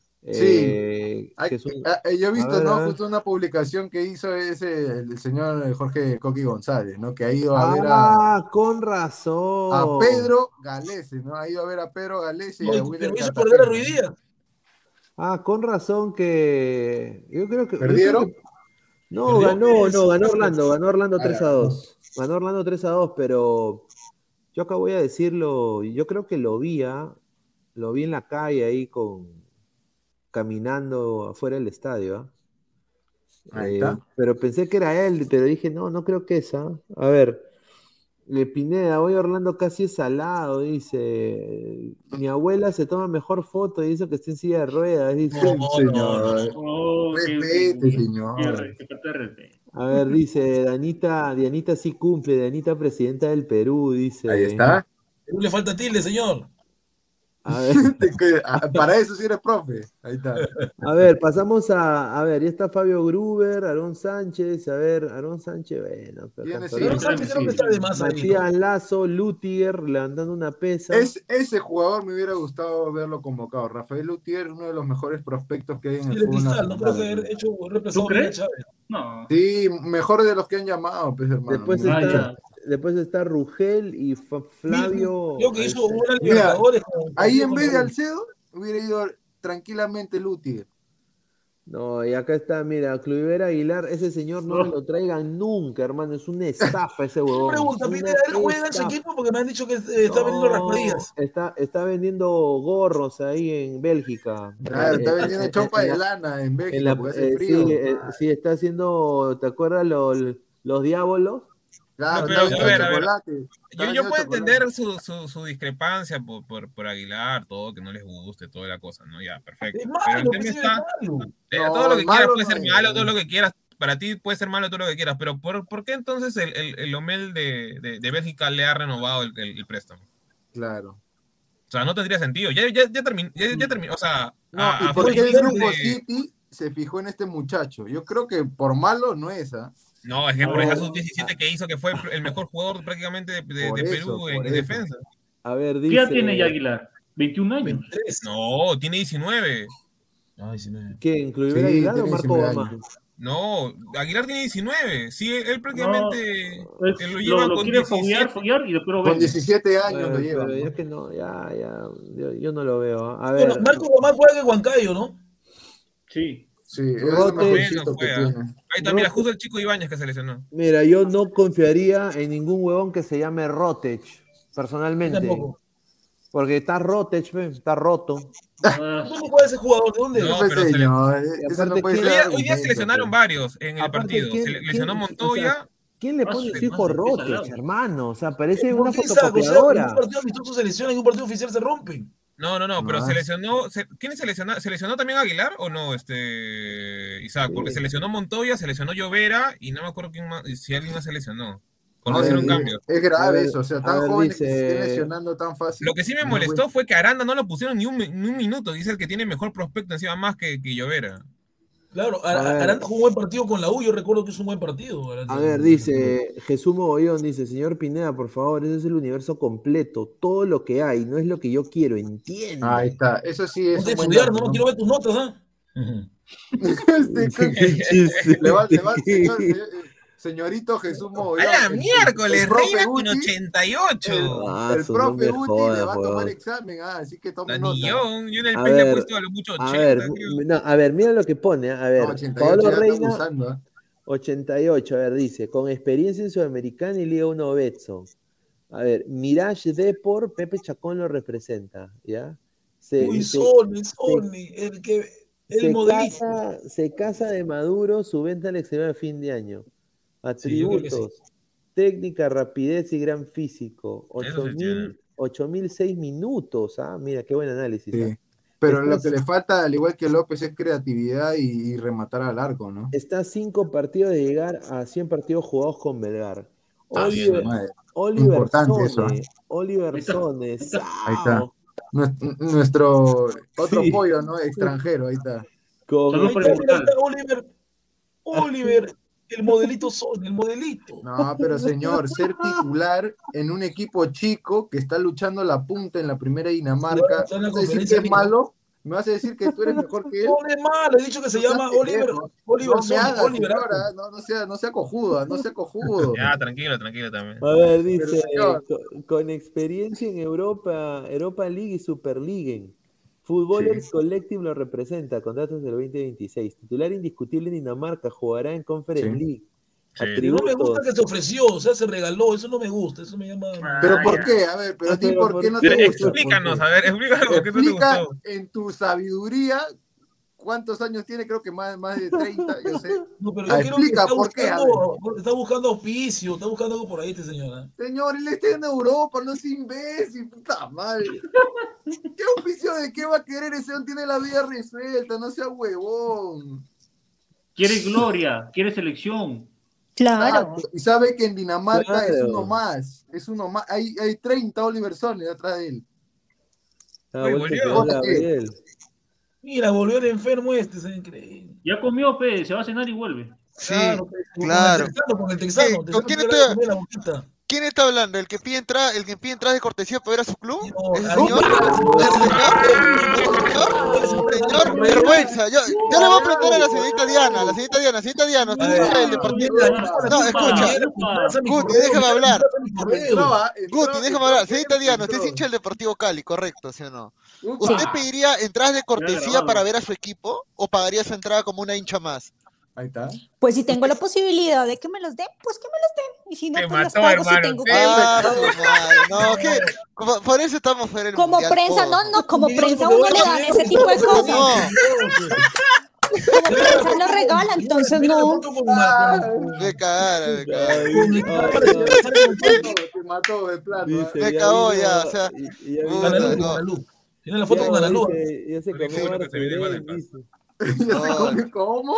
Sí. Que es yo he visto, a ver, justo una publicación que hizo el señor Jorge Coqui González, ¿no? Que ha ido a ver con razón. a Pedro Galese, ¿no? Ha ido a ver a Pedro Galese y a William Pero hizo perder a Ruiz Díaz. Con razón que yo creo que ¿Perdieron? No, ganó Orlando 3-2. Ganó Orlando 3-2, pero yo acá voy a decirlo, yo creo que lo vi en la calle ahí caminando afuera del estadio. Ahí está. Pero pensé que era él, pero dije, no creo que es. A ver, Pineda, hoy Orlando casi es salado, dice. Mi abuela se toma mejor foto y dice que está en silla de ruedas, dice. Señor. Respete, señor. A ver, dice, Dianita sí cumple, Dianita presidenta del Perú, dice. Ahí está. Perú le falta tilde, señor. A ver. Para eso sí eres profe. Ahí está. A ver, pasamos a ver, ya está Fabio Gruber, Aarón Sánchez, Aarón Sánchez, bueno. Aarón Sánchez creo que está de más ahí. Matías Lazo, Lutier, levantando una pesa. Ese jugador me hubiera gustado verlo convocado. Rafael Lutier, uno de los mejores prospectos que hay en el el fútbol Cristal, no creo que nacional. haber hecho reemplazado a Chávez. No. Sí, mejor de los que han llamado, pues, hermano. Después está Rugel y Flavio. Creo que hizo una Mira, Libertadores. ahí en vez de Alcedo, hubiera ido tranquilamente Lutier. No, y acá está, mira, Cluivera Aguilar, ese señor no me lo traigan nunca, hermano, es una estafa ese huevón. Pregunta, Pineda, ¿él juega en su equipo? Porque me han dicho que está vendiendo raspadillas. Está vendiendo gorros ahí en Bélgica. Claro, está vendiendo chompa de lana en Bélgica, porque hace frío. Sí, está haciendo, ¿te acuerdas los diábolos? Claro, No, pero, a ver, chocolate. Yo puedo entender su discrepancia por Aguilar, todo, que no les guste, toda la cosa, ¿no? Ya, perfecto. Es malo, pero el tema está, todo lo que quieras puede ser malo, todo lo que quieras, para ti puede ser malo todo lo que quieras, pero ¿por qué entonces el Omel de Bélgica le ha renovado el préstamo? Claro. O sea, no tendría sentido. Ya terminó, o sea... ¿Y por qué el Grupo City se fijó en este muchacho? Yo creo que por malo no es, ¿ah? No, es que por esa sub-17 que hizo, que fue el mejor jugador prácticamente de Perú en defensa. A ver, dice... ¿Qué edad tiene ya Aguilar? ¿21 años? 23. No, tiene 19. No, 19. ¿Qué? ¿Incluir Aguilar o Marco Obama? No, Aguilar tiene 19. Sí, él prácticamente lo lleva con 17. Foguear y después con 17 años lo lleva. Pero ya que no, yo no lo veo. A ver. Bueno, Marco Obama juega en Huancayo, ¿no? Sí. Sí, es el mejorcito que tiene. Ahí está, mira, justo el chico Ibáñez que se lesionó. Mira, yo no confiaría en ningún huevón que se llame Rotech, personalmente. Porque está Rotech, está roto. ¿Cómo puede ese jugador? ¿De dónde? No, pero hoy día se lesionaron varios en el partido. Se lesionó Montoya. ¿Quién le pone su hijo Rotech, hermano? O sea, parece una fotocopiadora. En un partido amistoso se lesiona, en un partido oficial se rompen. No, pero se lesionó. ¿Quién se lesionó? ¿Se lesionó también Aguilar o no, Isaac? Porque se lesionó Montoya, se lesionó Llovera y no me acuerdo quién más, si alguien más se lesionó. ¿O hicieron cambios? Es grave eso, o sea, tan jóvenes que se estén lesionando tan fácil. Lo que sí me molestó fue que Aranda no lo pusieron ni un minuto. Dice el que tiene mejor prospecto encima más que Llovera. Claro, Aranda jugó un buen partido con la U, yo recuerdo que es un buen partido. A ver, dice Jesús Mogollón, dice, señor Pineda, por favor, ese es el universo completo, todo lo que hay, no es lo que yo quiero, entiendo. Ahí está, eso sí es. No estudiar, no quiero ver tus notas, ¿ah? Señorito Jesús Mogollón. ¡A la miércoles! Reina con 88. El profe Guti le va a tomar examen, así que tome nota. Yo en el PEN le he puesto a lo mucho 80. A ver, mira lo que pone. A ver, 88, Pablo Reina, 88, a ver, dice, con experiencia en Sudamericana y Liga 1 Betson. A ver, Mirage Depor, Pepe Chacón lo representa, ¿ya? Se casa de Maduro, su venta al exterior a fin de año. Atributos, técnica, rapidez y gran físico. 8.006 minutos. Mira, qué buen análisis. Sí. Pero lo que le falta, al igual que López, es creatividad y rematar al arco, ¿no? Está a 5 partidos de llegar a 100 partidos jugados con Melgar. Oliver Sone. Ahí está. Nuestro otro pollo, ¿no? Extranjero, ahí está. Oliver. El modelito son, el modelito. No, pero señor, ser titular en un equipo chico que está luchando la punta en la primera Dinamarca, ¿me vas a decir que es malo? ¿Me vas a decir que tú eres mejor que él? No es malo, he dicho que se llama Oliver. No sea cojudo, no sea cojudo. Ya, tranquilo también. A ver, dice, con experiencia en Europa League y Super League. Footballers Collective lo representa, contratos del 2026. Titular indiscutible en Dinamarca, jugará en Conference League. No me gusta que se ofreció, o sea, se regaló, eso no me gusta, eso me llama... ¿Pero por qué? A ver, pero a ti, ¿por qué no te gusta? Explícanos, a ver, explícanos por qué no te gustó. En tu sabiduría, ¿cuántos años tiene? Creo que más de 30, yo sé. No, pero yo explica por qué. Está buscando auspicio, está buscando algo por ahí este señor. Señor, él está en Europa, no es imbécil, puta madre. ¿Qué auspicio de qué va a querer? Ese hombre tiene la vida resuelta, no sea huevón. Quiere gloria, quiere selección. Claro. Y sabe que en Dinamarca es uno más. Hay 30 Oliver Sone detrás de él. Mira, volvió el enfermo este, es increíble. Ya comió, se va a cenar y vuelve. Sí, claro. Con el texano. ¿Con quién está hablando? ¿El que pide entrada de cortesía para ver a su club? ¿El señor? Señor, vergüenza. Yo le voy a preguntar a la señorita Diana. Señorita Diana, ¿usted escucha el departamento? No, escucha. Guti, déjame hablar. Guti, déjame hablar. Señorita Diana, usted es hincha del Deportivo Cali, ¿correcto, sí o no? ¿Usted pediría entradas de cortesía para ver a su equipo o pagaría su entrada como una hincha más? Ahí está. Pues si tengo la posibilidad de que me los den, pues que me los den. Y si no, te pues mató, los pago hermano, si tengo que... No, por eso estamos fuera del como mundial, prensa, como prensa uno le dan ese tipo de cosas. prensa lo regala, entonces no. Me cagaron. Te mató de plano. Me cagó ya, o sea. Tiene la foto con Analú. Ya se comió ¿Cómo?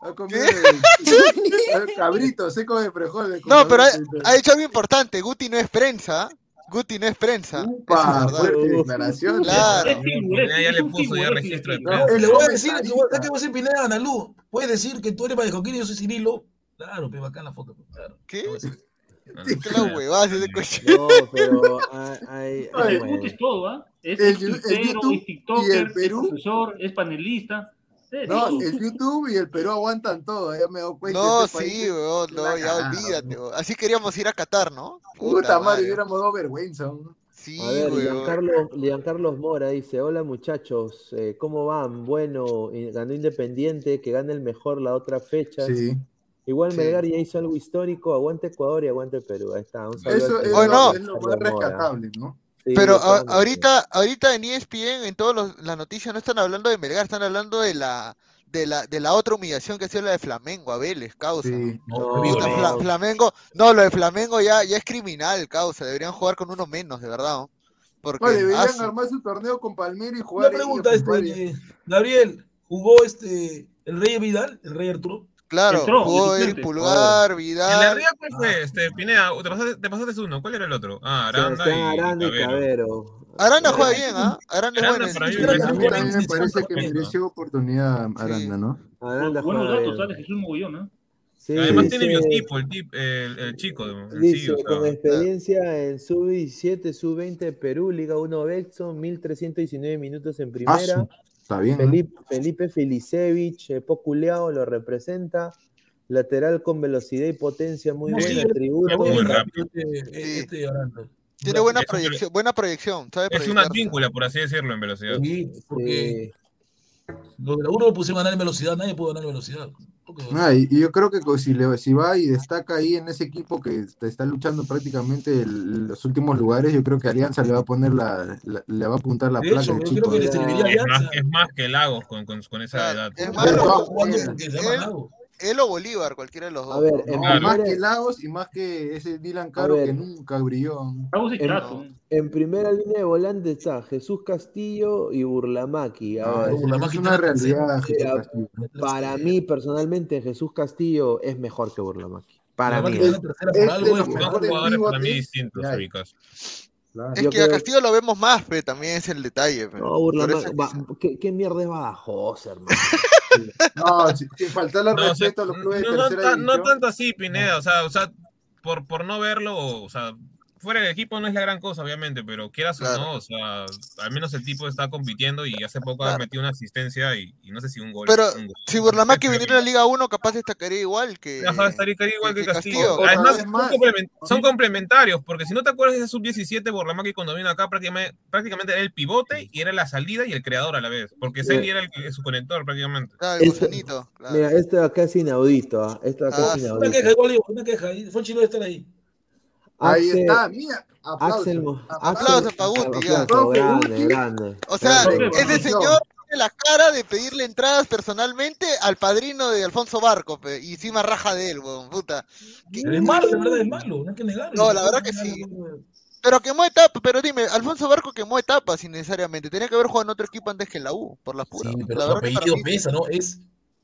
Cabrito, seco de frijoles. No, pero ha dicho algo importante. Guti no es prensa. Guti no es prensa. Upa, fuerte declaración. Claro. Ya le puso ya registro de prensa. Le voy a decir, ¿qué voy a decir Pineda, Analú? ¿Puedes decir que tú eres Vallejoquín y yo soy Cirilo? Claro, pero acá en la foto. Claro. ¿Qué? ¿Qué la huevada ese coche? No, pero Guti es todo, ¿ah? Es tuitero, es tiktoker, es profesor, es panelista. No, el YouTube y el Perú aguantan todo, ya me doy cuenta. No, sí, weón, no, ya olvídate, weón. Así queríamos ir a Qatar, ¿no? Puta madre, hubiéramos dado vergüenza. Sí, a ver, weón. Giancarlos Mora dice, hola muchachos, ¿cómo van? Bueno, ganó Independiente, que gane el mejor la otra fecha. Sí. Igual Sí. Melgar ya hizo algo histórico, aguante Ecuador y aguante Perú, ahí está. Un Eso es, no. es lo más rescatable, ¿no? Sí, Pero totalmente. ahorita en ESPN, en todas las noticias no están hablando de Melgar, están hablando de la otra humillación que ha sido la de Flamengo a Vélez, causa. Sí. Puta, Flamengo, no, lo de Flamengo ya es criminal, causa. Deberían jugar con uno menos, de verdad, ¿no? Porque Deberían armar su torneo con Palmeiras y jugar. Una pregunta, Gabriel, ¿jugó el Rey Vidal, el Rey Arturo? Claro, jugó Eric Pulgar, ¿En la Vidal. Ría cuál fue? Pineda, te pasaste uno. ¿Cuál era el otro? Aranda y Cabero. Aranda juega bien, ¿ah? Aranda es bueno. para mí A mí también me parece que mereció oportunidad Aranda, ¿no? Aranda Buenos juega datos, bien. ¿sabes? Jesús Mogollón, ¿no? Sí, Además dice- tiene biotipo, el chico. Dice, o sea. con experiencia en sub-17, sub-20 Perú, Liga 1 Betson, 1319 minutos en primera. Está bien. Felipe Felicevich, Poculeao lo representa. Lateral con velocidad y potencia muy buena, atributo. muy rápido. Aranda. Tiene buena proyección, ¿sabe? Es una víncula, por así decirlo, en velocidad. Sí, porque los de la Euro pusieron a ganar en velocidad, nadie pudo ganar en velocidad. Y yo creo que si va y destaca ahí en ese equipo que está luchando prácticamente los últimos lugares, yo creo que Alianza le va a poner le va a apuntar la placa al chico. Es más que Lagos con esa edad. Es malo. Él o Bolívar, cualquiera de los dos. A ver, más que Lagos y más que ese Dylan Caro que nunca brilló. En primera línea de volante está Jesús Castillo y Burlamaqui. Es una realidad, Jesús Castillo. Para mí, personalmente, Jesús Castillo es mejor que Burlamaqui. Para mí. Es de los mejores jugadores para mí pivotes distintos, que hay. ubicas. Es que a Castillo lo vemos más, pero también es el detalle. No, Burlamaqui. ¿Qué mierda es Badajoz, hermano? No, sin faltarle respeto a los clubes de tercera división. No tanto así, Pineda, o sea, por no verlo, o sea, fuera del equipo no es la gran cosa, obviamente, pero quieras o no, o sea, al menos el tipo está compitiendo y hace poco ha metido una asistencia y no sé si un gol. Pero si Burlamaqui viniera a la Liga 1, capaz destacaría igual que. Estaría igual que Castillo. Además, son complementarios, porque si no te acuerdas de ese sub-17, Burlamaqui cuando vino acá prácticamente era el pivote y era la salida y el creador a la vez, porque Celi era su conector prácticamente. El gusanito. Mira, esto de acá es inaudito. Esto de acá es inaudito. Una queja, fue chino de estar ahí. Ahí está, mira, aplausos para Guti. Grande. O sea, ese señor tiene la cara de pedirle entradas personalmente al padrino de Alfonso Barco, y encima raja de él, weón, puta. Es malo, de verdad, es malo, no hay que negarlo. No, la verdad que sí. Pero quemó etapas, pero dime, Alfonso Barco quemó etapas innecesariamente. Tenía que haber jugado en otro equipo antes que en la U, por la pura. Sí, pero la su apellido pesa, ¿no? Es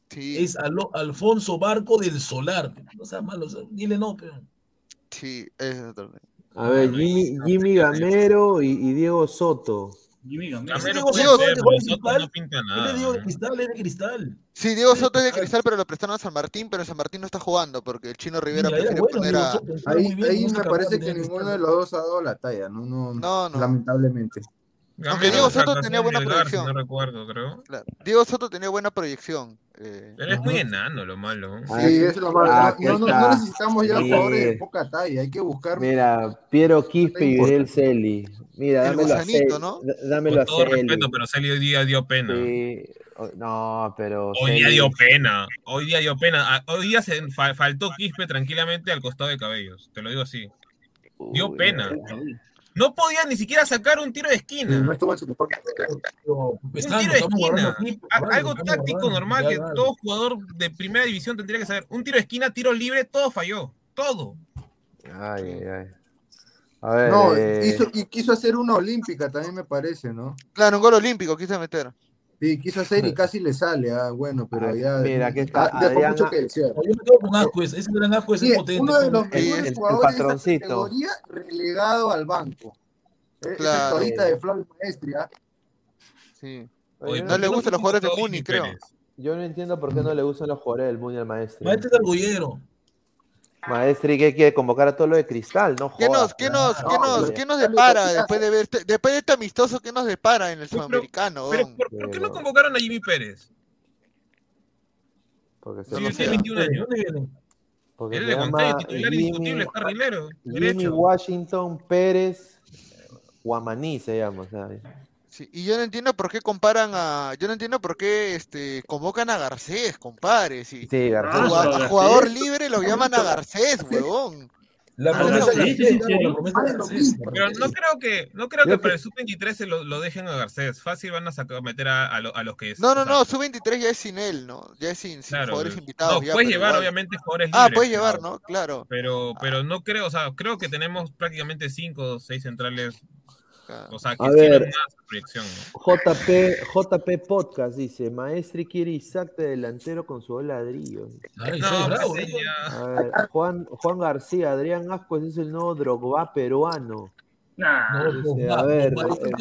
Alfonso Barco del Solar. No seas malo, dile no, pero. Sí, es totalmente. A ver, Jimmy Gamero y Diego Soto. Gamero Soto no pinta nada. Diego de Cristal, es de Cristal. Sí, Diego Soto es de Cristal, pero lo prestaron a San Martín, pero San Martín no está jugando porque el Chino Rivera prefiere poner a. Ahí me parece que ninguno de los dos ha dado la talla, no. Lamentablemente. Aunque Diego Soto tenía buena proyección. No recuerdo, creo. Claro. Diego Soto tenía buena proyección. Pero es muy enano, lo malo. Sí, es lo malo. No necesitamos ya jugadores de poca talla, hay que buscar. Mira, Piero Quispe y Uriel Celi. Mira, dámelo a Celi. Dámelo a Con todo Celi. respeto, pero Celi hoy día dio pena. Sí. No, pero. Hoy día dio pena. Hoy día se faltó Quispe tranquilamente al costado de Cabellos. Te lo digo así. Dio pena. No podía ni siquiera sacar un tiro de esquina. No estuvo en su mejor Un tiro de esquina. Algo táctico normal que todo jugador de primera división tendría que saber. Un tiro de esquina, tiro libre, todo falló. Todo. Ay. A ver. No, quiso hacer una olímpica también me parece, ¿no? Claro, un gol olímpico quiso meter. Sí, quiso hacer y casi le sale. Bueno, pero ya. Mira, aquí está dejó Adrián. mucho que decir. Yo me quedo con Ascuez, ese gran Ascuez es potente. Uno de los mejores jugadores de esa patroncito. categoría relegado al banco. Claro. Ahorita de Flavio Maestria. Sí. Oye, No le gustan los jugadores de Muni, creo. Yo no entiendo por qué no le gustan los jugadores del Muni al Maestri. Maestri es orgullero. Maestri, ¿qué quiere convocar a todo lo de Cristal? No jodas. ¿Qué nos depara después de este amistoso? ¿Qué nos depara en el Sudamericano? Pero ¿por qué no convocaron a Jimmy Pérez? Porque sí, tiene 21 años. Porque Él se le conté, llama titular indiscutible, es carrilero. Jimmy Derecho. Washington Pérez Guamaní se llama, ¿sabes? Sí, y yo no entiendo por qué convocan a Garcés, compadre. Sí. Sí, Garcés. A jugador libre lo llaman a Garcés, huevón. La promesa de Garcés, Pero no creo que para el sub-23 se lo dejen a Garcés. Fácil van a meter a los que... No, sub-23 ya es sin él, ¿no? Ya es sin claro, jugadores invitados. No, ya, puedes llevar igual. obviamente jugadores libres. Puedes llevar, ¿no? Claro. Pero no creo, o sea, creo que tenemos prácticamente 5 o 6 centrales. O sea, que A tienen ver, más proyección, ¿no? JP Podcast dice, Maestri quiere Isaac de delantero con su ladrillo. Bravo, A ver, Juan García, Adrián Ascuez es el nuevo Drogba peruano. Dice, a ver,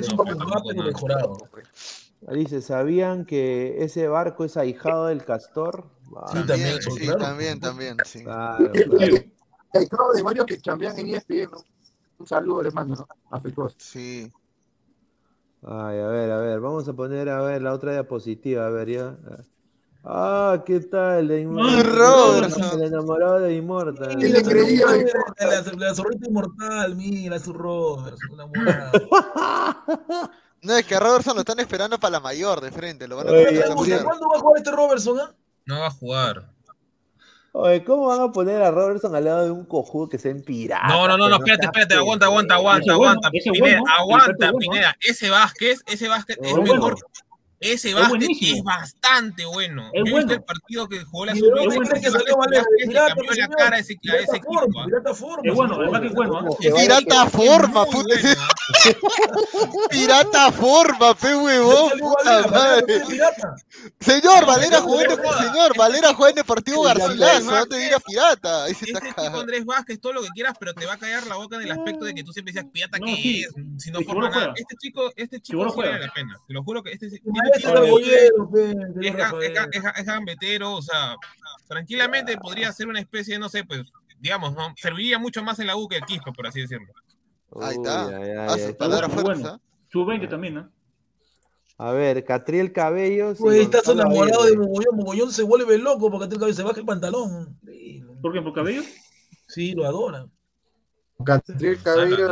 dice, ¿sabían que ese barco es ahijado del Castor? También, sí. Claro. Hay creo de varios que chambean en ESPN, ¿no? Un saludo, les mando, ¿no? Afectuoso. Sí. Ay, a ver, vamos a poner, la otra diapositiva, a ver, ya. Ah, ¿qué tal? El enamorado de Immortal. ¿Qué le creía? La zorrita inmortal, mira, su Roberts, No, es que a Robertson lo están esperando para la mayor de frente. Lo van a ¿Cuándo va a jugar este Robertson? No va a jugar. Oye, ¿cómo van a poner a Robertson al lado de un cojudo que sea en pirata? No, espérate, aguanta, Pineda. Ese Vázquez es mejor. Ese Vázquez es bastante bueno. Yo viste el partido que jugó la Sub-20 que salió cambió la cara a ese equipo. Pirata forma. Es bueno, el Vázquez es bueno. Pirata forma, puta. Pirata forma, pe huevón. Señor, Valera juega en Deportivo Garcilaso, no te digas pirata. Este tipo Andrés Vázquez, todo lo que quieras, pero te va a callar la boca en el aspecto de que tú siempre decías pirata que es, si no forma nada. Este chico sí vale la pena. Te lo juro que este es gambetero, o sea, tranquilamente podría ser una especie de, no sé, pues, digamos, ¿no? Serviría mucho más en la U que el Quispe, por así decirlo. Ahí está. Sus palabras fuertes. Sub-20 también, ¿no? A ver, Catriel Cabellos. Pues estás enamorado de Mogollón. Mogollón se vuelve loco porque Catriel Cabellos se baja el pantalón. ¿Por qué? ¿Por Cabellos? Sí, lo adora. Catriel Cabello.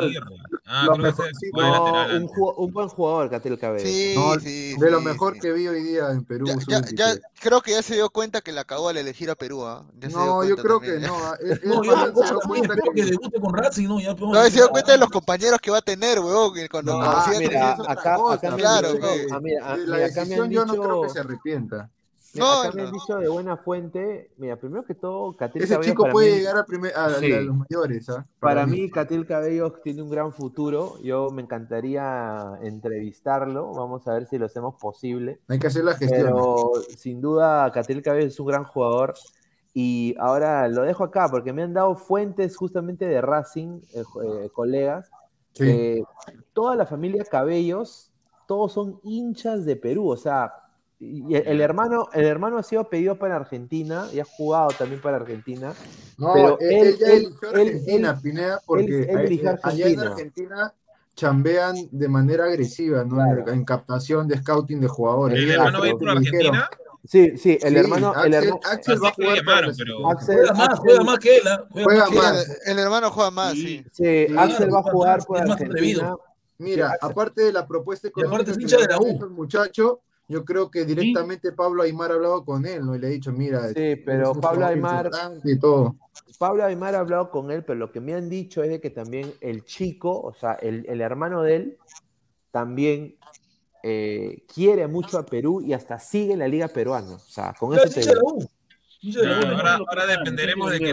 Un buen jugador, Catriel Cabello. Sí, de lo mejor que vi hoy día en Perú. Ya creo que ya se dio cuenta que la cagó al elegir a Perú. No, yo creo que no. Yo se dio cuenta que debute con Racing, ¿no? No, se dio cuenta de los compañeros que va a tener, weón. Cuando claro. La decisión yo no creo que se arrepienta. Acá me han dicho de buena fuente, mira, primero que todo, Catriel ese Cabellos chico puede llegar a los mayores. Para mí, Catriel Cabellos tiene un gran futuro. Yo me encantaría entrevistarlo. Vamos a ver si lo hacemos posible. Hay que hacer la gestión. Pero sin duda, Catriel Cabellos es un gran jugador. Y ahora lo dejo acá porque me han dado fuentes justamente de Racing, colegas. Sí. Toda la familia Cabellos, todos son hinchas de Perú. O sea, y el hermano ha sido pedido para Argentina y ha jugado también para Argentina. No, pero él eligió Argentina, Pineda, porque allá en Argentina chambean de manera agresiva, ¿no? Claro. En captación de scouting de jugadores. ¿El hermano va a ir por Argentina? Sí, el hermano. Axel va a jugar para juega más que él. Juega más. El hermano juega más, sí. Axel va a jugar por Argentina. Mira, aparte de la propuesta económica que le da el muchacho, Yo creo que directamente Pablo Aimar ha hablado con él, ¿no? Y le ha dicho, mira, Sí, pero un Pablo jugador Aimar, importante y todo. Pablo Aimar ha hablado con él, pero lo que me han dicho es de que también el chico, o sea, el hermano de él, también quiere mucho a Perú y hasta sigue en la liga peruana. O sea, con eso te digo. Ahora dependeremos de que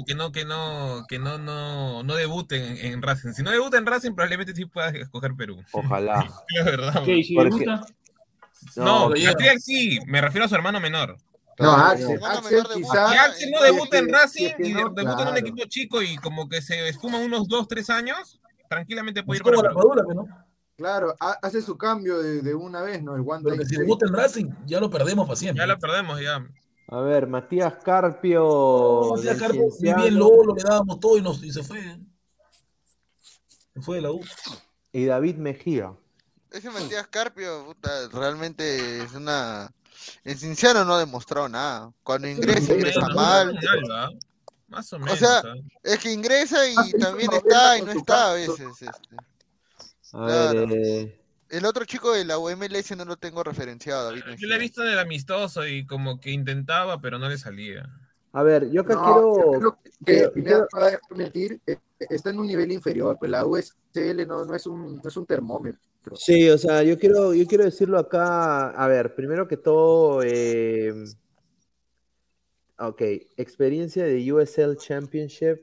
no debuten en Racing. Si no debuta en Racing, probablemente sí pueda escoger Perú. Ojalá. La verdad. ¿Qué? ¿Y si debuta? No, Gabriel sí, me refiero a su hermano menor. No, Axel quizás. Si Axel no debuta en Racing si y no, debuta en un claro. equipo chico y como que se esfuma unos 2-3 años, tranquilamente puede ir como para la Perú. Padula, ¿no? Claro, hace su cambio de una vez, ¿no? El guante. Pero que si debuta en Racing, ya lo perdemos para siempre. Ya lo perdemos, ya. A ver, Matías Carpio. Matías del Carpio, Cienciano. vivía en Lolo, le dábamos todo y se fue. Se fue de la U. Y David Mejía. Ese Matías Carpio, puta, realmente es una... En Cienciano no ha demostrado nada. Cuando ingresa mal. Más o menos. O sea, es que ingresa y también está y no está a veces. A Claro. ver, El otro chico de la UMLS no lo tengo referenciado, David Mejía. Yo lo he visto en el amistoso y como que intentaba, pero no le salía. a ver, yo acá Yo creo que quiero- va a permitir, está en un nivel inferior, pero la USL no es un termómetro. Sí, o sea, yo quiero decirlo acá. A ver, primero que todo, ok, experiencia de USL Championship.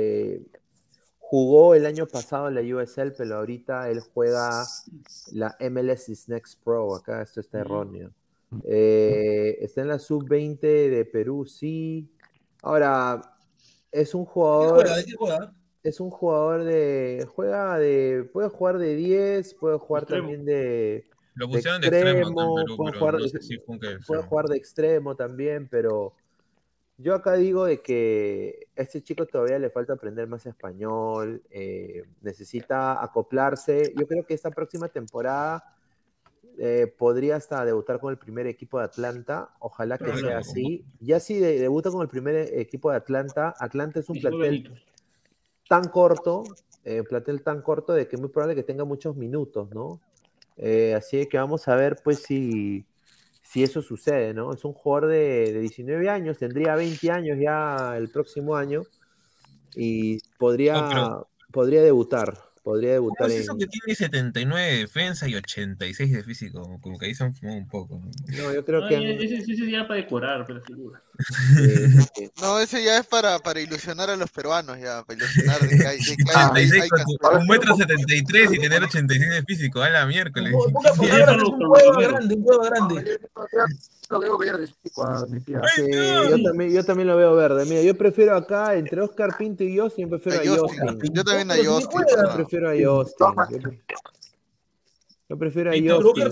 Jugó el año pasado en la USL, pero ahorita él juega la MLS is Next Pro. Acá esto está erróneo. Está en la sub-20 de Perú, sí. Ahora, es un jugador. ¿De qué juega? Es un jugador puede jugar de 10, puede jugar Extremo. también de Lo pusieron de extremo acá en Perú, puede pero jugar, no sé si fue un que puede extremo. jugar de extremo también, pero yo acá digo de que a este chico todavía le falta aprender más español, necesita acoplarse. Yo creo que esta próxima temporada podría hasta debutar con el primer equipo de Atlanta, ojalá que sea así. Ya si debuta con el primer equipo de Atlanta, Atlanta es un plantel tan corto, plantel tan corto de que es muy probable que tenga muchos minutos, ¿no? Así que vamos a ver, pues, si eso sucede, ¿no? Es un jugador de 19 años, tendría 20 años ya el próximo año y podría debutar. Podría debutar ¿Cómo es eso que tiene 79 de defensa y 86 de físico? Como que ahí se han fumado un poco. No, yo creo que... Ese ya para decorar, pero figura. No, ese ya es para ilusionar a los peruanos, ya, para ilusionar de que hay 86 con 1,73 m y tener 86 de físico, a la miércoles. Un huevo grande. Lo veo verde, Sí, yo también lo veo verde. Mira, yo prefiero acá, entre Oscar Pinto y Justin, prefiero a Justin. Yo también a Justin. Yo prefiero a Justin. Yo prefiero a Justin.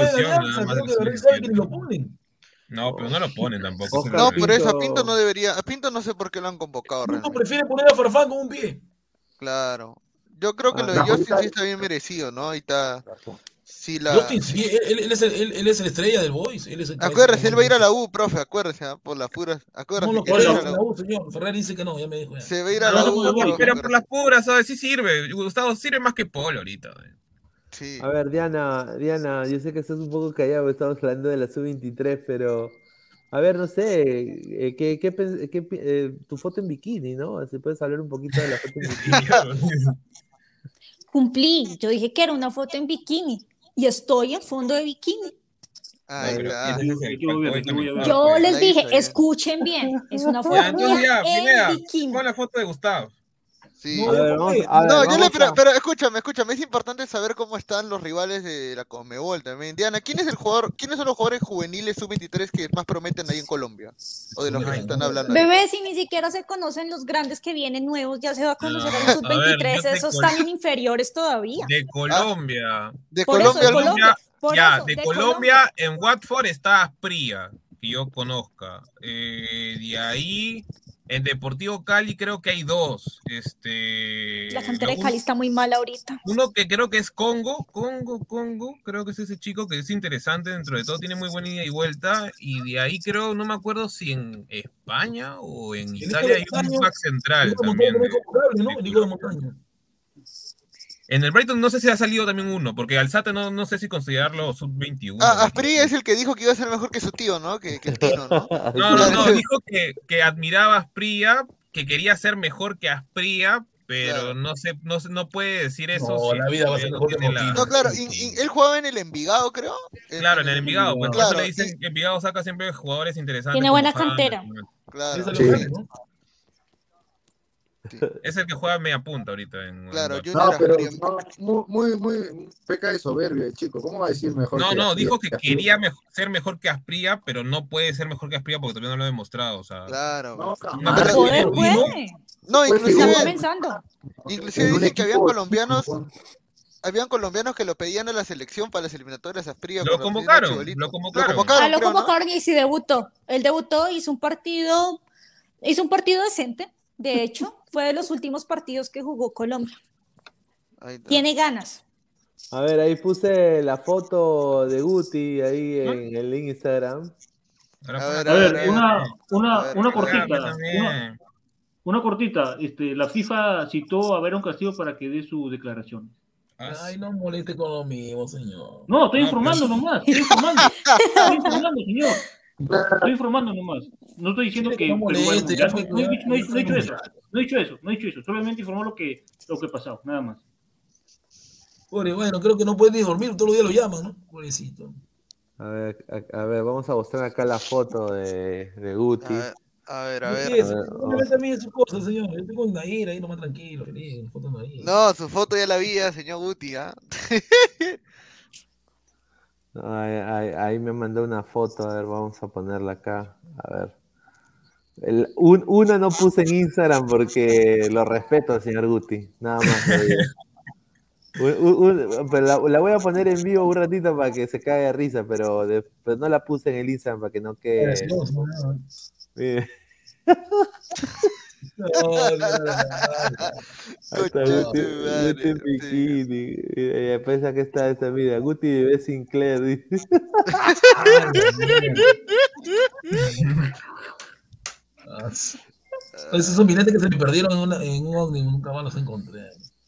No, pero no lo ponen tampoco. No, por eso a Pinto no debería. A Pinto no sé por qué lo han convocado. Pinto prefiere poner a Farfán con un pie. Claro. Yo creo que lo de Justin sí está bien merecido, ¿no? Ahí está. Sí, Justin, sí, él es la estrella del Boys. Acuérdese, él va a ir a la U, profe, acuérdese, por las puras. Acuérdese. No lo quiere ir a la U, señor. Ferrari dice que no, ya me dijo. Ya. Se va a ir a la U. Pero por las puras, ¿sabes? Sí sirve. Gustavo sirve más que Polo ahorita. Sí. A ver, Diana, yo sé que estás un poco callado, estamos hablando de la sub-23, pero a ver, no sé, tu foto en bikini, ¿no? Si puedes hablar un poquito de la foto en bikini. Cumplí, yo dije que era una foto en bikini y estoy en fondo de bikini. Yo les dije, escuchen bien, es una foto en bikini. Pon la foto de Gustavo. Sí. Pero escúchame, es importante saber cómo están los rivales de la Conmebol también. Diana, ¿quiénes son los jugadores juveniles sub-23 que más prometen ahí en Colombia? O de los que están hablando. Bebé, si ni siquiera se conocen los grandes que vienen nuevos, ya se va a conocer a los sub-23, esos están en inferiores todavía. De Colombia. De Colombia. De Colombia, en Watford está Asprilla, que yo conozca. De ahí, en Deportivo Cali creo que hay dos. La cantera de Cali está muy mal ahorita. Uno que creo que es Congo, creo que es ese chico que es interesante dentro de todo, tiene muy buena ida y vuelta. Y de ahí creo, no me acuerdo si en España o en Italia hay un back central también. En el Brighton no sé si ha salido también uno, porque Alzate no sé si considerarlo sub-21. Asprilla es el que dijo que iba a ser mejor que su tío, ¿no? Que el Tino, ¿no? No, dijo que admiraba a Asprilla, que quería ser mejor que Asprilla, pero no puede decir eso. No, la vida va a ser mejor que Moutinho. No, claro, él jugaba en el Envigado, creo. Claro, en el Envigado, pues claro, por eso le dicen que Envigado saca siempre jugadores interesantes. Tiene buena cantera. Claro. Es el que juega media punta ahorita. Claro, no, pero muy peca de soberbia el chico. ¿Cómo va a decir mejor? No, dijo que quería ser mejor que Asprilla, pero no puede ser mejor que Asprilla porque todavía no lo ha demostrado. O sea, claro. No, inclusive pensando. Inclusive dice que habían colombianos que lo pedían a la selección para las eliminatorias Asprilla. Lo convocaron. Lo convocaron y sí debutó. Él debutó, hizo un partido decente. De hecho, fue de los últimos partidos que jugó Colombia. Tiene ganas. A ver, ahí puse la foto de Guti ahí en el Instagram. A ver, una cortita. Una cortita. La FIFA citó a Byron Castillo para que dé su declaración. Ay, no moleste con lo mismo, señor. No, estoy informando nomás. Estoy informando, señor. Estoy informando nomás. No estoy diciendo que. No he dicho eso. Solamente informó lo que pasó, nada más. Pobre, bueno, creo que no puede ni dormir, todos los días lo llaman, ¿no? Pobrecito. A ver, vamos a mostrar acá la foto de Guti. A ver. No me también sus cosas, señor. Yo tengo una ira ahí nomás tranquilo, feliz. No, su foto ya la vi, señor Guti, ¿ah? Ahí me mandó una foto, a ver, vamos a ponerla acá. A ver. Una no puse en Instagram porque lo respeto al señor Guti, nada más. Pero la voy a poner en vivo un ratito para que se caiga de risa, pero no la puse en el Instagram para que no quede. Hasta Guti en bikini. Piensa que está esta vida. Guti bebé Sinclair, dice. Esos son billetes que se me perdieron en un ómnibus, nunca más los encontré.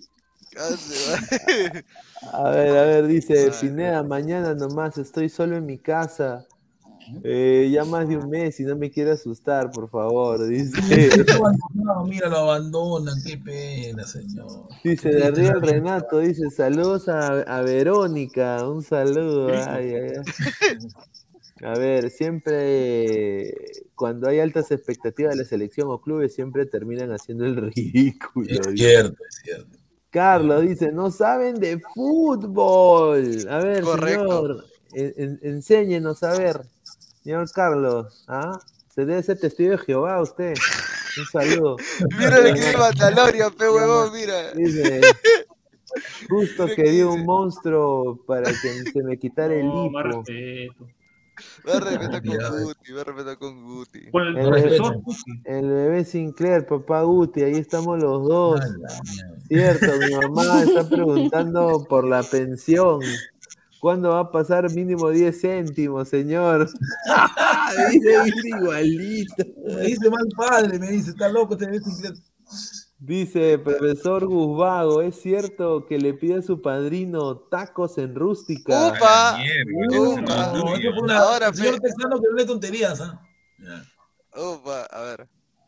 A ver, dice Pineda, mañana nomás estoy solo en mi casa. Ya más de un mes y no me quiere asustar, por favor, dice. No, mira, lo abandonan, qué pena, señor. Dice, de Real Renato, dice, saludos a Verónica, un saludo. Ay. A ver, siempre, cuando hay altas expectativas de la selección o clubes, siempre terminan haciendo el ridículo. Es cierto. Carlos dice, no saben de fútbol. A ver, correcto. Señor, enséñenos a ver. Señor Carlos, se debe ser testigo de Jehová usted. Un saludo. Mira el que Mandalorian, pe huevón, mira. Dice, justo que dio un monstruo para que se me quitara el hipo. Más respeto. Va a respetar con Guti. El bebé Sinclair, papá Guti, ahí estamos los dos. Cierto, mi mamá está preguntando por la pensión. ¿Cuándo va a pasar mínimo 10 céntimos, señor? Dice igualito. Me dice mal padre, me dice, está loco este bebé Sinclair. Dice, profesor Guzbago, ¿es cierto que le pide a su padrino tacos en rústica? ¡Upa! No, eso fue una señor texano que no le tonterías, Upa, a ver.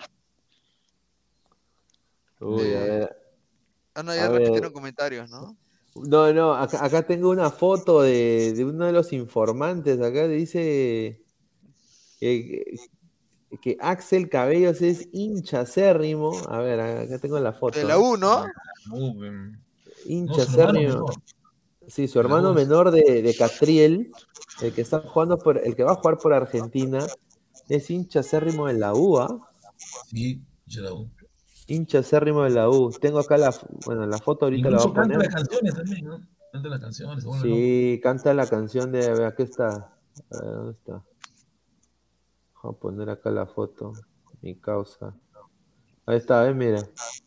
Uy, a ver. Ya repitieron comentarios, ¿no? No, acá tengo una foto de uno de los informantes. Acá dice que Axel Cabellos es hincha acérrimo. A ver, acá tengo la foto. De la U, ¿no? Hincha acérrimo. Sí, su hermano menor de Catriel, el que va a jugar por Argentina, es hincha acérrimo de la U, Sí, hincha de la U. Hincha acérrimo de la U. Tengo acá la foto, ahorita la voy a poner. Canta las canciones también, ¿no? Canta las canciones. Sí, canta la canción de... Aquí está. ¿Dónde está? Vamos a poner acá la foto. Mi causa. Ahí está, mira.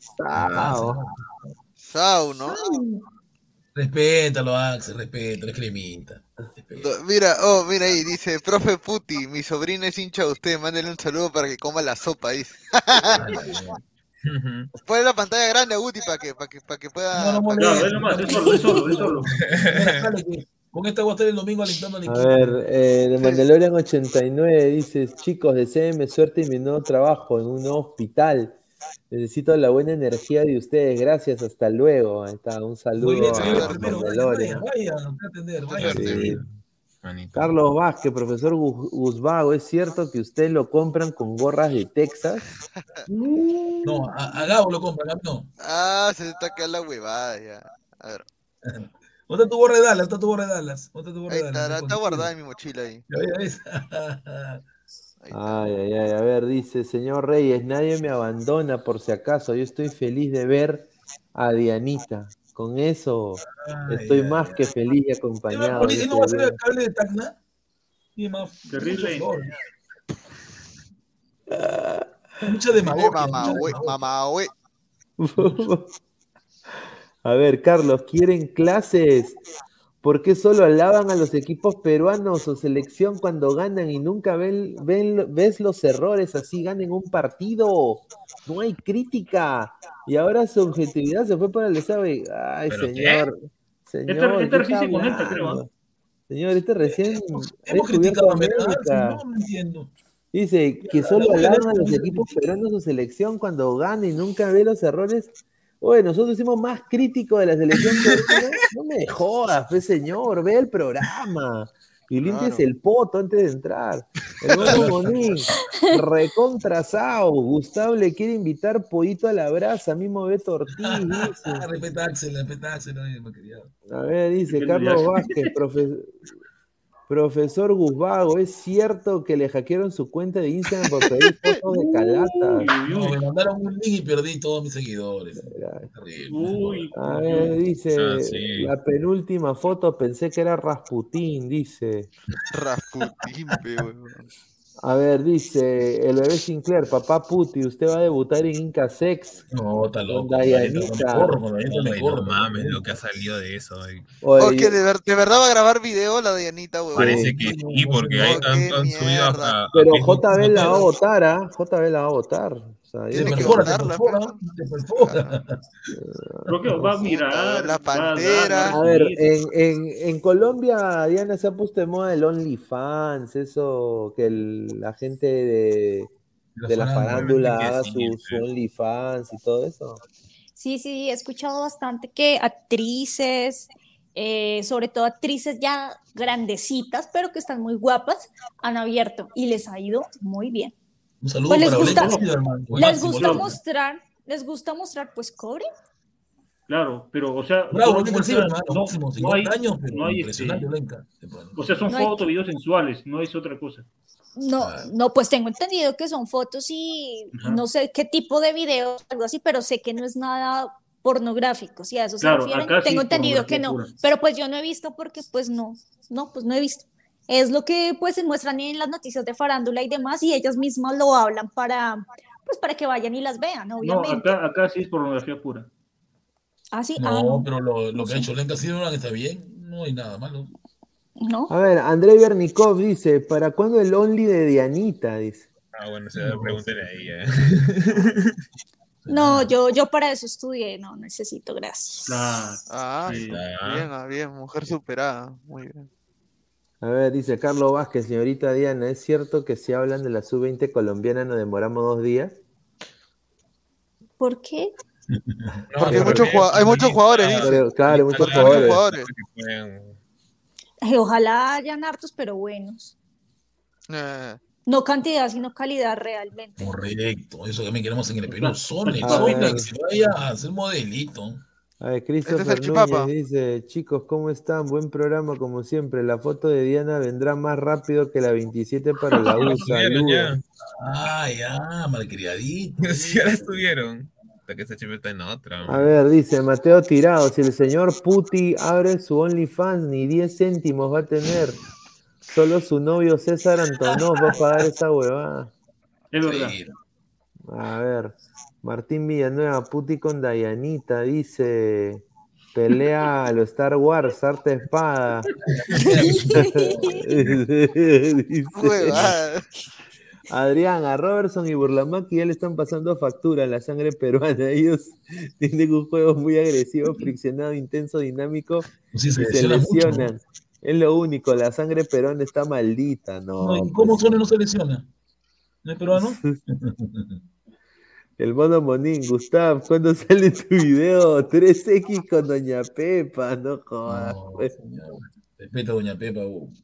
Sau, ¿no? Respétalo, Axel, respétalo, es cremita. Mira ahí, dice, profe Puti, mi sobrina es hincha de usted, mándele un saludo para que coma la sopa, dice. Pon la pantalla grande a Guti para que pueda. No, No, es nomás, es solo. Con esta voy a estar el domingo alentando al A equipo. ver, de Mandalorian 89 dices, chicos, deseenme suerte en mi nuevo trabajo en un nuevo hospital. Necesito la buena energía de ustedes. Gracias, hasta luego. Ahí está, un saludo Muy bien, a señor. Primero, Mandalorian. vaya, no te atender, vaya. Sí. Carlos Vázquez, profesor Guzbago, ¿es cierto que usted lo compran con gorras de Texas? No, a Gabo lo compra, a Gabo no. Ah, se está quedando la huevada ya. A ver. ¿Dónde está tu gorra de Dallas? Ahí está guardada en mi mochila ahí. Ya ves. Ay, a ver, dice, señor Reyes, nadie me abandona por si acaso, yo estoy feliz de ver a Dianita, con eso estoy más que feliz y acompañado. ¿Y no va a ser el cable de Tacna? Terrible. Mucha demagogia. Mamá, güey. A ver, Carlos, ¿quieren clases? ¿Por qué solo alaban a los equipos peruanos o selección cuando ganan y nunca ves los errores así ganen un partido? No hay crítica. Y ahora su objetividad se fue para el desave. Ay, señor. Señor, este recién se conecta, creo. ¿No? Señor, este recién hemos criticado a América. No entiendo. Dice que solo alaban a los equipos peruanos o selección cuando ganan y nunca ve los errores. Oye, nosotros hicimos más crítico de la selección peruana. No me jodas, señor, ve el programa y limpies el poto antes de entrar. El bueno Bonín, recontrasado. Gustavo le quiere invitar pollito a la brasa, mismo Beto Ortiz. Dice. Respetárselo. A ver, dice Carlos Vázquez, profesor Guzbago, ¿es cierto que le hackearon su cuenta de Instagram por pedir fotos de Calata? No, me mandaron un link y perdí todos mis seguidores. A ver, dice, la penúltima foto pensé que era Rasputín, dice. Rasputín, weón. A ver, dice, el bebé Sinclair, papá Puti, usted va a debutar en Inca Sex. No, está loco. Con Dayanita. No mames, lo que ha salido de eso. Oye, ¿de verdad va a grabar video la Dayanita, weón? Parece que sí, porque ahí han subido a pero JB la va a votar, ¿ah? JB la va a votar. O sea, tiene que votarla. Creo que va a mirar. La Pantera. A ver, en Colombia, Diana, se ha puesto de moda el OnlyFans, eso que la gente de la farándula haga su OnlyFans y todo eso. Sí, he escuchado bastante que actrices, sobre todo actrices ya grandecitas, pero que están muy guapas, han abierto y les ha ido muy bien. Un saludo pues para les gusta mostrar, pues cobre. Claro, pero, o sea, bravo, no hay o sea, son fotos, videos sensuales, no es otra cosa. No, pues tengo entendido que son fotos y no sé qué tipo de videos, algo así, pero sé que no es nada pornográfico, si a eso se refieren. Tengo entendido que no, pero pues yo no he visto porque pues no he visto. Es lo que pues se muestran en las noticias de farándula y demás, y ellas mismas lo hablan para que vayan y las vean, obviamente. No, acá sí es pornografía pura. ¿Ah, sí? No, pero lo que ha hecho Lenka Silva está bien, no hay nada malo. ¿No? A ver, Andrei Bernikov dice, ¿para cuándo el Only de Dianita? Dice. Bueno, se pregúntenle ahí. No, yo para eso estudié, no necesito, gracias. Bien, mujer superada, muy bien. A ver, dice Carlos Vázquez, señorita Diana, ¿es cierto que si hablan de la sub-20 colombiana nos demoramos 2 días? ¿Por qué? Porque hay muchos jugadores. Claro, hay muchos jugadores. Ojalá hayan hartos, pero buenos. No cantidad, sino calidad realmente. Correcto, eso también queremos en el Perú. Sonex, que vaya a hacer modelito. A ver, Christopher Núñez dice, chicos, ¿cómo están? Buen programa como siempre. La foto de Diana vendrá más rápido que la 27 para la USA. Ya, malcriadito. Sí, ya la estuvieron. Hasta que esa chica está en otra. A ver, dice Mateo Tirado, si el señor Puti abre su OnlyFans, ni 10 céntimos va a tener. Solo su novio César Antonov va a pagar esa huevada. Es verdad. A ver, Martín Villanueva, Puti con Dayanita, dice, pelea a lo Star Wars, arte espada. Dice, Adrián, a Robertson y Burlamaqui ya le están pasando factura en la sangre peruana. Ellos tienen un juego muy agresivo, friccionado, intenso, dinámico, Sí, y se se lesiona mucho, lesionan. ¿no? Es lo único, la sangre peruana está maldita, ¿no? No, ¿y cómo Sone no se lesiona? ¿No es peruano? El mono Monín, Gustav, ¿cuándo sale tu video? 3X con Doña Pepa, no jodas. Pues. Respeta a Doña Pepa.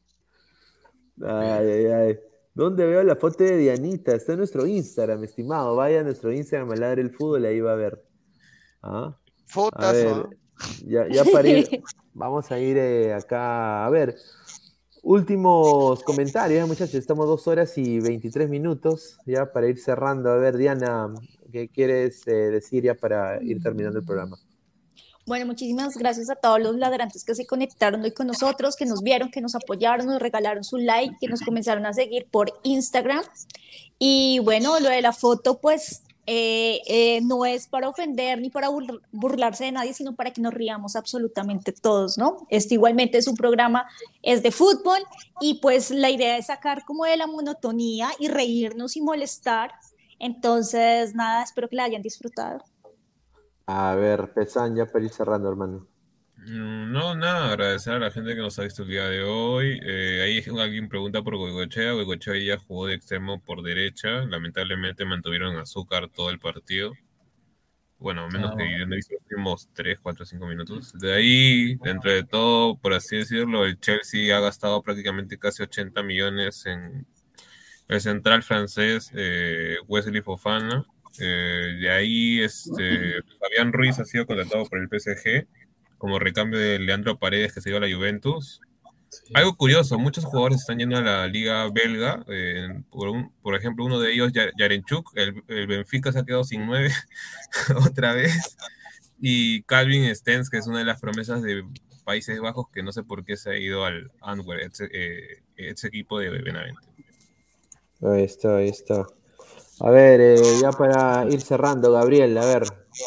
Ay, ay, ay. ¿Dónde veo la foto de Dianita? Está en nuestro Instagram, estimado. Vaya a nuestro Instagram, a Ladre el Fútbol, ahí va a ver. ¿Ah? A ver, ya para ir, vamos a ir acá. A ver, últimos comentarios, muchachos. Estamos 2 horas y 23 minutos, ya para ir cerrando. A ver, Diana, ¿qué quieres decir ya para ir terminando el programa? Bueno, muchísimas gracias a todos los ladrantes que se conectaron hoy con nosotros, que nos vieron, que nos apoyaron, nos regalaron su like, que nos comenzaron a seguir por Instagram. Y bueno, lo de la foto, pues no es para ofender ni para burlarse de nadie, sino para que nos riamos absolutamente todos, ¿no? Igualmente es un programa, es de fútbol, y pues la idea es sacar como de la monotonía y reírnos y molestar. Entonces, nada, espero que la hayan disfrutado. A ver, Pesan, ya para ir cerrando, hermano. No, nada, agradecer a la gente que nos ha visto el día de hoy. Ahí alguien pregunta por Goicoechea. Goicoechea ya jugó de extremo por derecha. Lamentablemente mantuvieron azúcar todo el partido. Bueno, menos que yo no he visto los últimos 3, 4, 5 minutos. De ahí, dentro de todo, por así decirlo, el Chelsea ha gastado prácticamente casi 80 millones en el central francés Wesley Fofana. De ahí Fabián Ruiz ha sido contratado por el PSG como recambio de Leandro Paredes, que se dio a la Juventus. Sí. Algo curioso, muchos jugadores están yendo a la liga belga, por ejemplo uno de ellos, Yarenchuk, el Benfica se ha quedado sin 9 otra vez, y Calvin Stengs, que es una de las promesas de Países Bajos, que no sé por qué se ha ido al Antwerp, ese equipo de Benavente. Ahí está. A ver, ya para ir cerrando, Gabriel, a ver.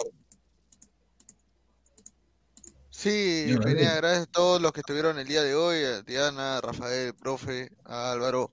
Sí, Pineda, gracias a todos los que estuvieron el día de hoy, a Diana, a Rafael, profe, a Álvaro.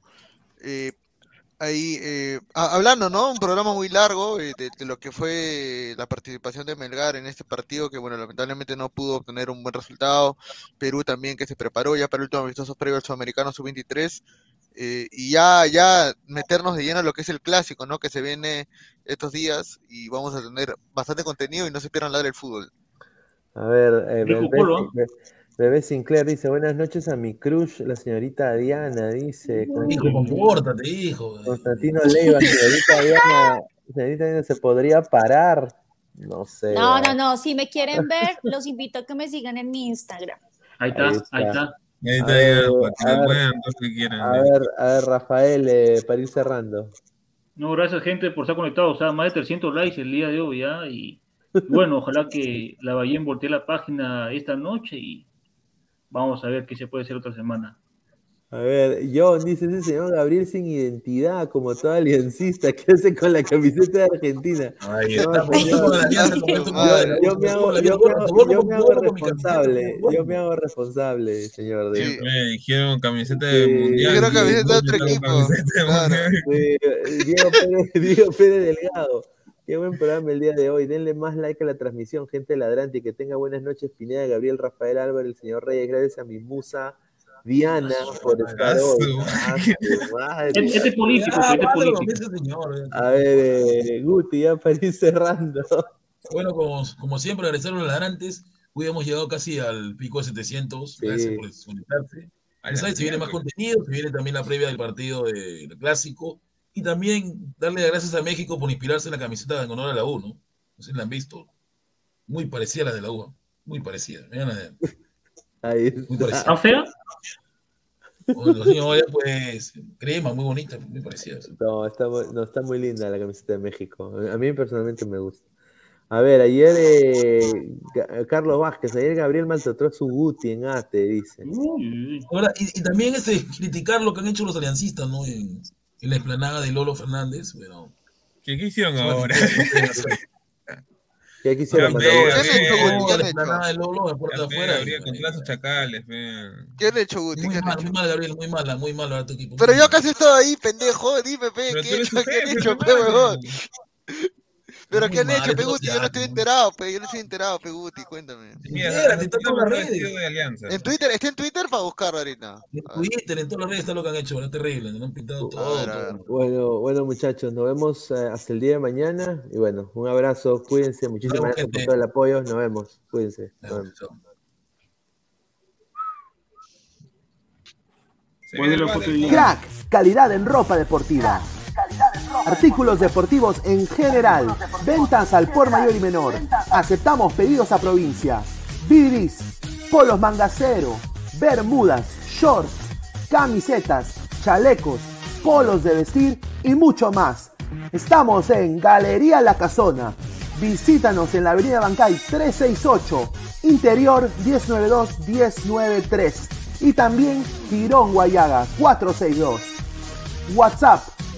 Hablando, ¿no? Un programa muy largo de lo que fue la participación de Melgar en este partido, que bueno, lamentablemente no pudo obtener un buen resultado. Perú también, que se preparó ya para el último amistoso previo al Sudamericano Sub-23. Y ya meternos de lleno a lo que es el clásico, ¿no? Que se viene estos días, y vamos a tener bastante contenido y no se pierdan Ladre el Fútbol. A ver, Bebé Sinclair dice: buenas noches a mi crush, la señorita Diana, dice. Hijo, compórtate, hijo. Constantino Leiva, señorita Diana, ¿se podría parar? No sé. No, si me quieren ver, los invito a que me sigan en mi Instagram. Ahí está. A ver, Rafael, para ir cerrando. No, gracias, gente, por estar conectados. O sea, más de 300 likes el día de hoy ya. Y bueno, ojalá que la Ballén voltee la página esta noche y vamos a ver qué se puede hacer otra semana. A ver, John dice: ese señor Gabriel sin identidad, como todo aliancista, ¿qué hace con la camiseta de Argentina? Yo me hago responsable, señor. Sí, me dijeron camiseta de mundial. Dijeron camiseta de otro equipo. Diego Pérez Delgado. Qué buen programa el día de hoy. Denle más like a la transmisión, gente ladrante, y que tenga buenas noches, Pineda, Gabriel, Rafael, Álvaro, el señor Reyes. Gracias a mi musa Diana por estar hoy. Este político. A ver, Guti, ya para ir cerrando. Bueno, como siempre, agradecer a los ladrantes. Hoy hemos llegado casi al pico de 700. Sí. Gracias por conectarse. Se viene más contenido, se viene también la previa del partido del Clásico. Y también darle las gracias a México por inspirarse en la camiseta en honor a la U, ¿no? No sé si la han visto. Muy parecida a la de la U. Muy parecida. Muy parecida. ¿Tan fea? Pues crema, muy bonita, muy parecida. No, está muy linda la camiseta de México. A mí personalmente me gusta. A ver, ayer Carlos Vázquez, ayer Gabriel maltrató a su Guti en ATE, dice. Ahora, y también criticar lo que han hecho los aliancistas, ¿no? En la explanada de Lolo Fernández, pero... ¿Qué hicieron ahora? ¿Qué quisieron? ¿Qué han hecho, Guti? ¿Qué han Gabriel, contra sus chacales, ¿Qué han hecho, Guti? Muy mal, Gabriel, muy mal ahora tu equipo. Pero yo casi estaba ahí, pendejo, dime, ¿qué han hecho, huevón? Pero ¿qué han hecho, Peguti? Yo no estoy enterado, Peguti, cuéntame. Entérate, está en todas las redes. En Twitter, está en Twitter para buscarlo ahorita. En Twitter, en todas las redes está lo que han hecho, es terrible, nos han pintado todo. Bueno, muchachos, nos vemos hasta el día de mañana. Y bueno, un abrazo, cuídense, muchísimas gracias por todo el apoyo, nos vemos, cuídense. Crack, calidad en ropa deportiva. Artículos deportivos en general. Ventas al por mayor y menor. Aceptamos pedidos a provincia. Bidris, polos mangacero, bermudas, shorts, camisetas, chalecos, polos de vestir y mucho más. Estamos en Galería La Casona. Visítanos en la avenida Bancay 368, interior 1092-1093 y también Girón Guayaga 462. WhatsApp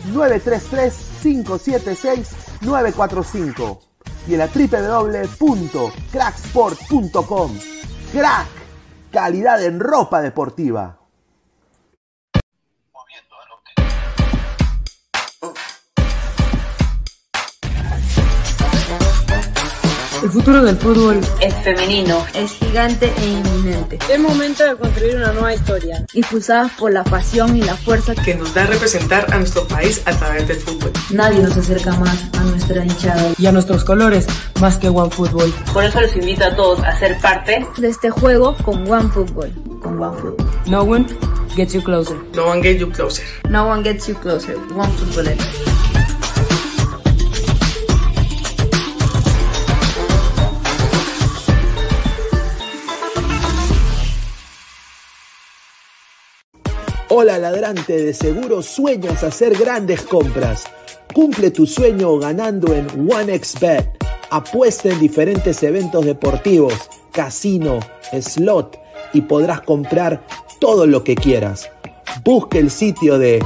933-576-945 y en la www.cracksport.com. Crack, calidad en ropa deportiva. El futuro del fútbol es femenino, es gigante e inminente. Es momento de construir una nueva historia, impulsada por la pasión y la fuerza que nos da representar a nuestro país a través del fútbol. Nadie nos acerca más a nuestra hinchada y a nuestros colores más que OneFootball. Por eso los invito a todos a ser parte de este juego con OneFootball. No one gets you closer. No one gets you closer. No one gets you closer. OneFootball. Hola ladrante, de seguro sueñas hacer grandes compras. Cumple tu sueño ganando en OneXBet. Apuesta en diferentes eventos deportivos, casino, slot y podrás comprar todo lo que quieras. Busca el sitio de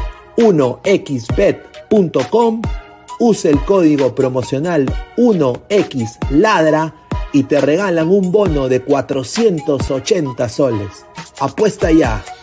1xbet.com, usa el código promocional 1xladra y te regalan un bono de 480 soles. Apuesta ya.